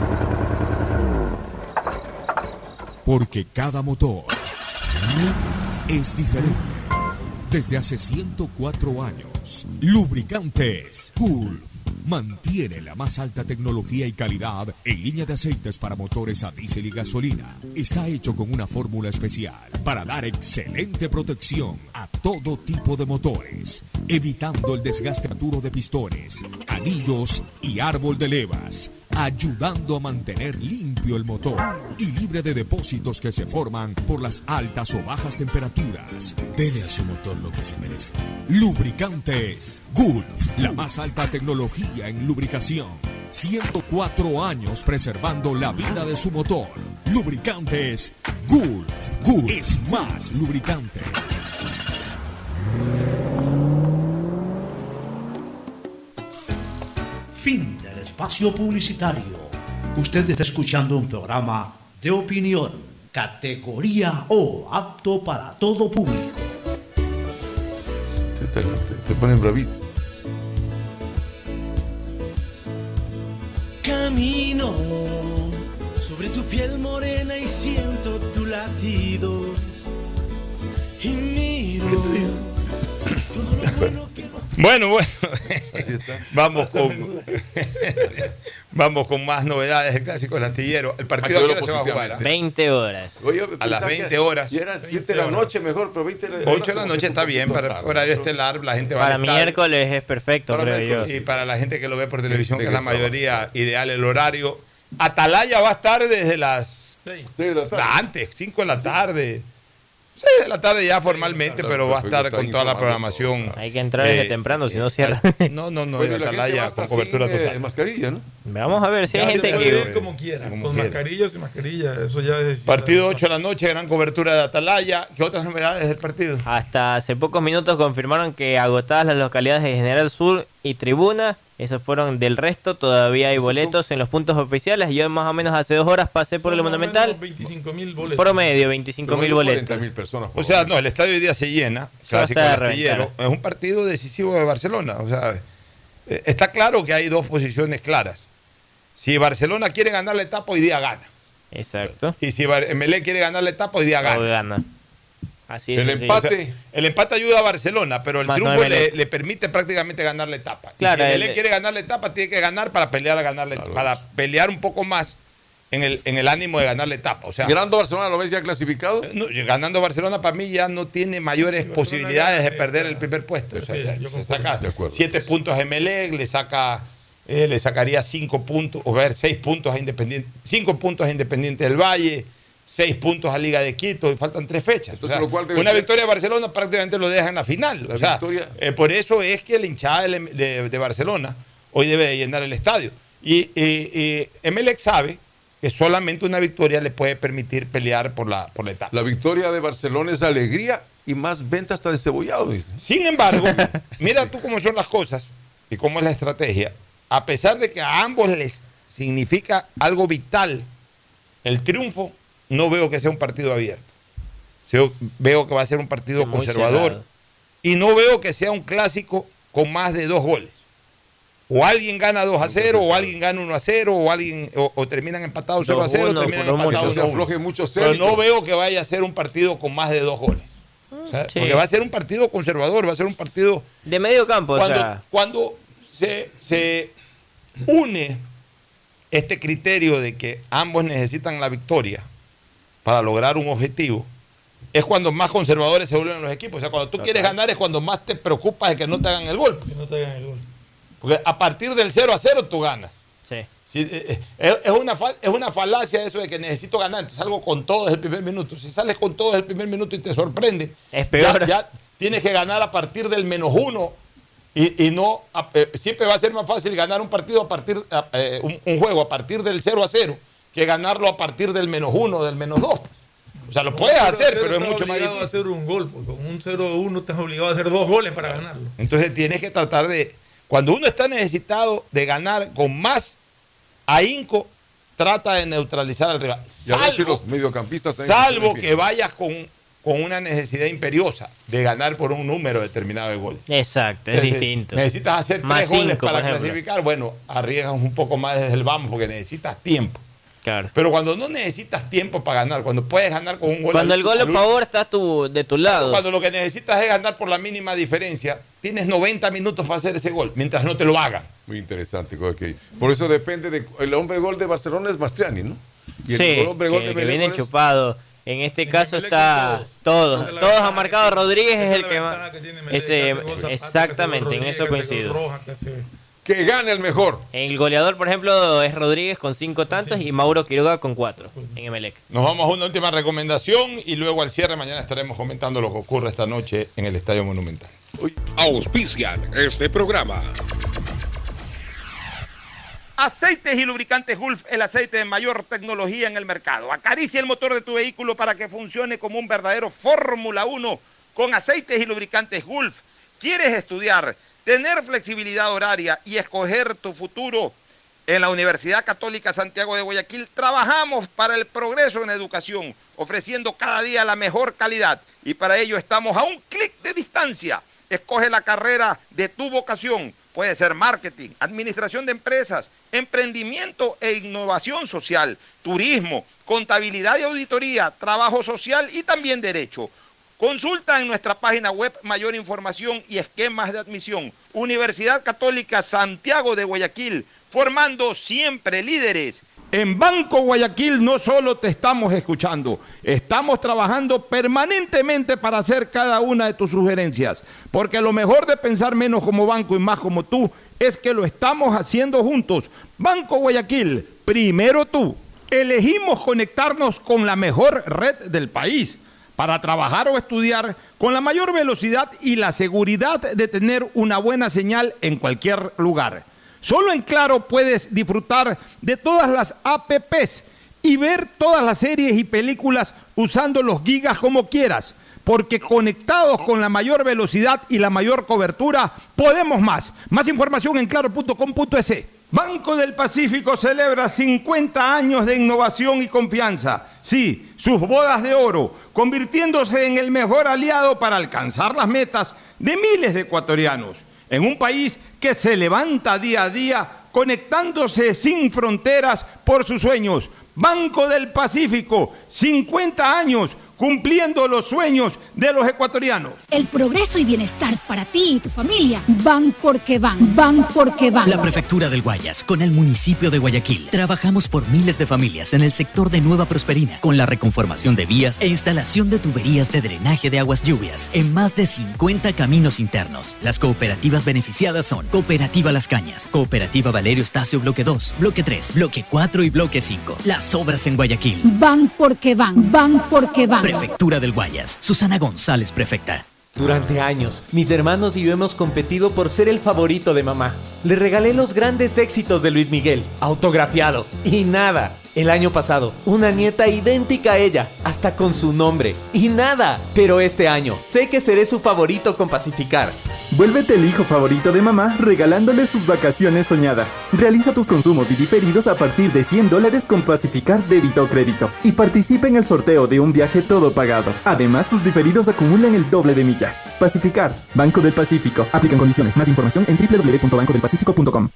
Porque cada motor es diferente. Desde hace 104 años, Lubricantes Gulf mantiene la más alta tecnología y calidad en línea de aceites para motores a diésel y gasolina. Está hecho con una fórmula especial para dar excelente protección a todo tipo de motores, evitando el desgaste prematuro de pistones, anillos y árbol de levas, ayudando a mantener limpio el motor y libre de depósitos que se forman por las altas o bajas temperaturas. Dele a su motor lo que se merece. Lubricantes Gulf, la más alta tecnología en lubricación. 104 años preservando la vida de su motor. Lubricantes Gulf. Gulf es más lubricante. Fin del espacio publicitario. Usted está escuchando un programa de opinión, categoría O, apto para todo público. Te ponen bravito. Camino sobre tu piel morena y siento tu latido. Y miro todo lo bueno que Bueno, vamos con más novedades del Clásico del Astillero. El partido ¿a qué hora se va a jugar? 20 horas. Oye, a las 20 horas. Ya eran 7 de la noche mejor, pero 20 de la 8 de la noche está bien para horario estelar. La gente va para a estar. miércoles es perfecto, creo yo. Y para la gente que lo ve por televisión, que es la mayoría, ideal el horario. Atalaya va a estar desde las 6 de la tarde. Antes, 5 de la tarde. 6 de la tarde ya formalmente, pero va a estar con toda la programación. Hay que entrar desde temprano, si no cierra. No, Atalaya con cobertura total. Mascarilla, ¿no? Vamos a ver si hay gente que... como quiera, con mascarilla o sin mascarilla, eso ya es... Partido 8 de la noche, gran cobertura de Atalaya. ¿Qué otras novedades del partido? Hasta hace pocos minutos confirmaron que agotadas las localidades de General Sur y Tribuna, esos fueron del resto, todavía hay boletos en los puntos oficiales. Yo más o menos hace 2 horas pasé por el Monumental. 25.000 boletos. Promedio, 25.000 boletos. 40.000 personas. O sea, no, el estadio hoy día se llena. Clásico del Astillero. Es un partido decisivo de Barcelona. O sea, está claro que hay dos posiciones claras. Si Barcelona quiere ganar la etapa, hoy día gana. Exacto. Y si Emelec quiere ganar la etapa, hoy día gana. Hoy gana. Así es. El empate, o sea, el empate ayuda a Barcelona, pero el triunfo le permite prácticamente ganar la etapa. Claro, y si Emelec quiere ganar la etapa, tiene que ganar para pelear a ganar para pelear un poco más en el ánimo de ganar la etapa. O sea, ¿ganando Barcelona lo ves ya clasificado? No, ganando Barcelona para mí ya no tiene mayores posibilidades de perder el primer puesto. O sea, se saca 7 puntos a Emelec, le sacaría 5 puntos, o ver, 6 puntos a Independiente, 5 puntos a Independiente del Valle, 6 puntos a Liga de Quito, y faltan 3 fechas. Entonces, o sea, una victoria de Barcelona prácticamente lo deja en la final. Por eso es que la hinchada de Barcelona hoy debe de llenar el estadio. Y Emelec sabe que solamente una victoria le puede permitir pelear por la etapa. La victoria de Barcelona es alegría y más venta hasta de cebollado, dice. Sin embargo, mira tú cómo son las cosas y cómo es la estrategia. A pesar de que a ambos les significa algo vital el triunfo, no veo que sea un partido abierto. Yo veo que va a ser un partido conservador y no veo que sea un clásico con más de 2 goles. O alguien gana 2-0, o alguien gana 1-0, o terminan empatados 0-0, terminan empatados 1-1. Pero no veo que vaya a ser un partido con más de 2 goles. O sea, porque va a ser un partido conservador, va a ser un partido de medio campo. Cuando se une este criterio de que ambos necesitan la victoria para lograr un objetivo, es cuando más conservadores se vuelven los equipos. O sea, cuando tú quieres ganar es cuando más te preocupas de que no te hagan el gol. Que no te hagan el gol. Porque a partir del 0-0 tú ganas. Sí. Es una falacia eso de que necesito ganar, entonces salgo con todo desde el primer minuto. Si sales con todo desde el primer minuto y te sorprende, es peor. Ya tienes que ganar a partir del -1 y no, siempre va a ser más fácil ganar un partido un juego a partir del 0-0 que ganarlo a partir del -1, del -2. O sea, lo puedes hacer, pero es mucho más difícil. A hacer un gol, porque con un 0-1 estás obligado a hacer 2 goles para ganarlo. Entonces tienes que tratar de, cuando uno está necesitado de ganar con más ahínco, trata de neutralizar al rival. Y a ver si los mediocampistas salvo que vayas con una necesidad imperiosa de ganar por un número determinado de goles. Exacto, es distinto. Necesitas hacer más 3 goles 5, para clasificar. Bueno, arriesgas un poco más desde el vamos porque necesitas tiempo. Claro. Pero cuando no necesitas tiempo para ganar, cuando puedes ganar con un gol. Cuando el gol a favor está de tu lado. Cuando lo que necesitas es ganar por la mínima diferencia, tienes 90 minutos para hacer ese gol, mientras no te lo hagan. Muy interesante. Okay. Por eso depende el hombre gol de Barcelona es Mastriani, ¿no? Y el hombre gol de que viene enchufado. En este caso está todos han marcado. Rodríguez es el que más. Exactamente, en eso coincido. Que gane el mejor. El goleador, por ejemplo, es Rodríguez con 5 tantos y Mauro Quiroga con 4 en Emelec. Nos vamos a una última recomendación y luego al cierre mañana estaremos comentando lo que ocurre esta noche en el Estadio Monumental. Auspician este programa. Aceites y lubricantes Gulf, el aceite de mayor tecnología en el mercado. Acaricia el motor de tu vehículo para que funcione como un verdadero Fórmula 1 con aceites y lubricantes Gulf. ¿Quieres estudiar, tener flexibilidad horaria y escoger tu futuro? En la Universidad Católica Santiago de Guayaquil trabajamos para el progreso en educación, ofreciendo cada día la mejor calidad. Y para ello estamos a un clic de distancia. Escoge la carrera de tu vocación. Puede ser marketing, administración de empresas, emprendimiento e innovación social, turismo, contabilidad y auditoría, trabajo social y también derecho. Consulta en nuestra página web mayor información y esquemas de admisión. Universidad Católica Santiago de Guayaquil, formando siempre líderes. En Banco Guayaquil no solo te estamos escuchando, estamos trabajando permanentemente para hacer cada una de tus sugerencias, porque lo mejor de pensar menos como banco y más como tú es que lo estamos haciendo juntos. Banco Guayaquil, primero tú. Elegimos conectarnos con la mejor red del país para trabajar o estudiar con la mayor velocidad y la seguridad de tener una buena señal en cualquier lugar. Solo en Claro puedes disfrutar de todas las APPs y ver todas las series y películas usando los gigas como quieras, porque conectados con la mayor velocidad y la mayor cobertura, podemos más. Más información en claro.com.es. Banco del Pacífico celebra 50 años de innovación y confianza. Sí, sus bodas de oro, convirtiéndose en el mejor aliado para alcanzar las metas de miles de ecuatorianos. En un país que se levanta día a día, conectándose sin fronteras por sus sueños. Banco del Pacífico, 50 años, cumpliendo los sueños de los ecuatorianos. El progreso y bienestar para ti y tu familia van porque van, van porque van. La Prefectura del Guayas, con el municipio de Guayaquil, trabajamos por miles de familias en el sector de Nueva Prosperina, con la reconformación de vías e instalación de tuberías de drenaje de aguas lluvias en más de 50 caminos internos. Las cooperativas beneficiadas son Cooperativa Las Cañas, Cooperativa Valerio Estacio Bloque 2, Bloque 3, Bloque 4 y Bloque 5. Las obras en Guayaquil van porque van, van porque van. Prefectura del Guayas. Susana González, prefecta. Durante años, mis hermanos y yo hemos competido por ser el favorito de mamá. Le regalé los grandes éxitos de Luis Miguel, autografiado, y nada. El año pasado, una nieta idéntica a ella, hasta con su nombre, y nada. Pero este año, sé que seré su favorito con Pacificar. Vuélvete el hijo favorito de mamá regalándole sus vacaciones soñadas. Realiza tus consumos y diferidos a partir de $100 con Pacificar débito o crédito y participa en el sorteo de un viaje todo pagado. Además, tus diferidos acumulan el doble de millas. Pacificar, Banco del Pacífico. Aplican condiciones. Más información en www.bancodelpacifico.com.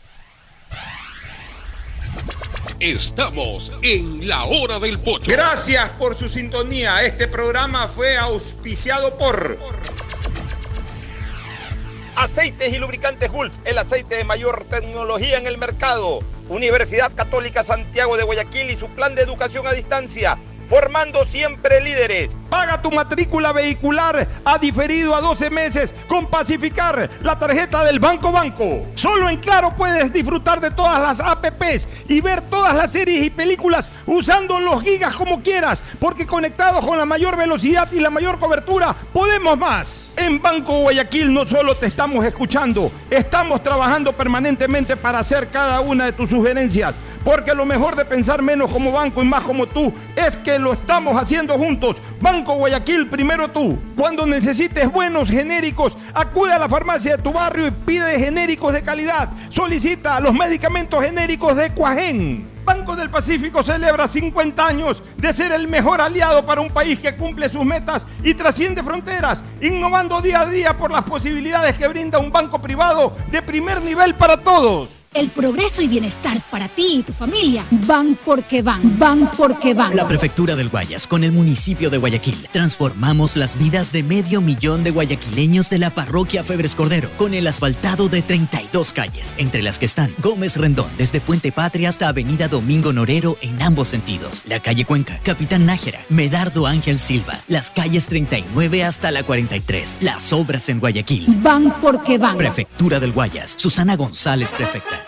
Estamos en la hora del pocho. Gracias por su sintonía. Este programa fue auspiciado por Aceites y Lubricantes Gulf, el aceite de mayor tecnología en el mercado. Universidad Católica Santiago de Guayaquil y su plan de educación a distancia, formando siempre líderes. Paga tu matrícula vehicular a diferido a 12 meses con Pacificar, la tarjeta del Banco. Solo en Claro puedes disfrutar de todas las apps y ver todas las series y películas usando los gigas como quieras, porque conectados con la mayor velocidad y la mayor cobertura, podemos más. En Banco Guayaquil no solo te estamos escuchando, estamos trabajando permanentemente para hacer cada una de tus sugerencias, porque lo mejor de pensar menos como banco y más como tú es que lo estamos haciendo juntos. Banco Guayaquil, primero tú. Cuando necesites buenos genéricos, acude a la farmacia de tu barrio y pide genéricos de calidad. Solicita los medicamentos genéricos de Cuajén. Banco del Pacífico celebra 50 años de ser el mejor aliado para un país que cumple sus metas y trasciende fronteras, innovando día a día por las posibilidades que brinda un banco privado de primer nivel para todos. El progreso y bienestar para ti y tu familia van porque van, van porque van. La Prefectura del Guayas con el municipio de Guayaquil transformamos las vidas de 500,000 de guayaquileños de la parroquia Febres Cordero con el asfaltado de 32 calles, entre las que están Gómez Rendón desde Puente Patria hasta Avenida Domingo Norero en ambos sentidos, la calle Cuenca, Capitán Nájera, Medardo Ángel Silva, las calles 39 hasta la 43. Las obras en Guayaquil van porque van. Prefectura del Guayas, Susana González, prefecta.